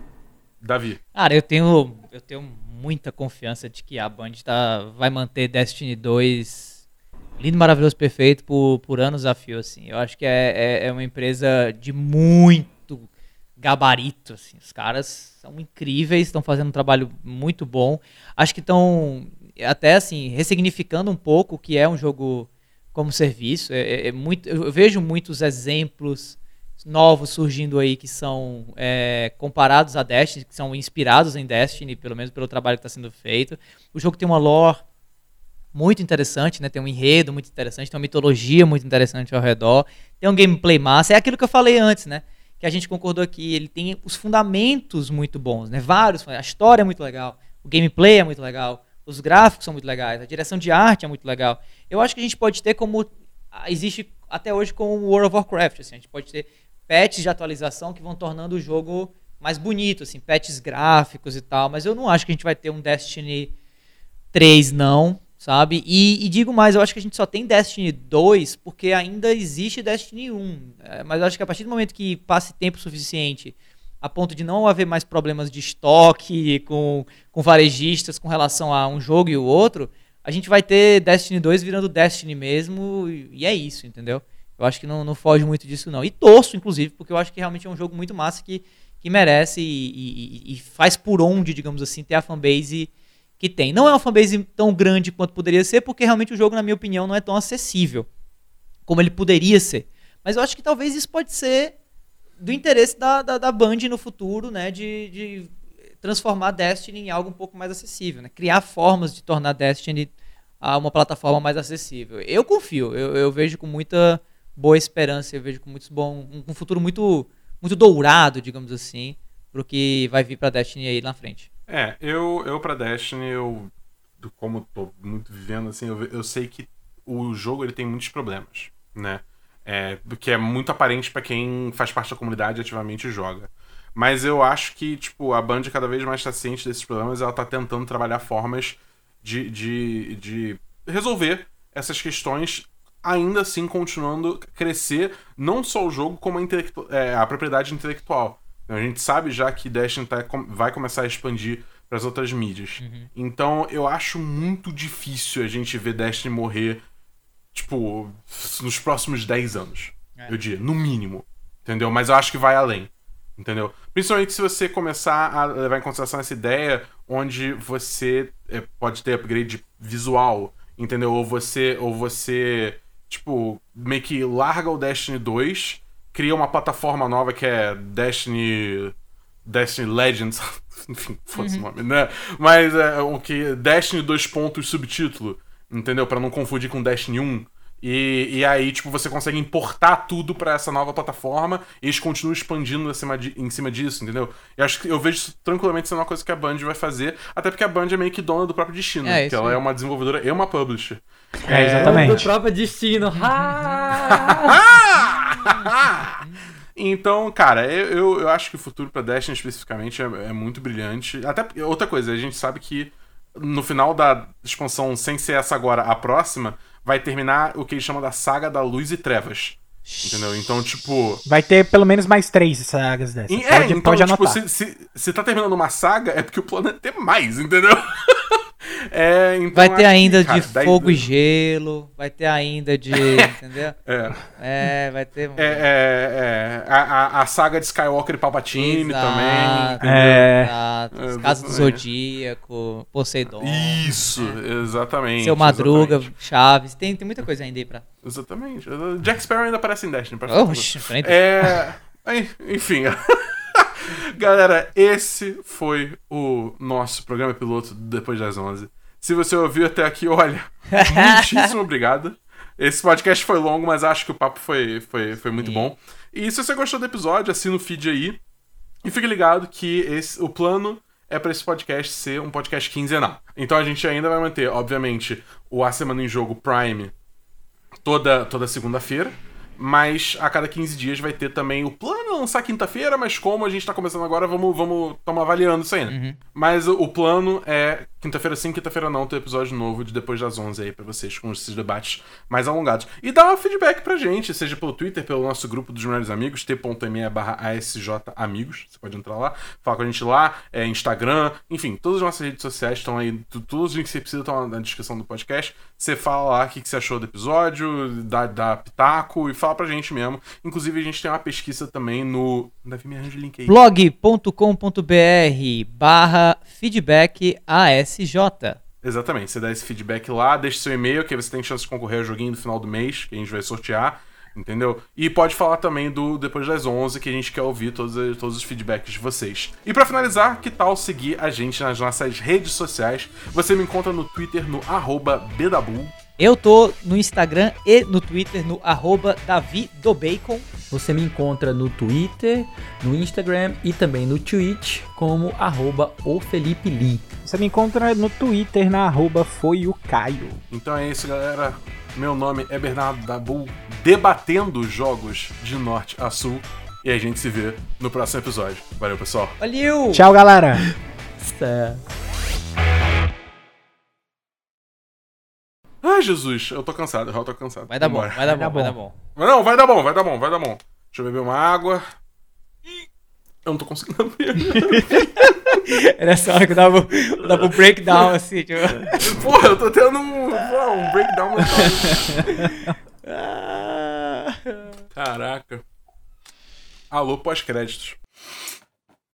Davi. Cara, eu tenho, eu tenho muita confiança de que a Band tá, vai manter Destiny dois lindo, maravilhoso, perfeito por, por anos a fio, assim. Eu acho que é, é, é uma empresa de muito gabarito, assim. Os caras são incríveis, estão fazendo um trabalho muito bom. Acho que estão até, assim, ressignificando um pouco o que é um jogo como serviço. É, é, é muito, eu vejo muitos exemplos novos surgindo aí que são é, comparados a Destiny, que são inspirados em Destiny, pelo menos pelo trabalho que está sendo feito. O jogo tem uma lore muito interessante, né? Tem um enredo muito interessante, tem uma mitologia muito interessante ao redor, tem um gameplay massa, é aquilo que eu falei antes, né? Que a gente concordou aqui, ele tem os fundamentos muito bons, né? Vários, a história é muito legal, o gameplay é muito legal, os gráficos são muito legais, a direção de arte é muito legal. Eu acho que a gente pode ter como existe até hoje com o World of Warcraft, assim, a gente pode ter patches de atualização que vão tornando o jogo mais bonito, assim, patches gráficos e tal, mas eu não acho que a gente vai ter um Destiny três, não, sabe? E, e digo mais, eu acho que a gente só tem Destiny dois porque ainda existe Destiny um, é, mas eu acho que a partir do momento que passe tempo suficiente a ponto de não haver mais problemas de estoque com, com varejistas com relação a um jogo e o outro, a gente vai ter Destiny dois virando Destiny mesmo, e, e é isso, entendeu? Eu acho que não, não foge muito disso, não. E torço, inclusive, porque eu acho que realmente é um jogo muito massa que, que merece e, e, e faz por onde, digamos assim, ter a fanbase que tem. Não é uma fanbase tão grande quanto poderia ser, porque realmente o jogo, na minha opinião, não é tão acessível como ele poderia ser. Mas eu acho que talvez isso pode ser do interesse da, da, da Band no futuro, né, de, de transformar Destiny em algo um pouco mais acessível, né? Criar formas de tornar Destiny a uma plataforma mais acessível. Eu confio, eu, eu vejo com muita boa esperança, eu vejo com muito bom, um, um futuro muito, muito dourado, digamos assim, pro que vai vir pra Destiny aí na frente. É, eu, eu pra Destiny, eu, como tô muito vivendo, assim, eu, eu sei que o jogo ele tem muitos problemas, né? É, que é muito aparente pra quem faz parte da comunidade e ativamente joga. Mas eu acho que, tipo, a Band cada vez mais tá ciente desses problemas, ela tá tentando trabalhar formas de, de, de resolver essas questões, ainda assim continuando a crescer não só o jogo, como a, intelectu- é, a propriedade intelectual. A gente sabe já que Destiny tá, vai começar a expandir para as outras mídias. Uhum. Então eu acho muito difícil a gente ver Destiny morrer, tipo, nos próximos dez anos. É. Eu diria, no mínimo. Entendeu? Mas eu acho que vai além. Entendeu? Principalmente se você começar a levar em consideração essa ideia onde você é, pode ter upgrade visual, entendeu? Ou você, ou você tipo, meio que larga o Destiny dois, cria uma plataforma nova que é Destiny Destiny Legends, enfim, foda-se o nome, né? Mas é o que Destiny dois pontos subtítulo, entendeu? Pra não confundir com Destiny um. E, e aí, tipo, você consegue importar tudo pra essa nova plataforma e eles continuam expandindo acima de, em cima disso, entendeu? Eu acho que eu vejo isso tranquilamente sendo uma coisa que a Band vai fazer, até porque a Band é meio que dona do próprio destino, é, porque ela é uma desenvolvedora e uma publisher. É, exatamente. Do próprio destino. Então, cara, eu, eu acho que o futuro pra Destiny especificamente é, é muito brilhante. Até outra coisa, a gente sabe que no final da expansão, sem ser essa agora, a próxima, vai terminar o que eles chamam da Saga da Luz e Trevas. Entendeu? Então, tipo... Vai ter pelo menos mais três sagas dessas. E, pode, é, então, pode tipo, anotar. se, se, se tá terminando uma saga, é porque o plano é ter mais, entendeu? É, então Vai ter acho ainda que, cara, de dez fogo e anos- gelo, vai ter ainda de. Entendeu? É, É, vai ter. é, é, é. A, a, a saga de Skywalker e Palpatine Exato. também. entendeu? É. Exato. É, Casa do exatamente. Zodíaco, Poseidon. Isso, exatamente. Seu Madruga, exatamente. Chaves. Tem, tem muita coisa ainda aí pra. Exatamente. Jack Sparrow ainda aparece em Destiny. pra ficar Oxi, frente. É. aí, Enfim. Galera, esse foi o nosso programa piloto do Depois das onze. Se você ouviu até aqui, olha, muitíssimo obrigado. Esse podcast foi longo, mas acho que o papo foi, foi, foi muito Sim. bom. E se você gostou do episódio, assina o feed aí. E fique ligado que esse, o plano é para esse podcast ser um podcast quinzenal. Então a gente ainda vai manter, obviamente, o A Semana em Jogo Prime toda, toda segunda-feira. Mas a cada quinze dias vai ter também o plano é lançar quinta-feira, mas como a gente tá começando agora, vamos vamos estamos avaliando isso ainda. Uhum. Mas o, o plano é quinta-feira sim, quinta-feira não, ter episódio novo de Depois das onze aí pra vocês, com esses debates mais alongados. E dá um feedback pra gente, seja pelo Twitter, pelo nosso grupo dos melhores amigos, t.me barra asj amigos, você pode entrar lá, falar com a gente lá, é, Instagram, enfim, todas as nossas redes sociais estão aí, tu- todos os links que você precisa estão na descrição do podcast. Você fala lá o que, que você achou do episódio, dá, dá pitaco e fala pra gente mesmo. Inclusive a gente tem uma pesquisa também no... Davi, me arranja o link aí. blog.com.br barra feedback A S J. Exatamente, você dá esse feedback lá, deixa seu e-mail, que aí você tem chance de concorrer ao joguinho no final do mês, que a gente vai sortear, entendeu? E pode falar também do Depois das onze, que a gente quer ouvir todos, todos os feedbacks de vocês. E pra finalizar, que tal seguir a gente nas nossas redes sociais? Você me encontra no Twitter no arroba Bedabu. Eu tô no Instagram e no Twitter no arroba Davi do Bacon. Você me encontra no Twitter, no Instagram e também no Twitch como arroba o Felipe Lee. Você me encontra no Twitter na arroba foi o Caio. Então é isso, galera. Meu nome é Bernardo Dabu, debatendo jogos de norte a sul. E a gente se vê no próximo episódio. Valeu, pessoal. Valeu! Tchau, galera! Certo. Ai, Jesus, eu tô cansado, eu tô cansado. Vai dar bom, Vambora. vai dar Vai bom, dar vai dar bom. bom. Mas não, vai dar bom, vai dar bom, vai dar bom. Deixa eu beber uma água. Ih, eu não tô conseguindo beber. Era essa hora que eu dava, eu dava um breakdown assim, tipo. Porra, eu tô tendo um, porra, um breakdown mental. Ah. Caraca. Alô, pós-créditos.